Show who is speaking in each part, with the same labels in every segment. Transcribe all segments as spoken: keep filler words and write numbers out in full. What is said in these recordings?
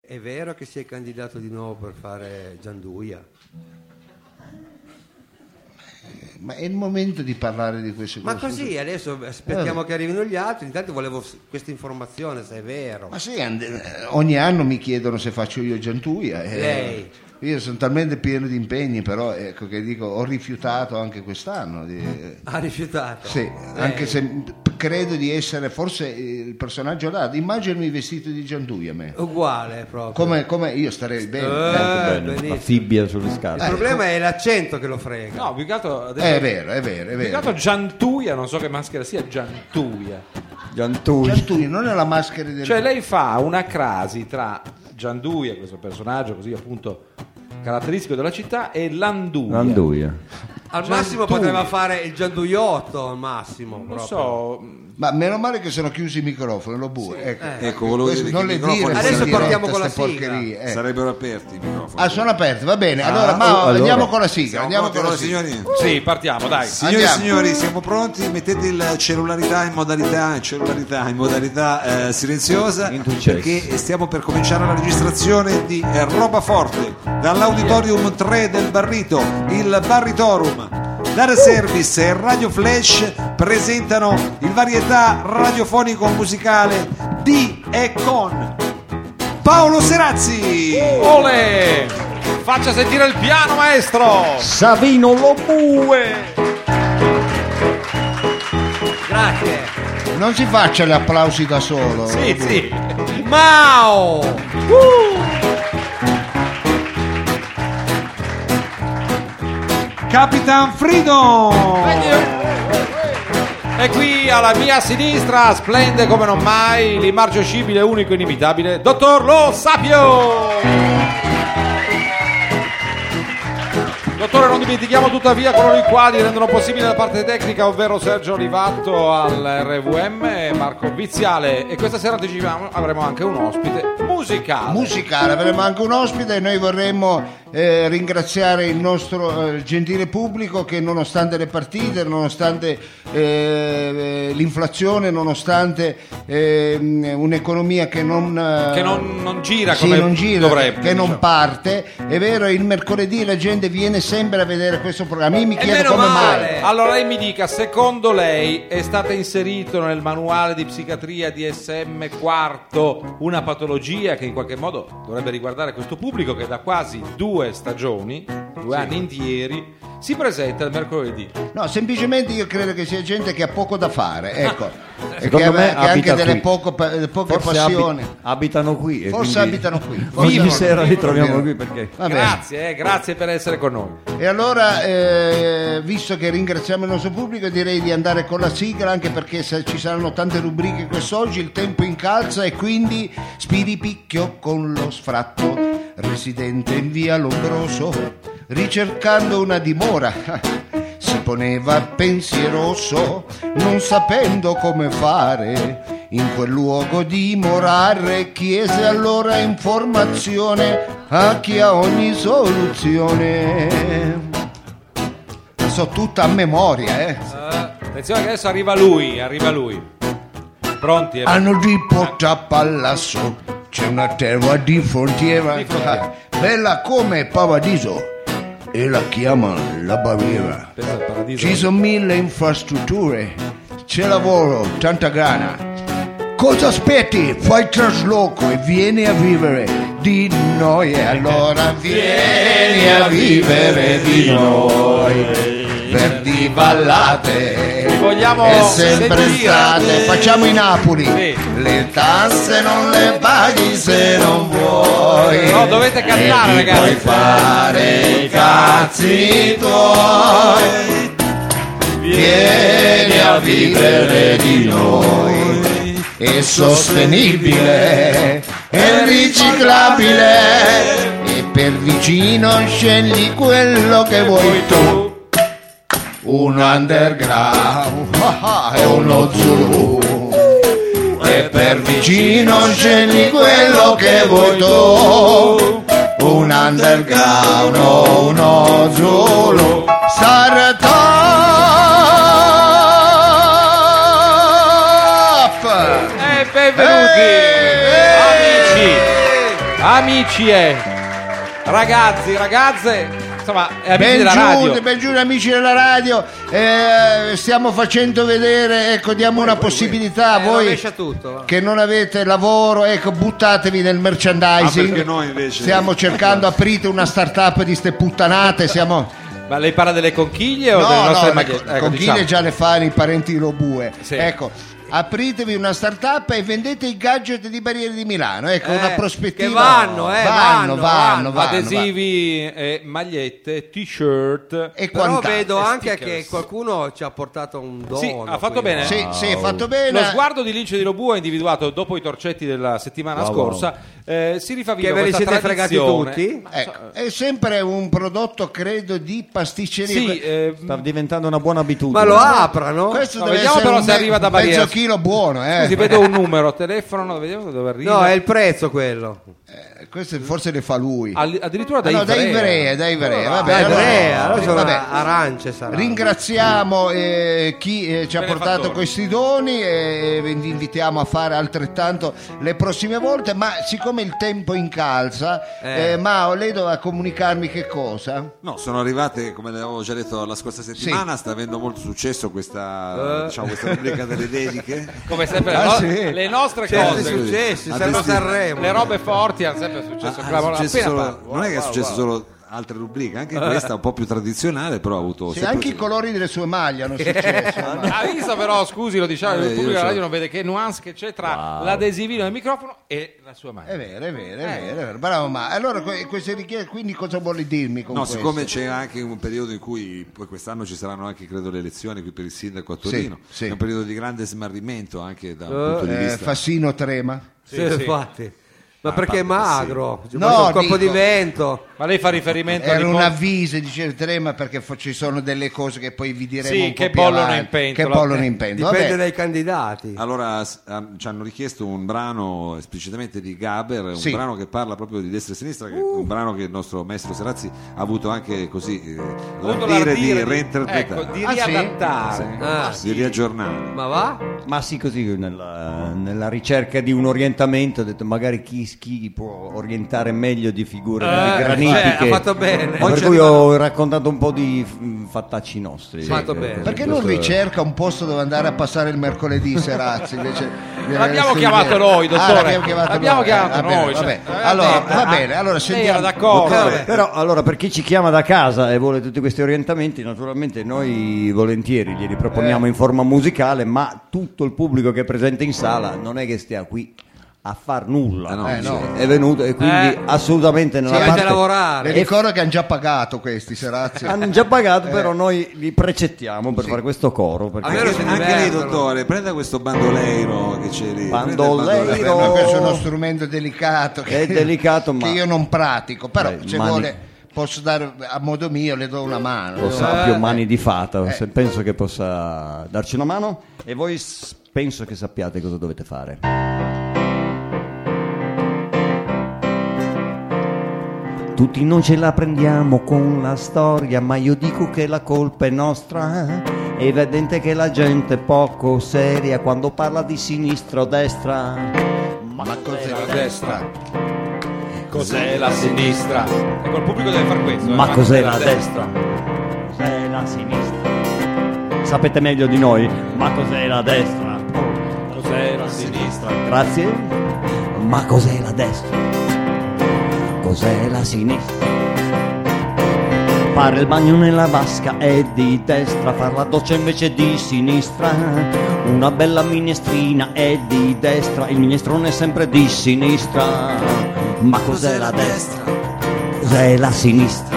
Speaker 1: è vero che si è candidato di nuovo per fare Gianduia?
Speaker 2: Ma è il momento di parlare di queste cose.
Speaker 1: Ma così, adesso aspettiamo eh. che arrivino gli altri. Intanto volevo questa informazione, se è vero.
Speaker 2: Ma sì, ogni anno mi chiedono se faccio io Gianduia. E
Speaker 1: Lei?
Speaker 2: Io sono talmente pieno di impegni, però ecco che dico, ho rifiutato anche quest'anno. Di...
Speaker 1: Ha rifiutato?
Speaker 2: Sì,
Speaker 1: Lei.
Speaker 2: Anche se credo di essere forse il personaggio adatto. Immaginami vestito di Gianduia a me.
Speaker 1: Uguale proprio.
Speaker 2: Come, come io starei bene.
Speaker 1: Eh,
Speaker 3: bene. La fibbia sulle scarpe.
Speaker 1: Il problema è l'accento che lo frega.
Speaker 4: No, più che altro adesso...
Speaker 2: È vero, è vero, è
Speaker 4: Più che
Speaker 2: vero.
Speaker 4: altro Giantuia, non so che maschera sia Giantuia.
Speaker 3: Giantuia.
Speaker 2: Gianduia non è la maschera del...
Speaker 4: Cioè lei fa una crasi tra Gianduia, questo personaggio così appunto caratteristico della città, e Landuia.
Speaker 3: Landuia.
Speaker 1: Al massimo poteva fare il Gianduiotto, al massimo.
Speaker 4: Non
Speaker 1: proprio.
Speaker 4: so,
Speaker 2: Ma meno male che sono chiusi i microfoni, lo bue. Ecco,
Speaker 1: Eh.
Speaker 5: Ecco, volevo
Speaker 2: Questo
Speaker 5: dire
Speaker 2: non
Speaker 5: che
Speaker 2: le
Speaker 5: i microfoni
Speaker 2: dire,
Speaker 1: Adesso
Speaker 2: in
Speaker 1: partiamo
Speaker 2: diretta,
Speaker 1: con la
Speaker 2: ste
Speaker 1: sigla.
Speaker 2: porcherie, eh.
Speaker 5: sarebbero aperti i microfoni.
Speaker 2: Ah, sono aperti, va bene.
Speaker 3: Ah,
Speaker 2: Allora, ma
Speaker 3: allora.
Speaker 2: andiamo con la sigla.
Speaker 5: Siamo
Speaker 2: Andiamo
Speaker 5: pronti,
Speaker 2: con la
Speaker 5: allora,
Speaker 2: sigla.
Speaker 5: signori?
Speaker 4: sì, partiamo, dai.
Speaker 5: Signori e
Speaker 2: Andiamo.
Speaker 5: signori, siamo pronti? Mettete il cellularità in modalità, cellularità in modalità eh, silenziosa,
Speaker 3: Into chess.
Speaker 5: perché stiamo per cominciare la registrazione di eh, Roba Forte dall'Auditorium tre del Barrito, il Barritorum. Dare Service e Radio Flash presentano il varietà radiofonico musicale di e con Paolo Serazzi.
Speaker 4: Ole! Faccia sentire il piano, maestro!
Speaker 3: Savino Lobue.
Speaker 1: Grazie.
Speaker 2: Non si faccia gli applausi da solo.
Speaker 4: Sì, sì.
Speaker 1: Mao!
Speaker 5: Capitan Freedom.
Speaker 4: E qui alla mia sinistra splende come non mai l'immargioscibile, unico e inimitabile Dottor Lo Sapio. Dottore, non dimentichiamo tuttavia coloro i quali rendono possibile la parte tecnica, ovvero Sergio Olivatto al R V M e Marco Viziale. E questa sera anticipiamo, avremo anche un ospite musicale.
Speaker 2: Musicale, avremo anche un ospite e noi vorremmo eh, ringraziare il nostro eh, gentile pubblico che nonostante le partite, nonostante eh, l'inflazione, nonostante eh, un'economia che non, eh,
Speaker 4: Che non, non gira
Speaker 2: sì,
Speaker 4: come
Speaker 2: non gira,
Speaker 4: dovrebbe.
Speaker 2: che non
Speaker 4: diciamo.
Speaker 2: parte, è vero, il mercoledì la gente viene sempre a vedere questo programma. Io mi
Speaker 1: E
Speaker 2: chiedo
Speaker 1: meno
Speaker 2: come
Speaker 1: male.
Speaker 2: mai.
Speaker 4: Allora lei mi dica, secondo lei è stata inserito nel manuale di psichiatria D S M quarto una patologia che in qualche modo dovrebbe riguardare questo pubblico che da quasi due stagioni, due anni interi, si presenta il mercoledì?
Speaker 2: No, semplicemente io credo che sia gente che ha poco da fare, ecco, e che,
Speaker 3: Secondo
Speaker 2: ha,
Speaker 3: me
Speaker 2: che ha anche
Speaker 3: abita
Speaker 2: delle
Speaker 3: qui.
Speaker 2: poco, pa- poche
Speaker 3: Forse
Speaker 2: passioni.
Speaker 3: abi- abitano qui. e
Speaker 2: Forse
Speaker 3: quindi
Speaker 2: abitano qui. Forse
Speaker 3: Ogni
Speaker 2: abitano
Speaker 3: sera
Speaker 2: qui.
Speaker 3: li troviamo qui perché...
Speaker 2: Va bene.
Speaker 4: Grazie, eh, grazie per essere con noi.
Speaker 2: E allora, eh, visto che ringraziamo il nostro pubblico, direi di andare con la sigla, anche perché se ci saranno tante rubriche quest'oggi, il tempo incalza e quindi Spiripicchio con lo sfratto, residente in via Lombroso, ricercando una dimora, si poneva pensieroso, non sapendo come fare in quel luogo dimorare, chiese allora informazione a chi ha ogni soluzione. La so tutta a memoria, eh.
Speaker 4: Uh, attenzione che adesso arriva lui, arriva lui. Pronti? Eh?
Speaker 2: Hanno di Porta Palazzo c'è una terra di frontiera,
Speaker 4: Di frontiera.
Speaker 2: ah, bella come Paradiso e la chiamano la Baviera.
Speaker 4: Pensa al paradiso.
Speaker 2: Ci sono mille infrastrutture, c'è lavoro, tanta gana. Cosa aspetti? Fai trasloco e vieni a vivere di noi. E allora vieni a vivere di noi. Verdi vallate
Speaker 4: vogliamo
Speaker 2: è sempre
Speaker 4: sentire.
Speaker 2: estate. Facciamo i Napoli.
Speaker 4: Sì.
Speaker 2: Le tasse non le paghi se non vuoi.
Speaker 4: No, dovete cantare,
Speaker 2: e ti
Speaker 4: ragazzi.
Speaker 2: puoi fare i cazzi tuoi. Vieni a vivere di noi. È sostenibile, è riciclabile e per vicino scegli quello che vuoi tu. Un underground e uno Zulu e per vicino scegli quello che vuoi tu. Un underground o uno Zulu. Startup.
Speaker 4: E benvenuti
Speaker 2: Eeeh!
Speaker 4: amici, amici e ragazzi, ragazze. Insomma, è amici
Speaker 2: ben
Speaker 4: della radio.
Speaker 2: giunti, ben giunti amici della radio, eh, stiamo facendo vedere, ecco, diamo una possibilità a
Speaker 1: Eh,
Speaker 2: voi
Speaker 1: rovescia tutto, va.
Speaker 2: che non avete lavoro, ecco, buttatevi nel
Speaker 5: Ah,
Speaker 2: merchandising.
Speaker 5: perché noi invece
Speaker 2: stiamo cercando, aprite una startup di ste puttanate, siamo...
Speaker 4: Ma lei parla delle conchiglie o delle
Speaker 2: No,
Speaker 4: nostre
Speaker 2: no, le
Speaker 4: magliette?
Speaker 2: co-
Speaker 4: Ecco,
Speaker 2: conchiglie
Speaker 4: diciamo.
Speaker 2: già le fanno i parenti di Lobue.
Speaker 4: Sì.
Speaker 2: Ecco, apritevi una startup e vendete i gadget di Barriere di Milano. Ecco,
Speaker 1: Eh,
Speaker 2: una prospettiva.
Speaker 1: che vanno, eh,
Speaker 2: vanno,
Speaker 1: vanno,
Speaker 2: vanno, vanno,
Speaker 4: Adesivi, e magliette, t-shirt.
Speaker 2: E
Speaker 1: Però
Speaker 2: quant'altro.
Speaker 1: vedo anche
Speaker 4: stickers.
Speaker 1: che qualcuno ci ha portato un dono.
Speaker 4: Sì, ha fatto
Speaker 1: qui.
Speaker 4: bene.
Speaker 2: Sì, sì, fatto bene.
Speaker 4: Lo sguardo di Lince di Lobue ha individuato dopo i torcetti della settimana
Speaker 3: Wow,
Speaker 4: scorsa, eh, si rifà viva
Speaker 1: Che ve li
Speaker 4: questa
Speaker 1: siete fregati
Speaker 4: tradizione.
Speaker 1: tutti?
Speaker 2: Ecco, è sempre un prodotto, credo, di pasticceria.
Speaker 4: Sì, eh,
Speaker 3: Sta diventando una buona abitudine.
Speaker 1: Ma lo aprano?
Speaker 2: Questo
Speaker 4: no,
Speaker 2: deve
Speaker 4: vediamo
Speaker 2: essere
Speaker 4: però
Speaker 2: un
Speaker 4: se
Speaker 2: me-
Speaker 4: arriva da
Speaker 2: un mezzo
Speaker 4: Barriere.
Speaker 2: chilo buono, eh.
Speaker 4: scusi, vedo un numero, telefono, vediamo dove arriva.
Speaker 1: No, è il prezzo quello.
Speaker 2: Eh, questo forse le fa lui.
Speaker 4: All- addirittura da
Speaker 2: Ah, no, da
Speaker 4: Ivrea.
Speaker 2: Ivrea, da Ivrea, vabbè,
Speaker 1: Dai,
Speaker 2: allora-
Speaker 1: Ivrea, allora sono
Speaker 2: vabbè.
Speaker 1: arance sarà.
Speaker 2: Ringraziamo eh, chi eh, ci ha
Speaker 4: Benefattore.
Speaker 2: portato questi doni e vi invitiamo a fare altrettanto le prossime volte, ma siccome il tempo incalza,
Speaker 1: Eh.
Speaker 2: eh, Mao, lei doveva comunicarmi che cosa?
Speaker 5: No, sono arrivate, come le avevo già detto la scorsa settimana, sta avendo molto successo questa,
Speaker 1: Eh.
Speaker 5: diciamo, questa rubrica delle dediche.
Speaker 4: Come sempre,
Speaker 2: Ah,
Speaker 4: le, no-
Speaker 2: sì.
Speaker 4: le nostre
Speaker 1: Certi
Speaker 4: cose,
Speaker 1: successi,
Speaker 5: A
Speaker 1: sempre
Speaker 5: destin-
Speaker 1: Sanremo.
Speaker 4: le robe forti hanno sempre successo.
Speaker 5: Ah,
Speaker 4: clamoroso.
Speaker 5: è successo
Speaker 4: Appena
Speaker 5: solo-
Speaker 4: parlo.
Speaker 5: non è che è
Speaker 4: Wow,
Speaker 5: successo
Speaker 4: wow.
Speaker 5: solo altre rubriche, anche questa un po' più tradizionale, però ha avuto
Speaker 2: Sì,
Speaker 5: sempre-
Speaker 2: anche i colori delle sue maglie hanno successo. ma-
Speaker 4: Ha visto però, scusi, lo diciamo,
Speaker 5: Eh,
Speaker 4: il
Speaker 5: io
Speaker 4: pubblico della
Speaker 5: so.
Speaker 4: radio non vede che nuance che c'è tra l'adesivino del microfono e la sua mano.
Speaker 2: È vero, è vero, è vero, è vero. Bravo, ma allora que- queste richieste, quindi cosa vuole dirmi con
Speaker 5: No,
Speaker 2: questo?
Speaker 5: siccome c'è anche un periodo in cui poi quest'anno ci saranno anche credo le elezioni qui per il sindaco a Torino,
Speaker 2: Sì, sì.
Speaker 5: è un periodo di grande smarrimento anche da un
Speaker 1: Eh,
Speaker 5: punto di
Speaker 2: Eh,
Speaker 5: vista.
Speaker 2: Fassino trema.
Speaker 1: Sì,
Speaker 4: sì.
Speaker 1: infatti. Ma perché è
Speaker 5: a parte che
Speaker 1: magro? Ci
Speaker 2: No,
Speaker 1: no, un colpo
Speaker 2: dico-
Speaker 1: di vento.
Speaker 4: Ma lei fa riferimento
Speaker 2: Era
Speaker 4: a
Speaker 2: un avviso, dice trema perché fo- ci sono delle cose che poi vi diremo
Speaker 4: Sì,
Speaker 2: un po'
Speaker 4: che
Speaker 2: più
Speaker 4: bollono
Speaker 2: avanti,
Speaker 4: in pentola.
Speaker 2: che bollono in pentola.
Speaker 1: Dipende
Speaker 2: Vabbè.
Speaker 1: dai candidati.
Speaker 5: Allora s- ah, ci hanno richiesto un brano esplicitamente di Gaber, un
Speaker 2: Sì.
Speaker 5: brano che parla proprio di destra e sinistra, che è un brano che il nostro maestro Serazzi ha avuto anche così eh,
Speaker 4: Ho avuto
Speaker 5: l'ardire di
Speaker 4: l'ardire
Speaker 5: reinterpretare,
Speaker 4: ecco, di
Speaker 2: Ah, sì?
Speaker 4: riadattare.
Speaker 1: Ah,
Speaker 5: di riaggiornare.
Speaker 1: ma va?
Speaker 3: Ma sì, così nella, nella ricerca di un orientamento ho detto magari chi, chi può orientare meglio di figure
Speaker 1: Eh,
Speaker 3: granitiche.
Speaker 1: eh, ha fatto bene.
Speaker 3: Per
Speaker 5: Oggi
Speaker 3: cui
Speaker 5: arrivano-
Speaker 3: ho raccontato un po' di mm, fattacci nostri.
Speaker 1: Fatto
Speaker 3: Eh,
Speaker 1: bene.
Speaker 3: così,
Speaker 2: Perché non
Speaker 3: questo-
Speaker 2: ricerca un posto dove andare a passare il mercoledì Serazzi? Invece
Speaker 4: L'abbiamo chiamato noi, dottore.
Speaker 2: Ah, l'abbiamo chiamato
Speaker 4: L'abbiamo
Speaker 2: noi.
Speaker 4: chiamato
Speaker 2: Eh, va bene,
Speaker 4: noi, cioè,
Speaker 2: vabbè.
Speaker 4: eh,
Speaker 2: Allora,
Speaker 4: vabbè,
Speaker 2: va
Speaker 4: ah,
Speaker 2: bene, allora
Speaker 4: lei
Speaker 2: sentiamo.
Speaker 4: era d'accordo.
Speaker 2: Vabbè.
Speaker 3: Però allora per chi ci chiama da casa e vuole tutti questi orientamenti, naturalmente noi volentieri glieli proponiamo in forma musicale, ma tutto il pubblico che è presente in sala non è che stia qui a far nulla,
Speaker 5: Ah, no,
Speaker 2: Eh, no.
Speaker 3: è venuto e quindi
Speaker 1: Eh.
Speaker 3: assolutamente nella
Speaker 1: Dovete
Speaker 3: parte
Speaker 2: Le
Speaker 1: lavorare.
Speaker 2: ricordo che hanno già pagato questi Serazzi.
Speaker 3: hanno già pagato, però noi li precettiamo per fare questo coro perché
Speaker 1: Almeno
Speaker 5: Anche,
Speaker 1: si
Speaker 5: anche lei,
Speaker 1: divertono.
Speaker 5: dottore, prenda questo bandoleiro che c'è lì. prenda il
Speaker 3: Bandoleiro.
Speaker 5: bandoleiro.
Speaker 2: Vabbè, ma questo è uno strumento delicato che,
Speaker 3: È delicato, ma-
Speaker 2: che io non pratico, però
Speaker 3: Dai,
Speaker 2: se
Speaker 3: mani-
Speaker 2: vuole posso dare a modo mio, le do una mano.
Speaker 3: lo sa
Speaker 1: Eh,
Speaker 3: più mani di fata,
Speaker 2: eh.
Speaker 3: se penso che possa darci una mano e voi s- penso che sappiate cosa dovete fare. Tutti non ce la prendiamo con la storia, ma io dico che la colpa è nostra. È evidente che la gente è poco seria quando parla di sinistra o destra.
Speaker 2: Ma cos'è
Speaker 4: La destra. Cos'è la sinistra? Ecco, il pubblico deve fare questo. eh,
Speaker 3: Ma cos'è la destra? Cos'è la sinistra? Sapete meglio di noi, ma cos'è la destra?
Speaker 4: Cos'è la sinistra?
Speaker 3: Grazie. Ma cos'è la destra? Cos'è la sinistra? Fare il bagno nella vasca è di destra, far la doccia invece di sinistra. Una bella minestrina è di destra, il minestrone è sempre di sinistra. Ma cos'è la destra? Cos'è la sinistra?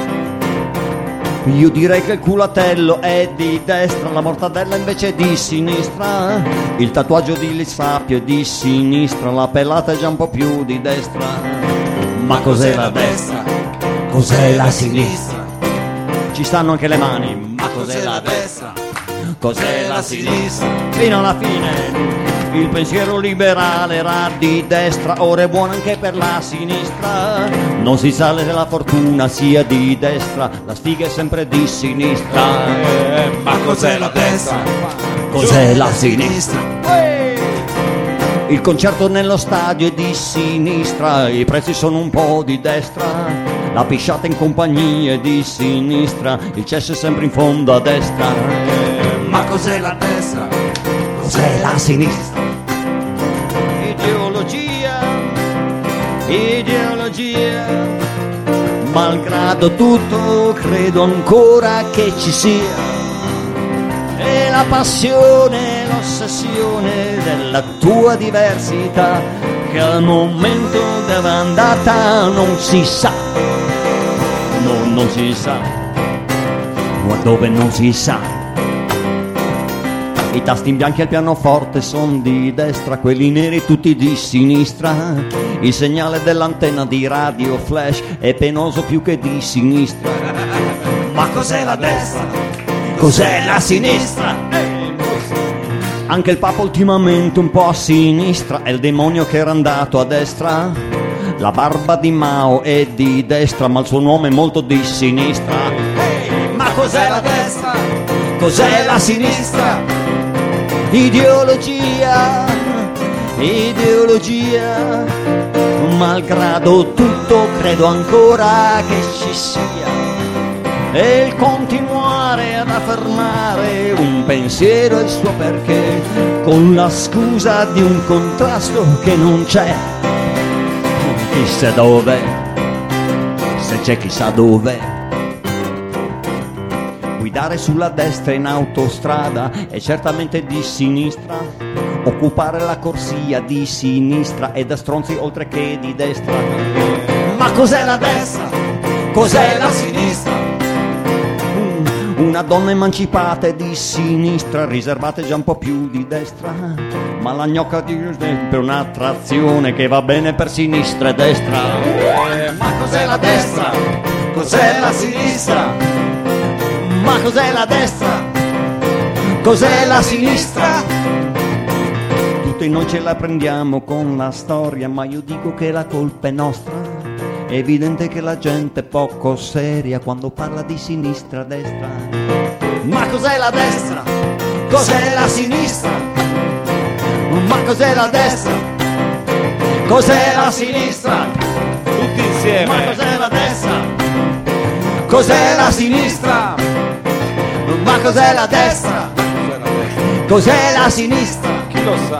Speaker 3: Io direi che il culatello è di destra, la mortadella invece è di sinistra. Il tatuaggio di Lissapio è di sinistra, la pelata è già un po' più di destra. Ma cos'è la destra? Cos'è la sinistra? Ci stanno anche le mani, ma cos'è la destra? Cos'è la sinistra? Fino alla fine il pensiero liberale era di destra, ora è buono anche per la sinistra. Non si sa se la fortuna sia di destra, la sfiga è sempre di sinistra.
Speaker 4: Eh, ma cos'è la destra?
Speaker 3: Cos'è la sinistra? Il concerto nello stadio è di sinistra, i prezzi sono un po' di destra, la pisciata in compagnia è di sinistra, il cesso è sempre in fondo a destra.
Speaker 4: Ma cos'è la destra?
Speaker 3: Cos'è la sinistra? Ideologia, ideologia, malgrado tutto credo ancora che ci sia, e la passione, l'ossessione della tua diversità, che al momento dove è andata non si sa, no, non si sa, ma dove non si sa. I tasti in bianchi al pianoforte sono di destra, quelli neri tutti di sinistra. Il segnale dell'antenna di radio flash è penoso più che di sinistra. Ma cos'è la destra? Cos'è la sinistra? Anche il Papa ultimamente un po' a sinistra, è il demonio che era andato a destra. La barba di Mao è di destra, ma il suo nome è molto di sinistra. Ma cos'è la destra? Cos'è la sinistra? Ideologia, ideologia, malgrado tutto credo ancora che ci sia, e il continuare ad affermare un pensiero e il suo perché, con la scusa di un contrasto che non c'è, chissà dove, se c'è chissà dove. Guidare sulla destra in autostrada è certamente di sinistra, occupare la corsia di sinistra è da stronzi oltre che di destra. Ma cos'è la destra? Cos'è la sinistra? Una donna emancipata è di sinistra, riservata è già un po' più di destra, ma la gnocca di per un'attrazione che va bene per sinistra e destra. Eh, ma cos'è la destra? Cos'è la sinistra? Ma cos'è la destra? Cos'è la sinistra? Tutti noi ce la prendiamo con la storia, ma io dico che la colpa è nostra. È evidente che la gente è poco seria quando parla di sinistra e destra. Ma cos'è la destra? Cos'è la sinistra? Ma cos'è la destra? Cos'è la sinistra?
Speaker 4: Tutti insieme.
Speaker 3: Ma cos'è la destra? Cos'è la sinistra? Ma cos'è la destra? Cos'è la sinistra?
Speaker 4: Chi lo sa?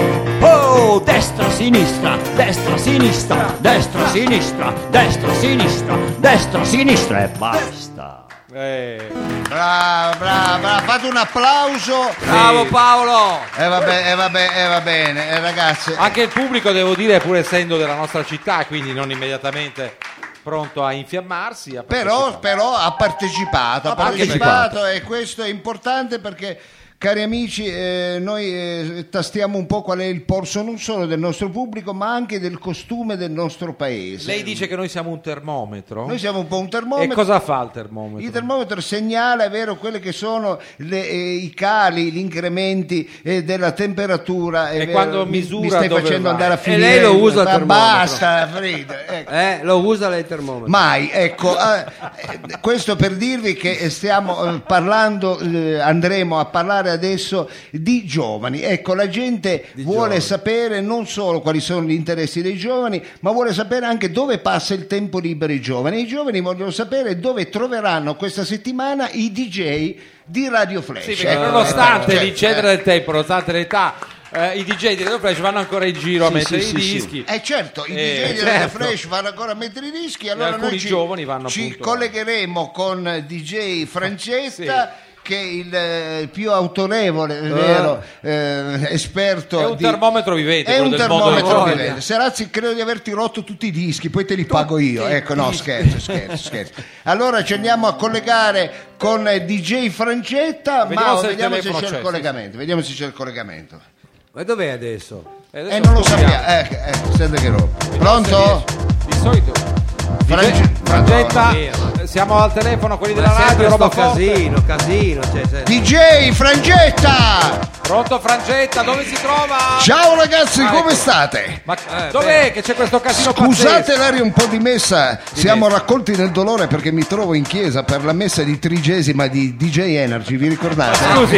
Speaker 3: Oh, destra, sinistra, destra, sinistra, destra, sinistra, destra, sinistra, destra, sinistra e basta.
Speaker 4: Eh.
Speaker 2: Brava, brava, brava, fate un applauso.
Speaker 1: Bravo Paolo!
Speaker 2: E va bene, eh, va bene, eh, va bene, eh, ragazzi.
Speaker 4: Anche il pubblico, devo dire, pur essendo della nostra città, quindi non immediatamente pronto a infiammarsi, ha
Speaker 2: Però, però ha partecipato, ha
Speaker 4: Ha
Speaker 2: partecipato e questo è importante perché, cari amici, eh, noi eh, tastiamo un po' qual è il polso non solo del nostro pubblico ma anche del costume del nostro paese.
Speaker 4: Lei dice che noi siamo un termometro?
Speaker 2: Noi siamo un po' un termometro.
Speaker 4: E cosa fa il termometro?
Speaker 2: Il termometro segnala, è vero, quelle che sono le, eh, i cali, gli incrementi eh, della temperatura. È
Speaker 4: E
Speaker 2: vero,
Speaker 4: quando
Speaker 2: mi,
Speaker 4: misura
Speaker 2: mi stai
Speaker 4: dove
Speaker 2: facendo
Speaker 4: va.
Speaker 2: andare a
Speaker 1: E
Speaker 2: finire.
Speaker 1: lei lo usa il
Speaker 2: Ma
Speaker 1: termometro.
Speaker 2: basta, Frida. Ecco.
Speaker 1: Eh, lo usa lei il termometro?
Speaker 2: Mai, ecco, eh, eh, questo per dirvi che stiamo eh, parlando, eh, andremo a parlare adesso di giovani. Ecco, la gente
Speaker 1: Di
Speaker 2: vuole
Speaker 1: giovani.
Speaker 2: sapere non solo quali sono gli interessi dei giovani, ma vuole sapere anche dove passa il tempo libero i giovani. I giovani vogliono sapere dove troveranno questa settimana i D J di Radio Flash.
Speaker 4: Sì, perché
Speaker 2: Ecco,
Speaker 4: nonostante
Speaker 2: cioè,
Speaker 4: l'incedere
Speaker 2: eh,
Speaker 4: del tempo, nonostante l'età, eh, i D J di Radio Flash vanno ancora in giro a mettere
Speaker 2: sì,
Speaker 4: i
Speaker 2: sì,
Speaker 4: dischi.
Speaker 2: sì. Eh certo, i
Speaker 4: Eh,
Speaker 2: D J di Radio
Speaker 4: certo.
Speaker 2: Flash vanno ancora a mettere i dischi, allora
Speaker 4: alcuni
Speaker 2: noi ci,
Speaker 4: giovani vanno
Speaker 2: ci
Speaker 4: appunto-
Speaker 2: collegheremo con D J Francetta. Che è il eh, più autorevole, è vero, eh, esperto.
Speaker 4: È un
Speaker 2: di-
Speaker 4: termometro vivente,
Speaker 2: È
Speaker 4: quello
Speaker 2: un
Speaker 4: del mondo del
Speaker 2: termometro
Speaker 4: giovane.
Speaker 2: vivente. Serazzi, credo di averti rotto tutti i dischi, poi te li pago io. Ecco, no, scherzo, scherzo, scherzo. Allora ci andiamo a collegare con eh, D J Francetta,
Speaker 4: Vediamo
Speaker 2: ma
Speaker 4: se il
Speaker 2: vediamo se
Speaker 4: telefono
Speaker 2: c'è il
Speaker 4: c'è,
Speaker 2: collegamento. Vediamo se c'è il collegamento.
Speaker 1: Ma dov'è adesso?
Speaker 4: E
Speaker 2: E
Speaker 4: adesso
Speaker 2: non lo
Speaker 4: proviamo.
Speaker 2: sappiamo. Eh, eh, sente che roba.
Speaker 4: Vediamo se
Speaker 2: Pronto?
Speaker 4: riesce. Di solito
Speaker 2: Frange-
Speaker 4: Frangetta,
Speaker 2: Madonna.
Speaker 4: eh, siamo al telefono, quelli della
Speaker 1: Ma sempre
Speaker 4: radio,
Speaker 1: sto
Speaker 4: roba forte.
Speaker 1: casino, casino. Cioè, cioè.
Speaker 2: D J Frangetta!
Speaker 4: Pronto Frangetta, dove si trova?
Speaker 2: Ciao ragazzi,
Speaker 4: Ah,
Speaker 2: come
Speaker 4: ecco.
Speaker 2: state?
Speaker 4: Ma
Speaker 1: Eh,
Speaker 4: dov'è che c'è questo casino
Speaker 2: Scusate
Speaker 4: pazzesco?
Speaker 2: l'aria un po' dimessa, siamo raccolti nel dolore perché mi trovo in chiesa per la messa di trigesima di D J Energy, vi ricordate?
Speaker 4: Scusi,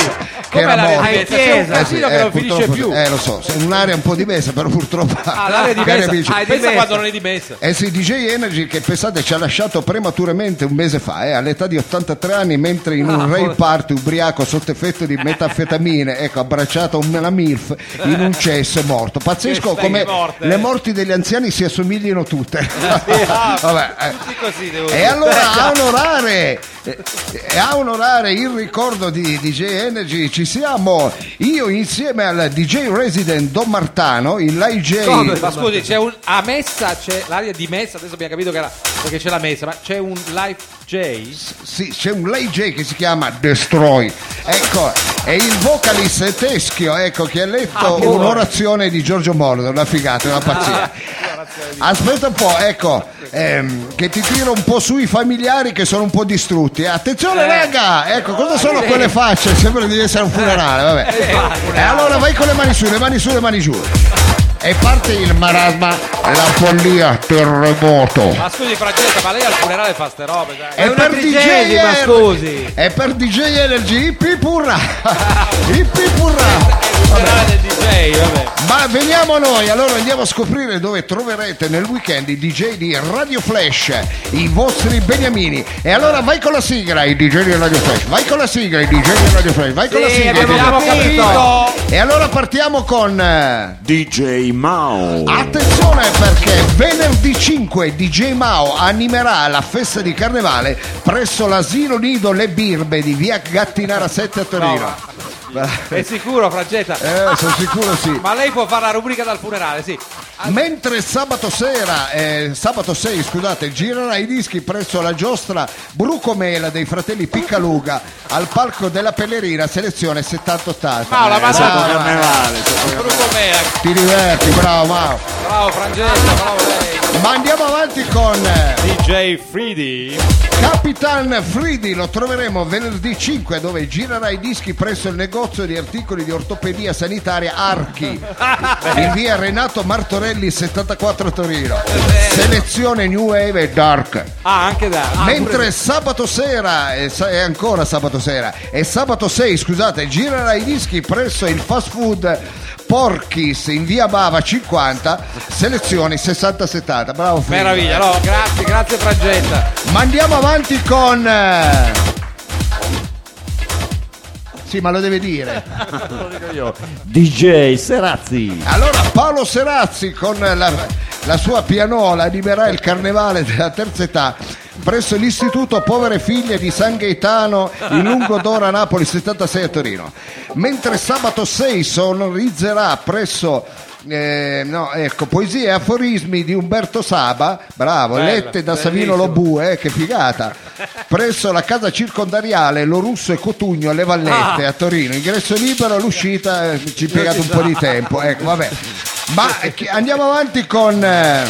Speaker 2: che era
Speaker 4: l'area
Speaker 2: morto.
Speaker 4: dimessa? C'è un casino che non finisce
Speaker 2: purtroppo-
Speaker 4: più.
Speaker 2: Eh, lo so, è un'area un po' dimessa, però purtroppo.
Speaker 4: Ah, l'area è
Speaker 2: cari
Speaker 4: dimessa.
Speaker 2: amici,
Speaker 4: Ah, è dimessa quando non è dimessa.
Speaker 2: eh sì, D J Energy che pensate ci ha lasciato prematuramente un mese fa, eh, all'età di ottantatré anni, mentre in un rave party ubriaco sotto effetto di metanfetamine, ecco, abbracciato una MILF in un cesso, è morto. Pazzesco
Speaker 4: Che
Speaker 2: come
Speaker 4: morte,
Speaker 2: le
Speaker 4: eh.
Speaker 2: morti degli anziani si assomiglino tutte.
Speaker 4: Ah,
Speaker 2: Vabbè, eh.
Speaker 4: tutti così devo
Speaker 2: E
Speaker 4: dire.
Speaker 2: allora a onorare, eh, e a onorare il ricordo di D J Energy ci siamo io insieme al D J resident Don Martano, il l'I J.
Speaker 4: Come? Ma scusi, c'è un a messa, c'è l'area di messa, adesso abbiamo capito che era perché c'è la messa, ma c'è un live J?
Speaker 2: Sì, c'è un l'I J che si chiama Destroy, ecco, è il vocalist teschio, ecco, che ha letto
Speaker 4: Ah, buono.
Speaker 2: un'orazione di Giorgio Moroder, una figata, una pazzia. Aspetta un po', ecco, ehm, che ti tiro un po' sui familiari che sono un po' distrutti. Attenzione,
Speaker 4: Eh.
Speaker 2: raga, ecco, cosa sono quelle facce? Sembra di essere un funerale, vabbè. E allora vai con le mani su, le mani su, le mani giù. E parte il marasma, la follia, terremoto.
Speaker 4: Ma scusi Francesca, ma lei al funerale fa ste robe, dai.
Speaker 2: E per D J
Speaker 1: tredicesima,
Speaker 2: Ener-
Speaker 1: scusi.
Speaker 2: E per D J Energy, ippi purra, ippi purra.
Speaker 4: Il funerale del D J, vabbè.
Speaker 2: Ma veniamo a noi, allora andiamo a scoprire dove troverete nel weekend i D J di Radio Flash, i vostri beniamini. E allora vai con la sigla, i D J di Radio Flash, vai con la sigla, i D J di Radio Flash, vai con la
Speaker 1: Sì,
Speaker 2: sigla.
Speaker 1: abbiamo
Speaker 2: i D J.
Speaker 4: capito.
Speaker 2: E allora partiamo con... eh,
Speaker 6: D J Mao.
Speaker 2: Attenzione perché venerdì cinque D J Mao animerà la festa di carnevale presso l'asilo nido Le Birbe di via Gattinara sette a Torino.
Speaker 4: È sicuro Francesca?
Speaker 2: Eh, sono sicuro sì.
Speaker 4: Ma lei può fare la rubrica dal funerale, sì.
Speaker 2: Mentre sabato sera, eh, sabato sei, scusate, girerà i dischi presso la giostra Brucomela dei fratelli Piccaluga al Palco della Pellerina, selezione settanta ottanta.
Speaker 4: Paola, ma
Speaker 6: Sotto
Speaker 4: dai,
Speaker 6: carnevale, sotto carnevale.
Speaker 4: Brucomea.
Speaker 2: Ti diverti, bravo Mao.
Speaker 4: Bravo Francesca, bravo lei.
Speaker 2: Ma andiamo avanti con eh,
Speaker 4: D J Freedy.
Speaker 2: Capitan Fridi, lo troveremo venerdì cinque dove girerà i dischi presso il negozio di articoli di ortopedia sanitaria Archi in via Renato Martorelli settantaquattro a Torino. Selezione New Wave e Dark.
Speaker 4: Ah, anche da. ah,
Speaker 2: Mentre sabato sera, e sa- è ancora sabato sera, e sabato sei, scusate, girerà i dischi presso il fast food Porchis in via Bava cinquanta, selezioni sessanta settanta. Bravo Fridi.
Speaker 4: Meraviglia, no, grazie, grazie Frangetta.
Speaker 2: Ma andiamo avanti con... eh, Sì, ma lo deve dire.
Speaker 3: D J Serazzi.
Speaker 2: Allora Paolo Serazzi con la, la sua pianola animerà il carnevale della terza età presso l'istituto Povere Figlie di San Gaetano in Lungodora Napoli settantasei a Torino. Mentre sabato sei sonorizzerà presso eh, no, ecco, poesie e aforismi di Umberto Saba, bravo,
Speaker 4: Bella,
Speaker 2: lette da Savino
Speaker 4: bellissimo.
Speaker 2: Lobue, eh, che figata, presso la casa circondariale Lo Russo e Cotugno alle Vallette a Torino. Ingresso libero, l'uscita eh, ci ha impiegato un po' di tempo, ecco, vabbè. Ma eh, chi- andiamo avanti con eh,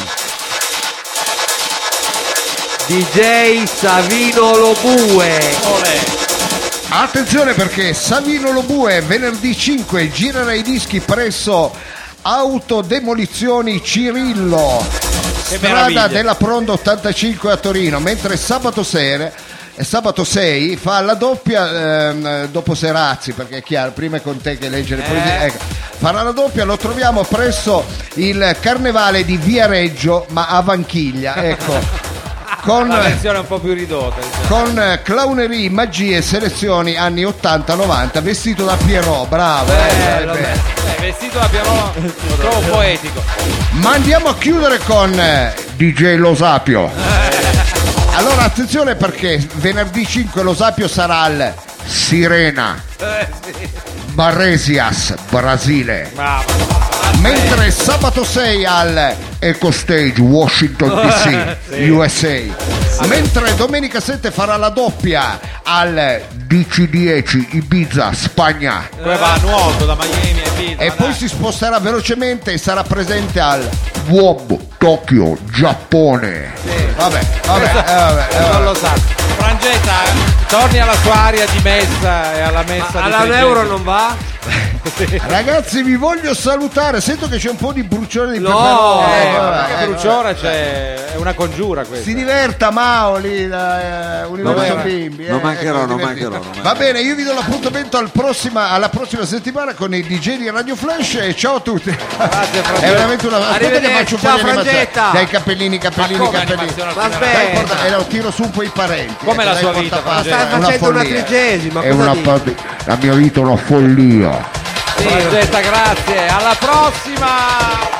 Speaker 1: D J Savino Lobue.
Speaker 2: attenzione perché Savino Lobue venerdì cinque girerà i dischi presso Autodemolizioni Cirillo, strada
Speaker 4: meraviglia.
Speaker 2: della Pronda ottantacinque a Torino, mentre sabato sera e sabato sei fa la doppia ehm, dopo Serazzi, perché è chiaro, prima è con te che legge le poesie, ecco, farà la doppia, lo troviamo presso il carnevale di Viareggio ma a Vanchiglia, ecco. Con,
Speaker 4: La versione un po' più ridotta, diciamo.
Speaker 2: con eh, clownerie, magie e selezioni anni ottanta novanta, vestito da Pierrot, bravo. eh,
Speaker 4: Bello,
Speaker 2: eh, beh.
Speaker 4: eh, vestito da pianola, lo trovo poetico.
Speaker 2: Ma andiamo a chiudere con eh, D J Lo Sapio. Allora attenzione perché venerdì cinque Lo Sapio sarà al Sirena Barresias, Brasile.
Speaker 4: Bravo.
Speaker 2: Mentre sabato sei al Eco Stage Washington D C U S A. Mentre domenica sette farà la doppia al D C dieci Ibiza Spagna.
Speaker 4: Poi va a nuoto da Miami e Ibiza.
Speaker 2: E
Speaker 4: ma
Speaker 2: poi
Speaker 4: dai.
Speaker 2: si sposterà velocemente e sarà presente al Wom Tokyo Giappone. Vabbè, vabbè, eh, vabbè, eh,
Speaker 4: non
Speaker 2: vabbè.
Speaker 4: lo sa. Frangetta, torni alla sua area di messa e alla messa
Speaker 1: Alla
Speaker 4: di
Speaker 1: Neuro non va?
Speaker 2: Ragazzi, vi voglio salutare. Sento che c'è un po' di bruciore di
Speaker 1: No,
Speaker 2: peperoni.
Speaker 4: Eh,
Speaker 2: Eh,
Speaker 4: ma
Speaker 2: vabbè,
Speaker 4: che
Speaker 2: eh,
Speaker 4: bruciore,
Speaker 2: vabbè.
Speaker 4: c'è, è una congiura questa.
Speaker 2: Si diverta Mao lì da eh, Universo
Speaker 5: Non-
Speaker 2: Bimbi.
Speaker 5: non
Speaker 2: eh,
Speaker 5: mancherò,
Speaker 2: ecco,
Speaker 5: non
Speaker 2: divertito.
Speaker 5: mancherò, non
Speaker 2: Va
Speaker 5: mancherò.
Speaker 2: bene, io vi do l'appuntamento al prossima- alla prossima settimana con i D J di Radio Flash e ciao a tutti.
Speaker 4: Grazie, Francesco.
Speaker 2: È veramente una aspetta che
Speaker 1: Arrivederci,
Speaker 2: faccio un po'
Speaker 1: ciao,
Speaker 2: di animazione.
Speaker 1: Frangetta.
Speaker 2: Dai capellini, capellini,
Speaker 4: Ma come
Speaker 2: capellini.
Speaker 4: animazione al
Speaker 1: Ma
Speaker 4: finale?
Speaker 1: aspetta.
Speaker 2: Dai, porta- e lo tiro su un po' i parenti.
Speaker 4: Come
Speaker 2: ecco,
Speaker 4: la
Speaker 2: dai,
Speaker 4: sua
Speaker 2: porta
Speaker 4: vita,
Speaker 2: pace.
Speaker 1: Sta
Speaker 2: È una
Speaker 1: facendo una
Speaker 2: follia.
Speaker 1: trigesima,
Speaker 2: È
Speaker 1: cosa
Speaker 2: una
Speaker 1: dici?
Speaker 2: pa- la mia vita è una follia.
Speaker 4: Frangetta, grazie, alla prossima.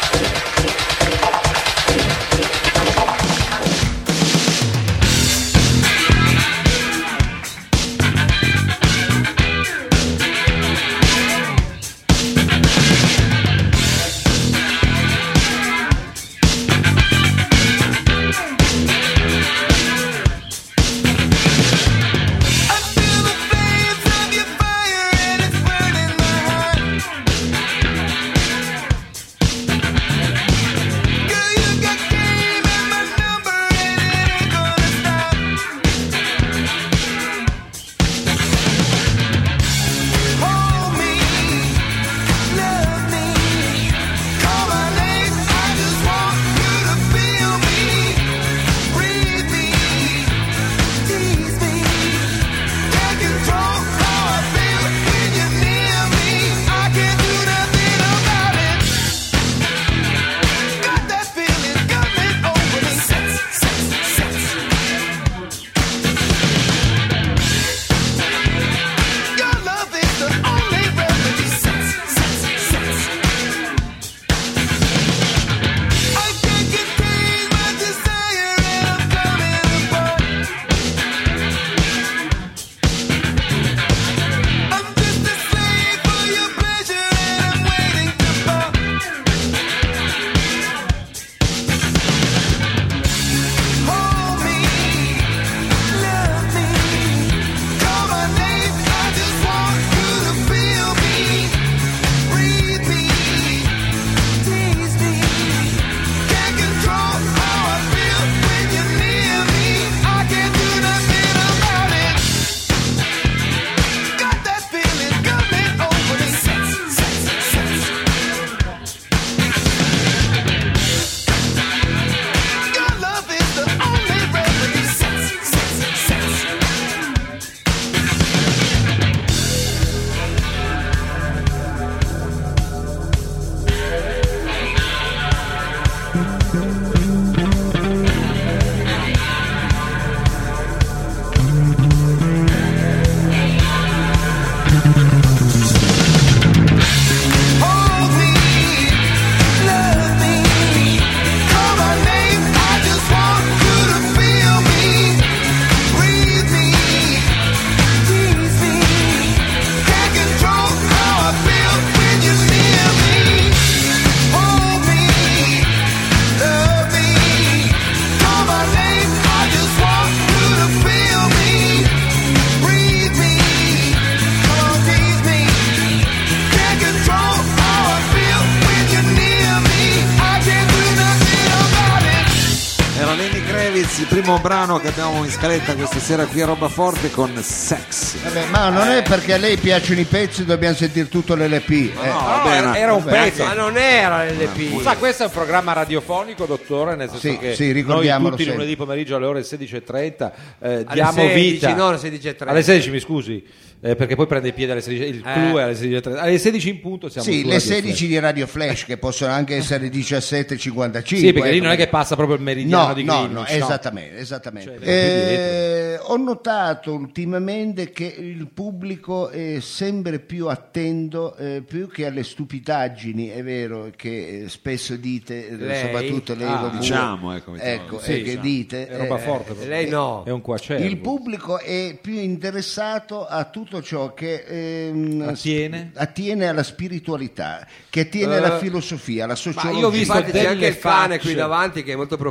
Speaker 5: Il primo brano che abbiamo in scaletta questa sera qui a Roba Forte con Sex.
Speaker 2: Vabbè, ma non è perché a lei piacciono i pezzi dobbiamo sentire tutto l'L P. eh.
Speaker 5: No,
Speaker 4: No,
Speaker 5: vabbè,
Speaker 4: era,
Speaker 5: ma-
Speaker 4: era un
Speaker 2: vabbè,
Speaker 4: pezzo.
Speaker 1: Ma non era l'L P.
Speaker 4: Sa, questo è un programma radiofonico, dottore, nel senso
Speaker 2: Sì,
Speaker 4: che
Speaker 2: sì,
Speaker 4: noi
Speaker 2: ricordiamolo
Speaker 4: tutti il
Speaker 2: sempre.
Speaker 4: lunedì pomeriggio alle ore sedici e trenta eh,
Speaker 1: Alle
Speaker 4: diamo
Speaker 1: sedici,
Speaker 4: vita
Speaker 1: no, alle sedici e trenta.
Speaker 4: alle sedici, mi scusi, eh, perché poi prende piede alle sedici, il clou è alle sedici e trenta, alle sedici in punto siamo
Speaker 2: Sì,
Speaker 4: su
Speaker 2: le
Speaker 4: Radio
Speaker 2: sedici
Speaker 4: Flash.
Speaker 2: di Radio Flash che possono anche essere diciassette e cinquantacinque.
Speaker 4: Sì, perché lì
Speaker 2: ecco,
Speaker 4: non è che passa proprio il meridiano
Speaker 2: No,
Speaker 4: di
Speaker 2: no,
Speaker 4: Greenwich,
Speaker 2: no,
Speaker 4: no.
Speaker 2: esattamente, esattamente.
Speaker 4: Cioè,
Speaker 2: Eh, ho notato ultimamente che il pubblico è sempre più attento, eh, più che alle stupidaggini, è vero che eh, spesso dite, eh,
Speaker 1: Lei?
Speaker 2: soprattutto lei
Speaker 4: Ah,
Speaker 2: lo pure,
Speaker 5: diciamo, ecco, mettiamo-
Speaker 2: ecco,
Speaker 4: sì,
Speaker 2: eh, che
Speaker 4: diciamo.
Speaker 2: dite,
Speaker 4: È roba
Speaker 2: eh,
Speaker 4: forte proprio.
Speaker 1: Lei no.
Speaker 4: È un quacervo.
Speaker 2: il pubblico è più interessato a tutto ciò che ehm,
Speaker 4: Attiene?
Speaker 2: attiene alla spiritualità, che attiene
Speaker 1: Eh,
Speaker 2: alla filosofia, alla
Speaker 4: Ma
Speaker 2: sociologia.
Speaker 4: io ho visto
Speaker 1: Infatti c'è
Speaker 4: delle
Speaker 1: anche il cane
Speaker 4: facce.
Speaker 1: qui davanti che è molto preoccupato.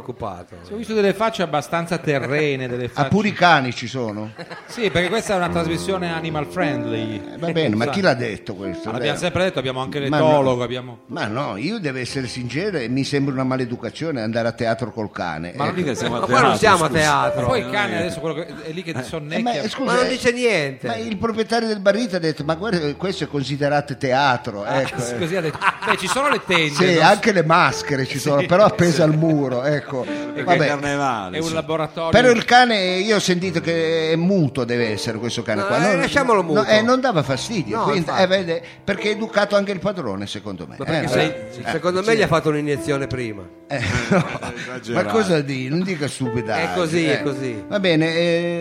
Speaker 1: teatro.
Speaker 4: Ho visto delle facce abbastanza terrene, delle
Speaker 2: Ah,
Speaker 4: facce...
Speaker 2: pure i cani ci sono?
Speaker 4: Sì, perché questa è una trasmissione animal friendly.
Speaker 2: Eh, va bene, ma chi l'ha detto questo?
Speaker 4: Ma l'abbiamo sempre detto, abbiamo anche
Speaker 2: Ma
Speaker 4: l'etologo,
Speaker 2: no.
Speaker 4: abbiamo...
Speaker 2: Ma no, io devo essere sincero e mi sembra una maleducazione andare a teatro col cane.
Speaker 5: Ma
Speaker 2: Ecco.
Speaker 5: mica siamo a
Speaker 1: Ma qua non
Speaker 5: teatro,
Speaker 1: siamo a
Speaker 5: scusi.
Speaker 1: teatro.
Speaker 4: Poi il cane adesso quello che è lì che ti
Speaker 2: Eh, ma,
Speaker 4: sonnecchia.
Speaker 2: eh, scusa,
Speaker 1: Ma non
Speaker 2: eh,
Speaker 1: dice niente.
Speaker 2: ma il proprietario del barrito ha detto: ma guarda, questo è considerato teatro. Ecco,
Speaker 4: Sì,
Speaker 2: eh.
Speaker 4: così ha detto. Beh, ci sono le tende.
Speaker 2: Sì,
Speaker 4: non-
Speaker 2: anche le maschere ci sono, però appese al muro. Ecco.
Speaker 5: Perché è
Speaker 2: Vabbè.
Speaker 5: carnevale.
Speaker 4: È un
Speaker 5: sì.
Speaker 4: laboratorio.
Speaker 2: Però il cane, io ho sentito che è muto, deve essere questo cane
Speaker 1: No,
Speaker 2: qua.
Speaker 1: eh,
Speaker 2: Non-
Speaker 1: lasciamolo muto.
Speaker 2: no, eh, non dava fastidio,
Speaker 1: No,
Speaker 2: quindi,
Speaker 1: infatti.
Speaker 2: eh, vede, perché è educato anche il padrone, secondo me.
Speaker 1: Ma perché
Speaker 2: Eh,
Speaker 1: sei-
Speaker 2: eh,
Speaker 1: secondo me gli ha fatto un'iniezione prima.
Speaker 2: eh, no.
Speaker 5: esagerato.
Speaker 2: Ma cosa di? Non dica stupidaggini.
Speaker 1: È così, è
Speaker 2: eh.
Speaker 1: così.
Speaker 2: Va bene,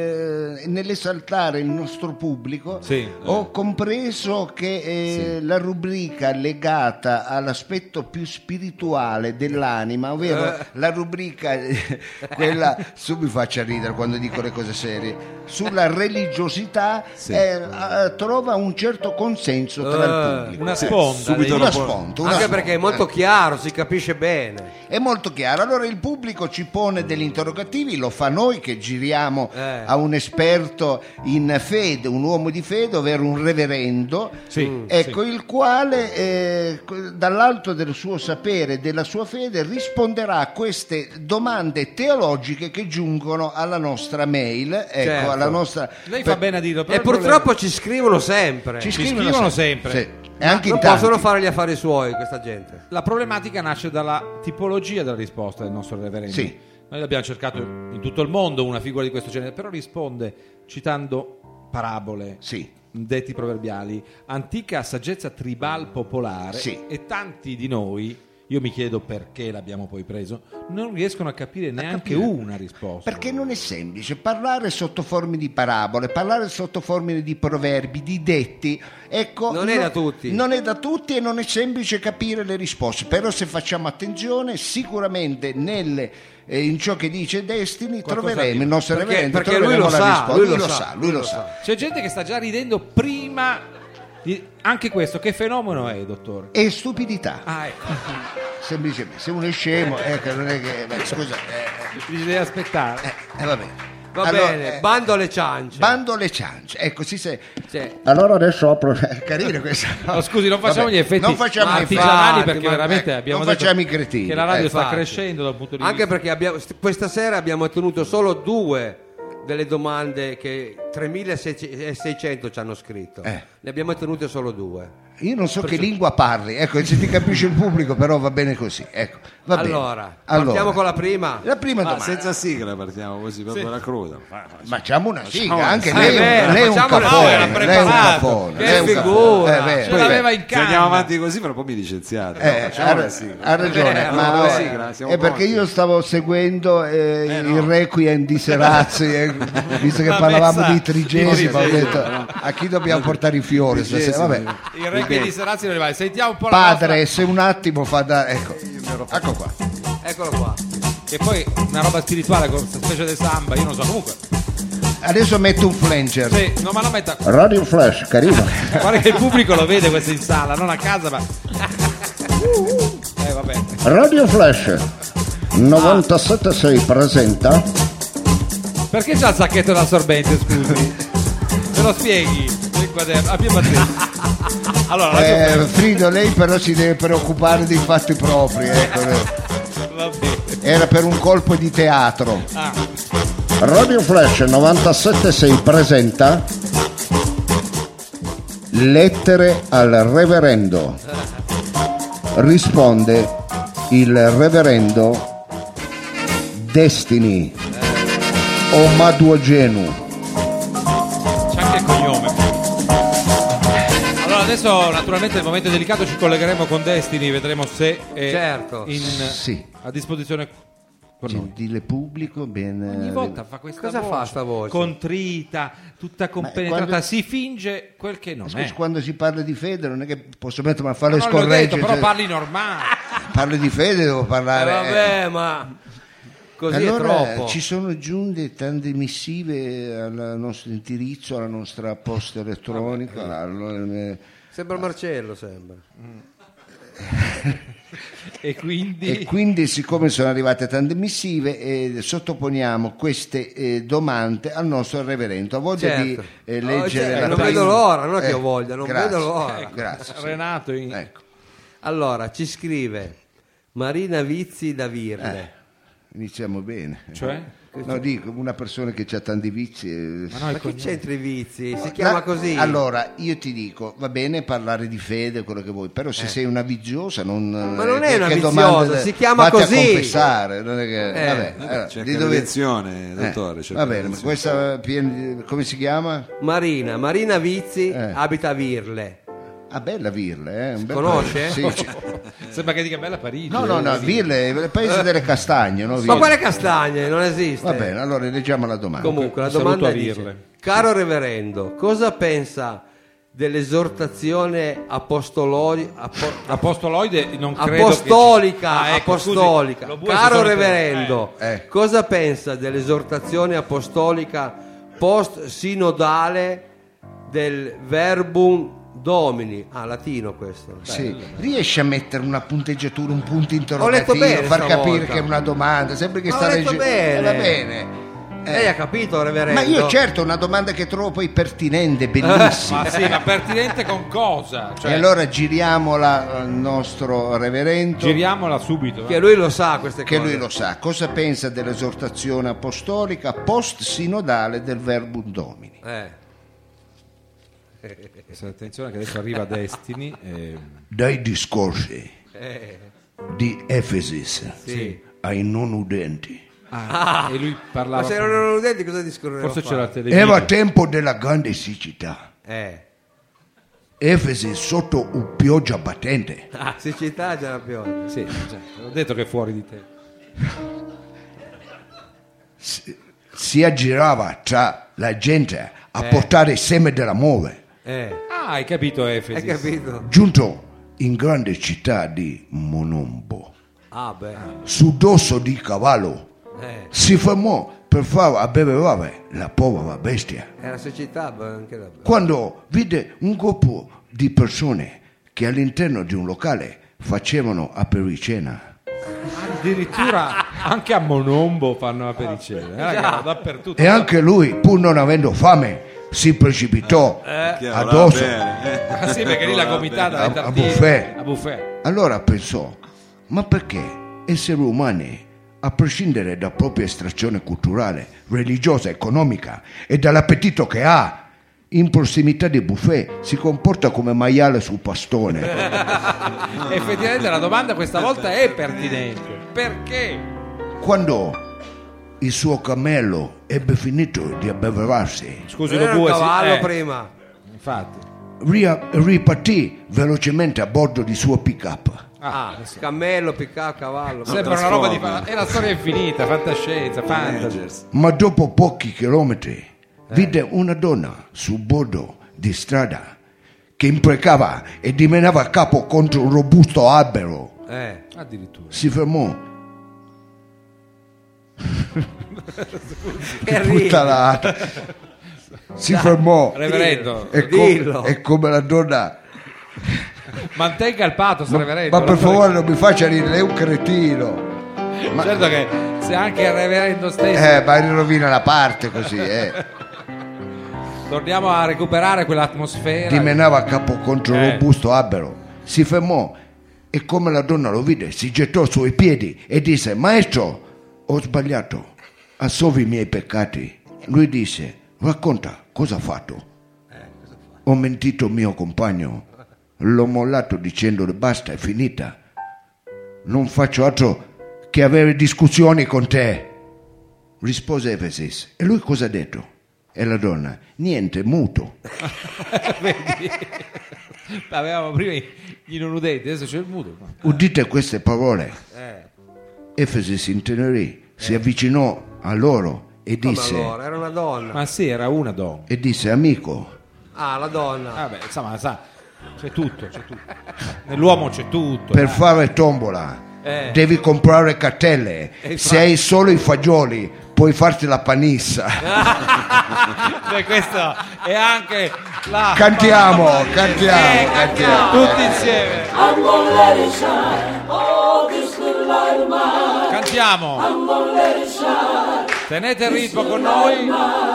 Speaker 2: eh, nell'esaltare il nostro pubblico
Speaker 4: Sì.
Speaker 2: ho compreso che eh, la rubrica legata all'aspetto più spirituale dell'anima, ovvero
Speaker 1: Eh.
Speaker 2: la rubrica eh, quella su mi faccia ridere quando dico le cose serie, sulla religiosità
Speaker 5: Sì.
Speaker 2: eh, eh, trova un certo consenso tra
Speaker 1: Eh,
Speaker 2: il pubblico.
Speaker 4: Una sponda.
Speaker 5: subito
Speaker 2: Una
Speaker 5: dopo-
Speaker 2: sponda, una
Speaker 1: Anche
Speaker 2: sponda.
Speaker 1: perché è molto chiaro, si capisce bene.
Speaker 2: È molto chiaro. Allora il pubblico ci pone degli interrogativi, lo fa noi che giriamo
Speaker 1: Eh.
Speaker 2: a un esperto in fede, un uomo di fede, ovvero un reverendo,
Speaker 4: Sì,
Speaker 2: ecco,
Speaker 4: sì.
Speaker 2: il quale eh, dall'alto del suo sapere e della sua fede risponderà a queste domande teologiche che giungono alla nostra mail, ecco,
Speaker 1: Certo.
Speaker 2: alla nostra...
Speaker 4: Lei
Speaker 2: per-
Speaker 4: fa bene a dirlo. però
Speaker 1: E
Speaker 4: il problema-
Speaker 1: purtroppo ci scrivono sempre.
Speaker 2: ci
Speaker 4: Ci
Speaker 2: scrivono,
Speaker 4: scrivono
Speaker 2: sempre.
Speaker 4: sempre.
Speaker 2: Sì. E anche in
Speaker 1: Non
Speaker 2: tanti.
Speaker 1: possono fare gli affari suoi questa gente.
Speaker 4: La problematica nasce dalla tipologia della risposta del nostro reverendo.
Speaker 2: Sì.
Speaker 4: Noi abbiamo cercato in tutto il mondo una figura di questo genere, però risponde citando parabole,
Speaker 2: Sì.
Speaker 4: detti proverbiali, antica saggezza tribal popolare
Speaker 2: Sì.
Speaker 4: e tanti di noi, io mi chiedo perché l'abbiamo poi preso, non riescono a capire neanche
Speaker 2: capire.
Speaker 4: una risposta.
Speaker 2: Perché non è semplice parlare sotto forme di parabole, parlare sotto forme di proverbi, di detti. Ecco,
Speaker 1: Non è
Speaker 2: no-
Speaker 1: da tutti.
Speaker 2: Non è da tutti e non è semplice capire le risposte. Però se facciamo attenzione, sicuramente nelle, eh, in ciò che dice Destiny
Speaker 4: Qualcosa
Speaker 2: troveremo
Speaker 4: di-
Speaker 2: il nostro
Speaker 1: Perché-
Speaker 2: reverendo,
Speaker 1: perché lui
Speaker 2: troveremo
Speaker 1: lo
Speaker 2: la
Speaker 1: sa,
Speaker 2: risposta.
Speaker 1: lui
Speaker 2: Lui
Speaker 1: lo
Speaker 2: lo
Speaker 1: sa,
Speaker 2: sa, lui lo sa.
Speaker 4: C'è gente che sta già ridendo prima di... Anche questo, che fenomeno è, dottore?
Speaker 2: E stupidità,
Speaker 4: Ah, ecco,
Speaker 2: semplicemente. Se uno è scemo, ecco, non è che... beh, scusa, eh,
Speaker 4: ci devi aspettare.
Speaker 2: eh, eh, va bene.
Speaker 1: Va
Speaker 2: Allora,
Speaker 1: bene,
Speaker 2: eh,
Speaker 1: bando alle ciance.
Speaker 2: bando le ciance, ecco, si se...
Speaker 1: Cioè,
Speaker 2: Allora adesso apro... È carina questa.
Speaker 4: No, scusi, non facciamo
Speaker 2: Vabbè,
Speaker 4: gli effetti
Speaker 2: non facciamo gli effetti.
Speaker 4: artigianali
Speaker 1: infatti,
Speaker 4: perché
Speaker 1: ma-
Speaker 4: veramente
Speaker 2: eh,
Speaker 4: abbiamo
Speaker 2: non
Speaker 4: detto
Speaker 2: facciamo i cretini.
Speaker 4: che la radio
Speaker 2: Eh,
Speaker 4: sta
Speaker 1: infatti.
Speaker 4: crescendo dal punto di
Speaker 1: anche
Speaker 4: vista.
Speaker 1: perché abbiamo, st- questa sera abbiamo ottenuto solo due delle domande che tremilaseicento ci hanno scritto.
Speaker 2: Eh.
Speaker 1: Ne abbiamo ottenute solo due.
Speaker 2: Io non so che lingua parli, ecco, se ti capisce il pubblico, però va bene così. Ecco, va bene.
Speaker 1: Allora,
Speaker 2: Allora,
Speaker 1: partiamo con la prima.
Speaker 2: la prima
Speaker 5: Ma
Speaker 2: domanda.
Speaker 5: senza sigla partiamo così proprio la cruda. Ma- ma-
Speaker 2: Facciamo una sigla,
Speaker 5: una
Speaker 2: anche
Speaker 5: sigla.
Speaker 2: lei,
Speaker 1: Eh,
Speaker 2: è un- lei è un
Speaker 1: facciamola-
Speaker 2: capone,
Speaker 4: no, era
Speaker 2: lei è un
Speaker 4: preparato.
Speaker 2: capone,
Speaker 1: Che
Speaker 2: lei è un capone.
Speaker 1: figura.
Speaker 2: Eh, beh,
Speaker 4: Ce
Speaker 2: poi-
Speaker 4: l'aveva in
Speaker 5: Se
Speaker 4: canna.
Speaker 5: andiamo avanti così, fra un po' mi licenziate.
Speaker 2: Eh,
Speaker 5: No, facciamo
Speaker 2: ha,
Speaker 5: la sigla.
Speaker 2: ha ragione,
Speaker 1: Eh,
Speaker 2: ma
Speaker 5: no, la
Speaker 2: ora-
Speaker 5: sigla, siamo
Speaker 2: è perché
Speaker 5: pronti.
Speaker 2: io stavo seguendo eh,
Speaker 5: Eh,
Speaker 2: il
Speaker 5: no.
Speaker 2: Requiem di Serazzi, eh, visto che
Speaker 4: La
Speaker 2: parlavamo
Speaker 4: messa
Speaker 2: di trigesima, ho
Speaker 5: di
Speaker 2: detto
Speaker 5: trigesima.
Speaker 2: a chi dobbiamo portare i fiori stasera? Vabbè.
Speaker 4: Il requiem di Serazzi non vai. Sentiamo un po' la
Speaker 2: Padre,
Speaker 4: nostra-
Speaker 2: se un attimo fa da... ecco, ecco qua.
Speaker 1: Eccolo qua.
Speaker 4: che poi una roba spirituale con questa specie di samba, io non so comunque.
Speaker 2: Adesso metto un flanger.
Speaker 4: Sì, non me la metta.
Speaker 2: Radio Flash, carino.
Speaker 4: Guarda che il pubblico lo vede questo in sala, non a casa, ma. Eh vabbè.
Speaker 2: Radio Flash novantasette sei presenta
Speaker 4: Perché c'ha il sacchetto d'assorbente, scusi? Me lo spieghi? Il quaderno. Abbiamo battuto. Allora, la
Speaker 2: eh, Frido, lei però si deve preoccupare dei fatti propri, ecco.
Speaker 4: va bene.
Speaker 2: Era per un colpo di teatro.
Speaker 4: Ah,
Speaker 2: Radio Flash novantasette sei presenta Lettere al reverendo. Risponde il reverendo Destiny Omaduogenu.
Speaker 4: c'è anche il cognome. Allora, adesso naturalmente nel momento delicato ci collegheremo con Destiny, vedremo se è
Speaker 1: Certo.
Speaker 4: in-
Speaker 2: Sì.
Speaker 4: a disposizione con noi.
Speaker 2: Gentile pubblico, ben
Speaker 4: Ogni volta fa questa
Speaker 1: Cosa
Speaker 4: voce,
Speaker 1: fa sta voce?
Speaker 4: contrita, tutta compenetrata,
Speaker 2: quando-
Speaker 4: si finge quel che non
Speaker 2: Scusi,
Speaker 4: è.
Speaker 2: quando si parla di fede non è che posso mettermi a fare
Speaker 4: No,
Speaker 2: le
Speaker 4: non l'ho
Speaker 2: scorregge,
Speaker 4: detto, però
Speaker 2: cioè,
Speaker 4: parli normale.
Speaker 2: parlo di fede, devo
Speaker 1: Eh,
Speaker 2: parlare. eh.
Speaker 1: vabbè, ma così
Speaker 2: Allora
Speaker 1: è troppo.
Speaker 2: ci sono giunte tante missive al nostro indirizzo, alla nostra posta elettronica. Allora, eh,
Speaker 1: Sembra Marcello, sembra.
Speaker 4: E quindi...
Speaker 2: E quindi, siccome sono arrivate tante missive, eh, sottoponiamo queste eh, domande al nostro reverendo. Ha voglia
Speaker 1: Certo.
Speaker 2: di eh,
Speaker 1: Oh,
Speaker 2: leggere
Speaker 1: cioè,
Speaker 2: la
Speaker 1: non
Speaker 2: prima?
Speaker 1: vedo l'ora, non è che
Speaker 2: Eh,
Speaker 1: ho voglia, non
Speaker 2: grazie.
Speaker 1: vedo l'ora.
Speaker 2: Ecco, grazie. sì.
Speaker 4: Renato in...
Speaker 2: Ecco.
Speaker 1: Allora, ci scrive Marina Vizzi da Virle.
Speaker 2: Eh, iniziamo bene.
Speaker 4: Cioè?
Speaker 2: No, dico, una persona che ha tanti vizi. eh,
Speaker 4: Ma no,
Speaker 1: Ma
Speaker 4: il
Speaker 1: che
Speaker 4: cognome.
Speaker 1: c'entra i vizi? Si chiama
Speaker 2: La-
Speaker 1: così.
Speaker 2: Allora, io ti dico, va bene parlare di fede, quello che vuoi, però se sei una viziosa non...
Speaker 1: Ma non è
Speaker 2: che-
Speaker 1: una
Speaker 2: che
Speaker 1: viziosa,
Speaker 2: domande-
Speaker 1: si chiama
Speaker 2: vatti
Speaker 1: così.
Speaker 2: a confessare, non è che...
Speaker 1: Eh.
Speaker 2: vabbè,
Speaker 5: Vabbè,
Speaker 2: allora,
Speaker 5: cerca
Speaker 2: di dove-
Speaker 5: l'elezione, dottore.
Speaker 2: Eh,
Speaker 5: cerca
Speaker 2: va bene, ma
Speaker 5: l'elezione.
Speaker 2: questa pien- come si chiama?
Speaker 1: Marina, Marina Vizzi
Speaker 2: Eh.
Speaker 1: abita a Virle.
Speaker 2: Ah, bella Virle, eh? un bel
Speaker 1: Conosce?
Speaker 2: paese. Sì, sì.
Speaker 4: Sembra che dica bella Parigi.
Speaker 2: No, no, no,
Speaker 4: Eh, sì.
Speaker 2: Virle è il paese delle castagne, no?
Speaker 1: Ma
Speaker 2: Virle.
Speaker 1: quale castagne? Non esiste.
Speaker 2: Va bene, allora leggiamo la domanda.
Speaker 1: Comunque la
Speaker 4: Un saluto
Speaker 1: domanda
Speaker 4: a
Speaker 1: dice:
Speaker 4: Virle.
Speaker 1: caro reverendo, cosa pensa dell'esortazione apostolori, apo-
Speaker 4: Apostoloide non credo
Speaker 1: apostolica,
Speaker 4: che... Ah, ecco,
Speaker 1: apostolica.
Speaker 4: scusi, lo bue si
Speaker 1: Caro
Speaker 4: sono-
Speaker 1: reverendo,
Speaker 2: Eh, eh.
Speaker 1: cosa pensa dell'esortazione apostolica post sinodale del verbum domini? Ah, latino questo.
Speaker 2: Sì. Riesci a mettere una punteggiatura, un punto
Speaker 1: Ho
Speaker 2: interrogativo,
Speaker 1: letto bene
Speaker 2: far
Speaker 1: stavolta.
Speaker 2: capire che è una domanda, sempre che
Speaker 1: Ho
Speaker 2: sta
Speaker 1: letto
Speaker 2: leggendo.
Speaker 1: bene.
Speaker 2: Eh, va bene. Eh.
Speaker 1: Lei ha capito, reverendo?
Speaker 2: Ma io certo, una domanda che trovo poi pertinente, bellissima.
Speaker 4: Ma sì, ma pertinente con cosa? Cioè,
Speaker 2: E allora giriamola al nostro reverendo,
Speaker 4: giriamola subito.
Speaker 1: Che
Speaker 4: eh.
Speaker 1: lui lo sa queste
Speaker 2: che
Speaker 1: cose.
Speaker 2: lui lo sa. Cosa pensa dell'esortazione apostolica post-sinodale del verbum domini?
Speaker 1: Eh.
Speaker 4: Attenzione che adesso arriva Destiny. eh,
Speaker 2: Dai discorsi
Speaker 1: Eh.
Speaker 2: di Efesis
Speaker 1: Sì.
Speaker 2: ai non udenti.
Speaker 4: ah, e lui
Speaker 1: Ma
Speaker 4: parlava.
Speaker 1: se non erano udenti cosa discorreva?
Speaker 4: Forse c'era la
Speaker 2: Era
Speaker 4: televisione.
Speaker 2: tempo della grande siccità.
Speaker 1: Eh.
Speaker 2: Efesi sotto un pioggia battente.
Speaker 1: Ah, siccità già la pioggia.
Speaker 4: Sì, già, ho detto che è fuori di te.
Speaker 2: Si aggirava tra la gente a
Speaker 1: Eh.
Speaker 2: portare seme dell'amore.
Speaker 1: Eh.
Speaker 4: Ah, hai capito Efesi?
Speaker 1: Hai capito?
Speaker 2: Giunto in grande città di Monombo,
Speaker 1: Ah, beh.
Speaker 2: su dosso di cavallo,
Speaker 1: Eh.
Speaker 2: si fermò per far abbevere la povera bestia.
Speaker 1: Era siccità, beh, anche la...
Speaker 2: Quando vide un gruppo di persone che all'interno di un locale facevano apericena.
Speaker 4: Addirittura anche a Monombo fanno la pericena. Eh, ragazzi, dappertutto.
Speaker 2: E anche lui, pur non avendo fame, si precipitò
Speaker 5: Che ora
Speaker 2: addosso.
Speaker 5: bene, eh.
Speaker 4: Ah, sì, perché lì la gomitata
Speaker 2: A-
Speaker 4: dai
Speaker 2: a
Speaker 4: tartieri-
Speaker 2: buffet.
Speaker 4: a buffet.
Speaker 2: Allora pensò, ma perché esseri umani, a prescindere da propria estrazione culturale, religiosa, economica e dall'appetito che ha, in prossimità di buffet si comporta come maiale sul pastone?
Speaker 4: Effettivamente la domanda questa volta è pertinente. Perché?
Speaker 2: Quando il suo cammello ebbe finito di abbeverarsi,
Speaker 4: Scusi,
Speaker 1: Non
Speaker 4: lo
Speaker 1: era un
Speaker 4: bue si-
Speaker 1: cavallo
Speaker 4: eh,
Speaker 1: prima.
Speaker 4: Infatti.
Speaker 2: ria- ripartì velocemente a bordo di suo pick-up.
Speaker 1: Ah, cammello, piccato, cavallo.
Speaker 4: Sembra una roba di
Speaker 5: trasforma.
Speaker 4: fa- è la storia infinita, fantascienza, fantasy.
Speaker 5: Avengers.
Speaker 2: Ma dopo pochi chilometri vide una donna sul bordo di strada che imprecava e dimenava il capo contro un robusto albero.
Speaker 1: Eh.
Speaker 4: Addirittura.
Speaker 2: Si fermò,
Speaker 1: Che ride.
Speaker 2: puttanata. Si fermò
Speaker 4: Reverendo,
Speaker 2: e, co-
Speaker 1: dillo.
Speaker 2: e come la donna,
Speaker 4: mantenga il pathos, reverendo.
Speaker 2: ma per
Speaker 4: non-
Speaker 2: favore non mi faccia ridere, lei è un cretino. Ma,
Speaker 4: Certo che se anche il reverendo stesso
Speaker 2: eh, ma rovina la parte così, eh.
Speaker 4: torniamo a recuperare quell'atmosfera.
Speaker 2: Dimenava il capo contro un
Speaker 4: Eh.
Speaker 2: robusto albero. Si fermò e come la donna lo vide si gettò sui piedi e disse: maestro, ho sbagliato, assolvi i miei peccati. Lui disse: racconta cosa ha fatto. Ho mentito al mio compagno, l'ho mollato dicendole basta, è finita, non faccio altro che avere discussioni con te, rispose Efesis. E lui cosa ha detto? E la donna: niente, muto.
Speaker 4: Vedi? Avevamo prima i non udenti, adesso c'è il muto.
Speaker 2: Udite queste parole.
Speaker 1: Eh.
Speaker 2: Efesi si intenerì, si avvicinò a loro e
Speaker 1: Come
Speaker 2: disse,
Speaker 1: allora? Era una donna.
Speaker 4: Ma sì, era una donna.
Speaker 2: e disse: amico,
Speaker 1: Ah, la donna.
Speaker 4: Vabbè, insomma, sa, c'è tutto, c'è tutto. Nell'uomo c'è tutto.
Speaker 2: per
Speaker 4: dai.
Speaker 2: fare tombola
Speaker 1: Eh.
Speaker 2: devi comprare cartelle.
Speaker 1: E
Speaker 2: Se
Speaker 1: infatti-
Speaker 2: hai solo i fagioli puoi farti la panissa.
Speaker 4: Beh, questo è anche la
Speaker 2: Cantiamo, cantiamo,
Speaker 4: Eh,
Speaker 2: cantiamo.
Speaker 4: tutti insieme.
Speaker 7: I'm gonna let it shine.
Speaker 4: Cantiamo. Tenete il ritmo con noi.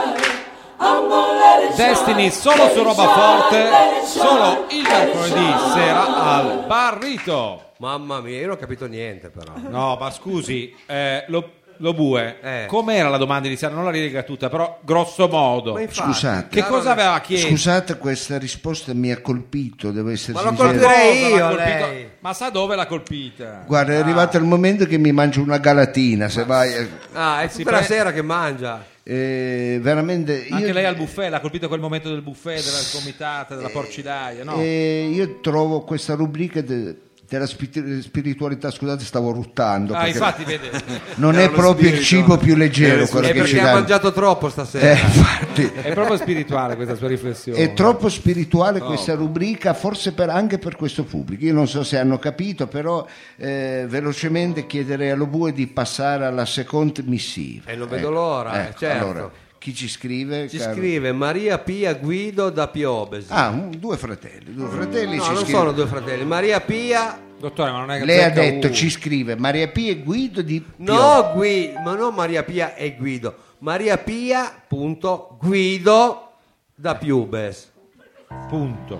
Speaker 4: Destiny solo su Roba Forte, solo il mercoledì sera al Barrito.
Speaker 1: Mamma mia, io non ho capito niente però.
Speaker 4: No, ma scusi, eh, lo, lo bue,
Speaker 1: Eh.
Speaker 4: com'era la domanda iniziale? Non la rilega tutta, però grosso modo.
Speaker 1: Ma infatti,
Speaker 2: Scusate.
Speaker 4: Che cosa aveva chiesto?
Speaker 2: Scusate, questa risposta mi ha colpito, devo essere
Speaker 1: Ma lo
Speaker 2: sincero.
Speaker 1: colpirei
Speaker 4: Cosa l'ha
Speaker 1: io,
Speaker 4: colpito?
Speaker 1: lei.
Speaker 4: Ma sa dove l'ha colpita?
Speaker 2: Guarda, è arrivato il momento che mi mangio una galatina, se vai...
Speaker 1: Ah, è
Speaker 4: Si
Speaker 1: tutta la
Speaker 4: pre-
Speaker 1: sera che mangia.
Speaker 2: Eh, veramente...
Speaker 4: Anche
Speaker 2: io-
Speaker 4: lei al buffet, l'ha colpito quel momento del buffet, della gomitata, della porcidaia, no?
Speaker 2: Eh, io trovo questa rubrica de- della spi- spiritualità, scusate, stavo ruttando.
Speaker 4: Ah,
Speaker 2: perché
Speaker 4: infatti, vede.
Speaker 2: non
Speaker 5: Era
Speaker 2: è
Speaker 5: uno
Speaker 2: proprio il
Speaker 5: spirito.
Speaker 2: cibo più leggero
Speaker 5: Eh,
Speaker 2: quello
Speaker 1: È
Speaker 2: che ci
Speaker 1: perché ha
Speaker 2: danno.
Speaker 1: mangiato troppo stasera.
Speaker 2: Eh, infatti.
Speaker 4: È proprio spirituale questa sua riflessione.
Speaker 2: È troppo spirituale questa rubrica, forse per- anche per questo pubblico. Io non so se hanno capito, però eh, velocemente chiederei allo Bue di passare alla seconda missiva.
Speaker 1: E non vedo l'ora, eh, certo.
Speaker 2: Allora, chi ci scrive?
Speaker 1: Ci
Speaker 2: caro?
Speaker 1: scrive Maria Pia Guido da Piobesi.
Speaker 2: Ah, un- due fratelli. Due fratelli
Speaker 1: no,
Speaker 2: ci
Speaker 1: non
Speaker 2: scrive-
Speaker 1: sono due fratelli. Maria Pia.
Speaker 4: Dottore, ma non è che
Speaker 2: Lei ha
Speaker 4: zecca
Speaker 2: detto,
Speaker 4: uno.
Speaker 2: ci scrive Maria Pia e Guido di Piove.
Speaker 1: No, Guido, ma non Maria Pia e Guido. Maria Pia, punto, Guido da Piubes.
Speaker 4: Punto.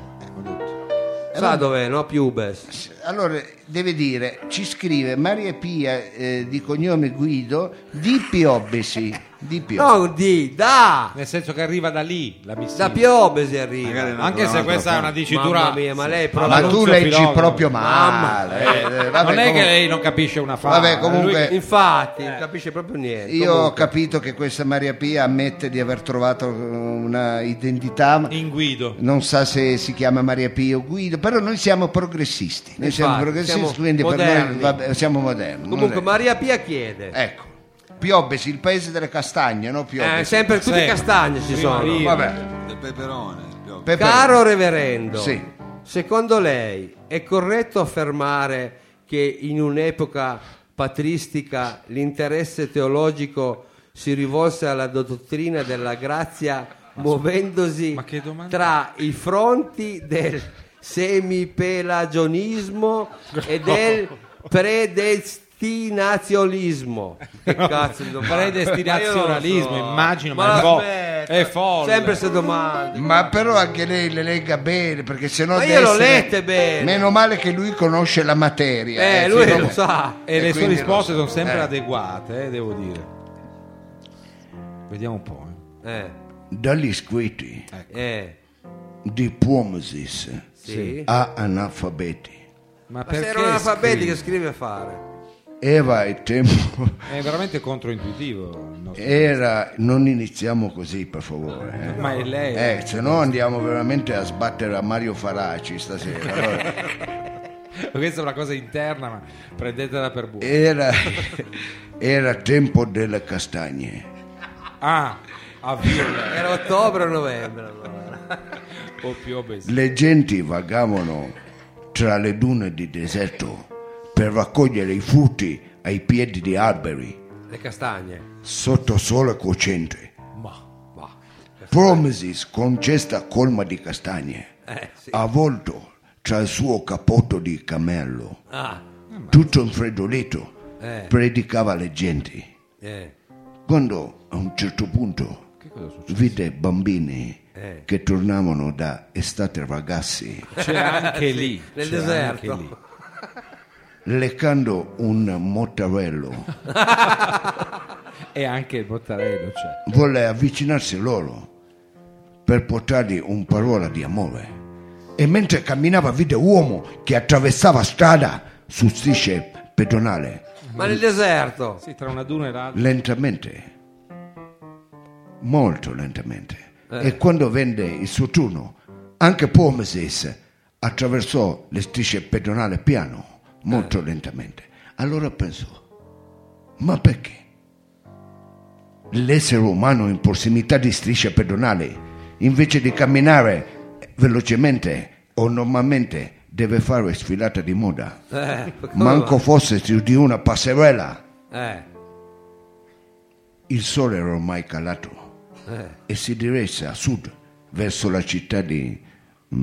Speaker 1: Sa dov'è, no? Piubes.
Speaker 2: Allora, deve dire, ci scrive Maria Pia eh, di cognome Guido di Piobesi. Di Piobesi.
Speaker 1: No, di, da.
Speaker 4: Nel senso che arriva da lì la missiva.
Speaker 1: Da Piobesi arriva.
Speaker 5: Magari no.
Speaker 4: Anche se
Speaker 5: Un'altra
Speaker 4: questa è
Speaker 5: forma.
Speaker 4: una dicitura.
Speaker 1: Mamma mia, ma lei proprio-
Speaker 2: Ma tu
Speaker 4: Annunzio
Speaker 2: leggi
Speaker 4: filologo.
Speaker 2: proprio male.
Speaker 4: Eh,
Speaker 2: eh, vabbè,
Speaker 4: non è che
Speaker 2: comunque-
Speaker 4: lei non capisce una fama.
Speaker 2: Vabbè, comunque-
Speaker 4: Lui-
Speaker 1: Infatti, non capisce proprio niente.
Speaker 2: Io ho
Speaker 1: Comunque.
Speaker 2: capito che questa Maria Pia ammette di aver trovato una identità,
Speaker 4: in Guido.
Speaker 2: non sa se si chiama Maria Pia o Guido, però noi siamo progressisti, noi siamo
Speaker 1: Infatti,
Speaker 2: progressisti,
Speaker 1: siamo
Speaker 2: quindi per
Speaker 1: moderni.
Speaker 2: noi vabbè, siamo moderni.
Speaker 1: Comunque
Speaker 2: moderni.
Speaker 1: Maria Pia chiede.
Speaker 2: Ecco, Piobesi, il paese delle castagne, no Piobesi?
Speaker 1: Eh, sempre tutti
Speaker 4: Sì.
Speaker 1: castagne ci
Speaker 4: Prima
Speaker 1: sono.
Speaker 4: riva.
Speaker 2: Vabbè,
Speaker 5: Del peperone. più-
Speaker 2: Pepe-
Speaker 1: Caro reverendo,
Speaker 2: Sì.
Speaker 1: secondo lei è corretto affermare che in un'epoca patristica l'interesse teologico si rivolse alla dottrina della grazia muovendosi
Speaker 4: ma che domanda?
Speaker 1: tra i fronti del semipelagionismo e del predestinazionismo? Che cazzo di domanda?
Speaker 4: Predestinazionalismo,
Speaker 1: Ma io non lo so.
Speaker 4: immagino, ma,
Speaker 1: Ma
Speaker 4: è, vo-
Speaker 1: aspetta,
Speaker 4: è folle.
Speaker 1: sempre se domande.
Speaker 2: Ma però anche lei le legga bene, perché sennò
Speaker 1: Ma
Speaker 2: deve
Speaker 1: io l'ho
Speaker 2: essere-
Speaker 1: lette bene.
Speaker 2: Meno male che lui conosce la materia.
Speaker 1: Eh, lui
Speaker 2: sì,
Speaker 1: lo
Speaker 2: vabbè.
Speaker 1: sa.
Speaker 4: E,
Speaker 2: E
Speaker 4: le sue
Speaker 2: quindi
Speaker 4: risposte
Speaker 2: lo so.
Speaker 4: sono sempre
Speaker 2: Eh.
Speaker 4: adeguate, eh, devo dire. Vediamo un po'. eh.
Speaker 1: Eh,
Speaker 2: Dagli scritti
Speaker 1: eh,
Speaker 2: di Puomosis
Speaker 1: sì.
Speaker 2: a analfabeti.
Speaker 4: Ma,
Speaker 1: Ma
Speaker 4: perché
Speaker 1: se erano analfabeti che
Speaker 4: scrive?
Speaker 1: scrive a fare?
Speaker 2: Era il tempo.
Speaker 4: È veramente controintuitivo. il nostro-
Speaker 2: Era. Non iniziamo così, per favore. eh.
Speaker 4: Ma è lei.
Speaker 2: Eh, se no andiamo veramente a sbattere a Mario Faraci stasera. Allora,
Speaker 4: Questa è una cosa interna, ma prendetela per buona.
Speaker 2: era, era tempo delle castagne.
Speaker 4: Ah, a Viola.
Speaker 1: Era ottobre o novembre allora.
Speaker 4: O più obesi.
Speaker 2: Le genti vagavano tra le dune di deserto per raccogliere i frutti ai piedi di alberi
Speaker 1: Le castagne.
Speaker 2: sotto sole cocente.
Speaker 1: Ma, ma.
Speaker 2: Promesis con cesta colma di castagne,
Speaker 1: Eh, sì.
Speaker 2: avvolto tra il suo cappotto di cammello,
Speaker 1: Ah,
Speaker 2: tutto infreddolito,
Speaker 1: Eh.
Speaker 2: predicava alle genti.
Speaker 1: eh,
Speaker 2: Quando a un certo punto vide bambini
Speaker 1: Eh.
Speaker 2: che tornavano da estate ragazzi,
Speaker 4: C'è anche lì.
Speaker 1: nel
Speaker 4: c'è
Speaker 1: deserto.
Speaker 4: anche lì.
Speaker 2: leccando un mottarello,
Speaker 4: E anche il bottarello c'è.
Speaker 2: volle avvicinarsi loro per portargli un parola di amore. E mentre camminava vide uomo che attraversava strada su strisce pedonali,
Speaker 1: Ma nel deserto.
Speaker 4: Sì, tra una duna e l'altra.
Speaker 2: lentamente, molto lentamente.
Speaker 1: Eh.
Speaker 2: E quando venne il suo turno, anche Pomesis attraversò le strisce pedonali piano, molto lentamente. Allora pensò, ma perché? L'essere umano in prossimità di strisce pedonali, invece di camminare velocemente o normalmente, deve fare sfilata di moda.
Speaker 1: Eh, come
Speaker 2: Manco fosse su di una passerella.
Speaker 1: va? Eh,
Speaker 2: Il sole era ormai calato
Speaker 1: eh.
Speaker 2: e si diresse a sud verso la città di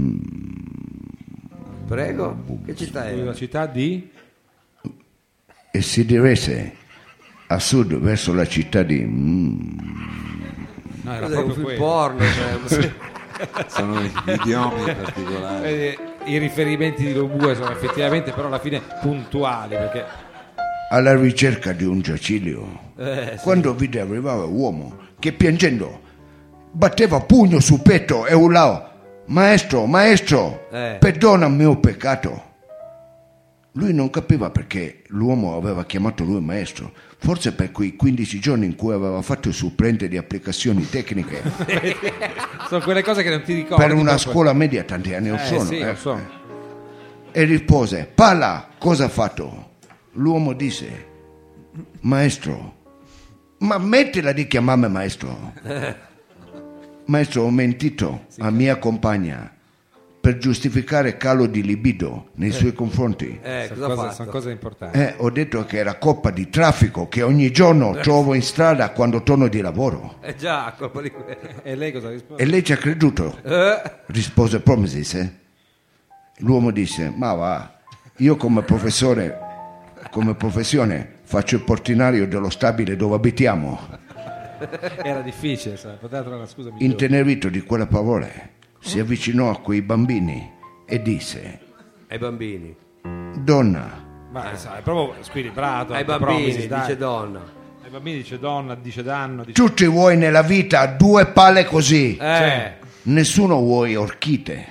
Speaker 1: Prego, che città è?
Speaker 4: La città di
Speaker 2: e si diresse a sud verso la città di... Mm.
Speaker 4: No, era
Speaker 1: Cos'è, un
Speaker 4: proprio
Speaker 1: film
Speaker 4: quello.
Speaker 1: porno, cioè,
Speaker 5: Sono gli idiomi particolari.
Speaker 4: Vedi, i riferimenti di Lobue sono effettivamente però alla fine puntuali, perché
Speaker 2: alla ricerca di un giaciglio.
Speaker 1: Eh, sì.
Speaker 2: Quando vide arrivare un uomo che piangendo batteva pugno sul petto e urlava: maestro, maestro,
Speaker 1: Eh.
Speaker 2: perdona il mio peccato. Lui non capiva perché l'uomo aveva chiamato lui maestro, forse per quei quindici giorni in cui aveva fatto il supplente di applicazioni tecniche
Speaker 4: sono quelle cose che non ti ricordi
Speaker 2: per una
Speaker 4: proprio.
Speaker 2: scuola media tanti anni or
Speaker 4: Eh,
Speaker 2: sono.
Speaker 4: sì,
Speaker 2: eh.
Speaker 4: lo so.
Speaker 2: E rispose: Palla, cosa ha fatto? L'uomo disse: maestro, ma mettila di chiamarmi maestro. Maestro, ho mentito a mia compagna per giustificare calo di libido nei suoi confronti.
Speaker 1: Eh,
Speaker 4: sono,
Speaker 1: cosa ha
Speaker 4: cose,
Speaker 1: fatto?
Speaker 4: sono cose importanti.
Speaker 2: Eh, ho detto che era colpa di traffico che ogni giorno trovo in strada quando torno di lavoro.
Speaker 1: Eh già, colpa di quello.
Speaker 4: E lei cosa risponde?
Speaker 2: E lei ci ha creduto?
Speaker 1: Eh,
Speaker 2: Rispose Promesis. Eh? L'uomo disse: ma va, io come professore, come professione faccio il portinaio dello stabile dove abitiamo.
Speaker 4: Era difficile, sa, poteva trovare una scusa migliore.
Speaker 2: Intenerito di quelle parole, si avvicinò a quei bambini e disse:
Speaker 1: ai bambini.
Speaker 2: donna,
Speaker 4: Ma sa, è proprio squilibrato.
Speaker 1: Ai
Speaker 4: anche
Speaker 1: bambini,
Speaker 4: Promises, dai.
Speaker 1: dice donna.
Speaker 4: Ai bambini dice donna, dice danno, dice...
Speaker 2: tutti vuoi nella vita due palle così,
Speaker 1: Eh,
Speaker 2: nessuno vuoi orchite.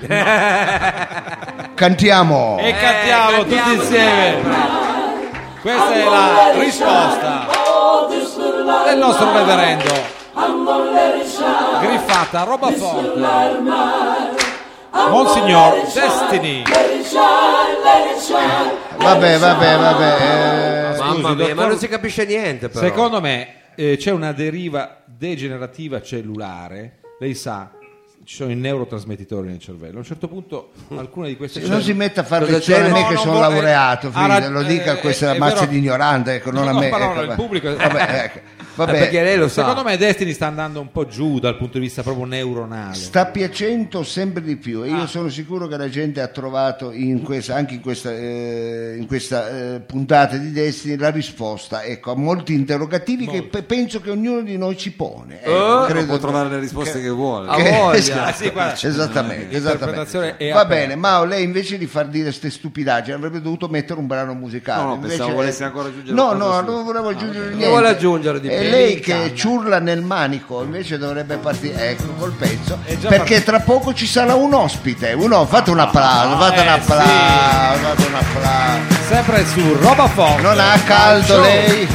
Speaker 2: Cantiamo.
Speaker 4: E cantiamo
Speaker 1: Eh,
Speaker 4: tutti
Speaker 1: cantiamo
Speaker 4: insieme. Questa è la risposta del nostro reverendo. Griffata, roba forte. Monsignor Destiny.
Speaker 2: Vabbè, vabbè, vabbè. eh,
Speaker 1: mamma mia,
Speaker 4: dottor-
Speaker 1: ma non si capisce niente però.
Speaker 4: Secondo me eh, c'è una deriva degenerativa cellulare. Lei sa, ci sono i neurotrasmettitori nel cervello. A un certo punto alcune di queste
Speaker 2: non si metta a fare
Speaker 1: Cosa
Speaker 2: lezione a
Speaker 1: c'è?
Speaker 2: me
Speaker 4: No,
Speaker 2: che
Speaker 4: non
Speaker 2: sono
Speaker 4: vuole-
Speaker 2: laureato,
Speaker 4: ha
Speaker 2: figlio,
Speaker 4: rag-
Speaker 2: lo dica a
Speaker 4: eh,
Speaker 2: questa
Speaker 4: è
Speaker 2: mazza
Speaker 4: vero.
Speaker 2: di ignorante, ecco, non
Speaker 4: No,
Speaker 2: a
Speaker 4: no,
Speaker 2: me.
Speaker 4: però
Speaker 2: ecco,
Speaker 4: il
Speaker 2: va-
Speaker 4: pubblico-
Speaker 2: vabbè, ecco, vabbè.
Speaker 1: Eh, perché lei lo sa.
Speaker 4: Secondo me Destiny sta andando un po' giù dal punto di vista proprio neuronale.
Speaker 2: Sta piacendo sempre di più e io
Speaker 4: Ah.
Speaker 2: sono sicuro che la gente ha trovato in questa, anche in questa, eh, in questa eh, puntata di Destiny la risposta, ecco, a molti interrogativi che pe- penso che ognuno di noi ci pone. Ecco,
Speaker 1: Oh,
Speaker 2: credo
Speaker 5: Può trovare le risposte che, vuole.
Speaker 1: Ha voglia.
Speaker 2: esatto,
Speaker 4: Ah, sì, guarda.
Speaker 2: esattamente,
Speaker 4: L'interpretazione
Speaker 2: esattamente.
Speaker 4: è
Speaker 2: Va
Speaker 4: aperta.
Speaker 2: bene, ma lei invece di far dire ste stupidaggini avrebbe dovuto mettere un brano musicale.
Speaker 5: No, no,
Speaker 2: Invece-
Speaker 5: pensavo volesse ancora aggiungere
Speaker 2: No,
Speaker 5: qualcosa
Speaker 2: no,
Speaker 5: su-
Speaker 2: non volevo aggiungere niente.
Speaker 1: vuole aggiungere di
Speaker 2: È
Speaker 1: più?
Speaker 2: lei
Speaker 4: Lei
Speaker 2: che
Speaker 4: canna.
Speaker 2: ciurla nel manico, invece dovrebbe partire ecco col pezzo,
Speaker 4: È già
Speaker 2: perché tra poco ci sarà un ospite. Uno, fate un applauso, fate un
Speaker 4: eh,
Speaker 2: applauso, fate un applauso.
Speaker 4: Sempre su roba forte.
Speaker 2: Non ha caldo
Speaker 4: Show.
Speaker 2: lei?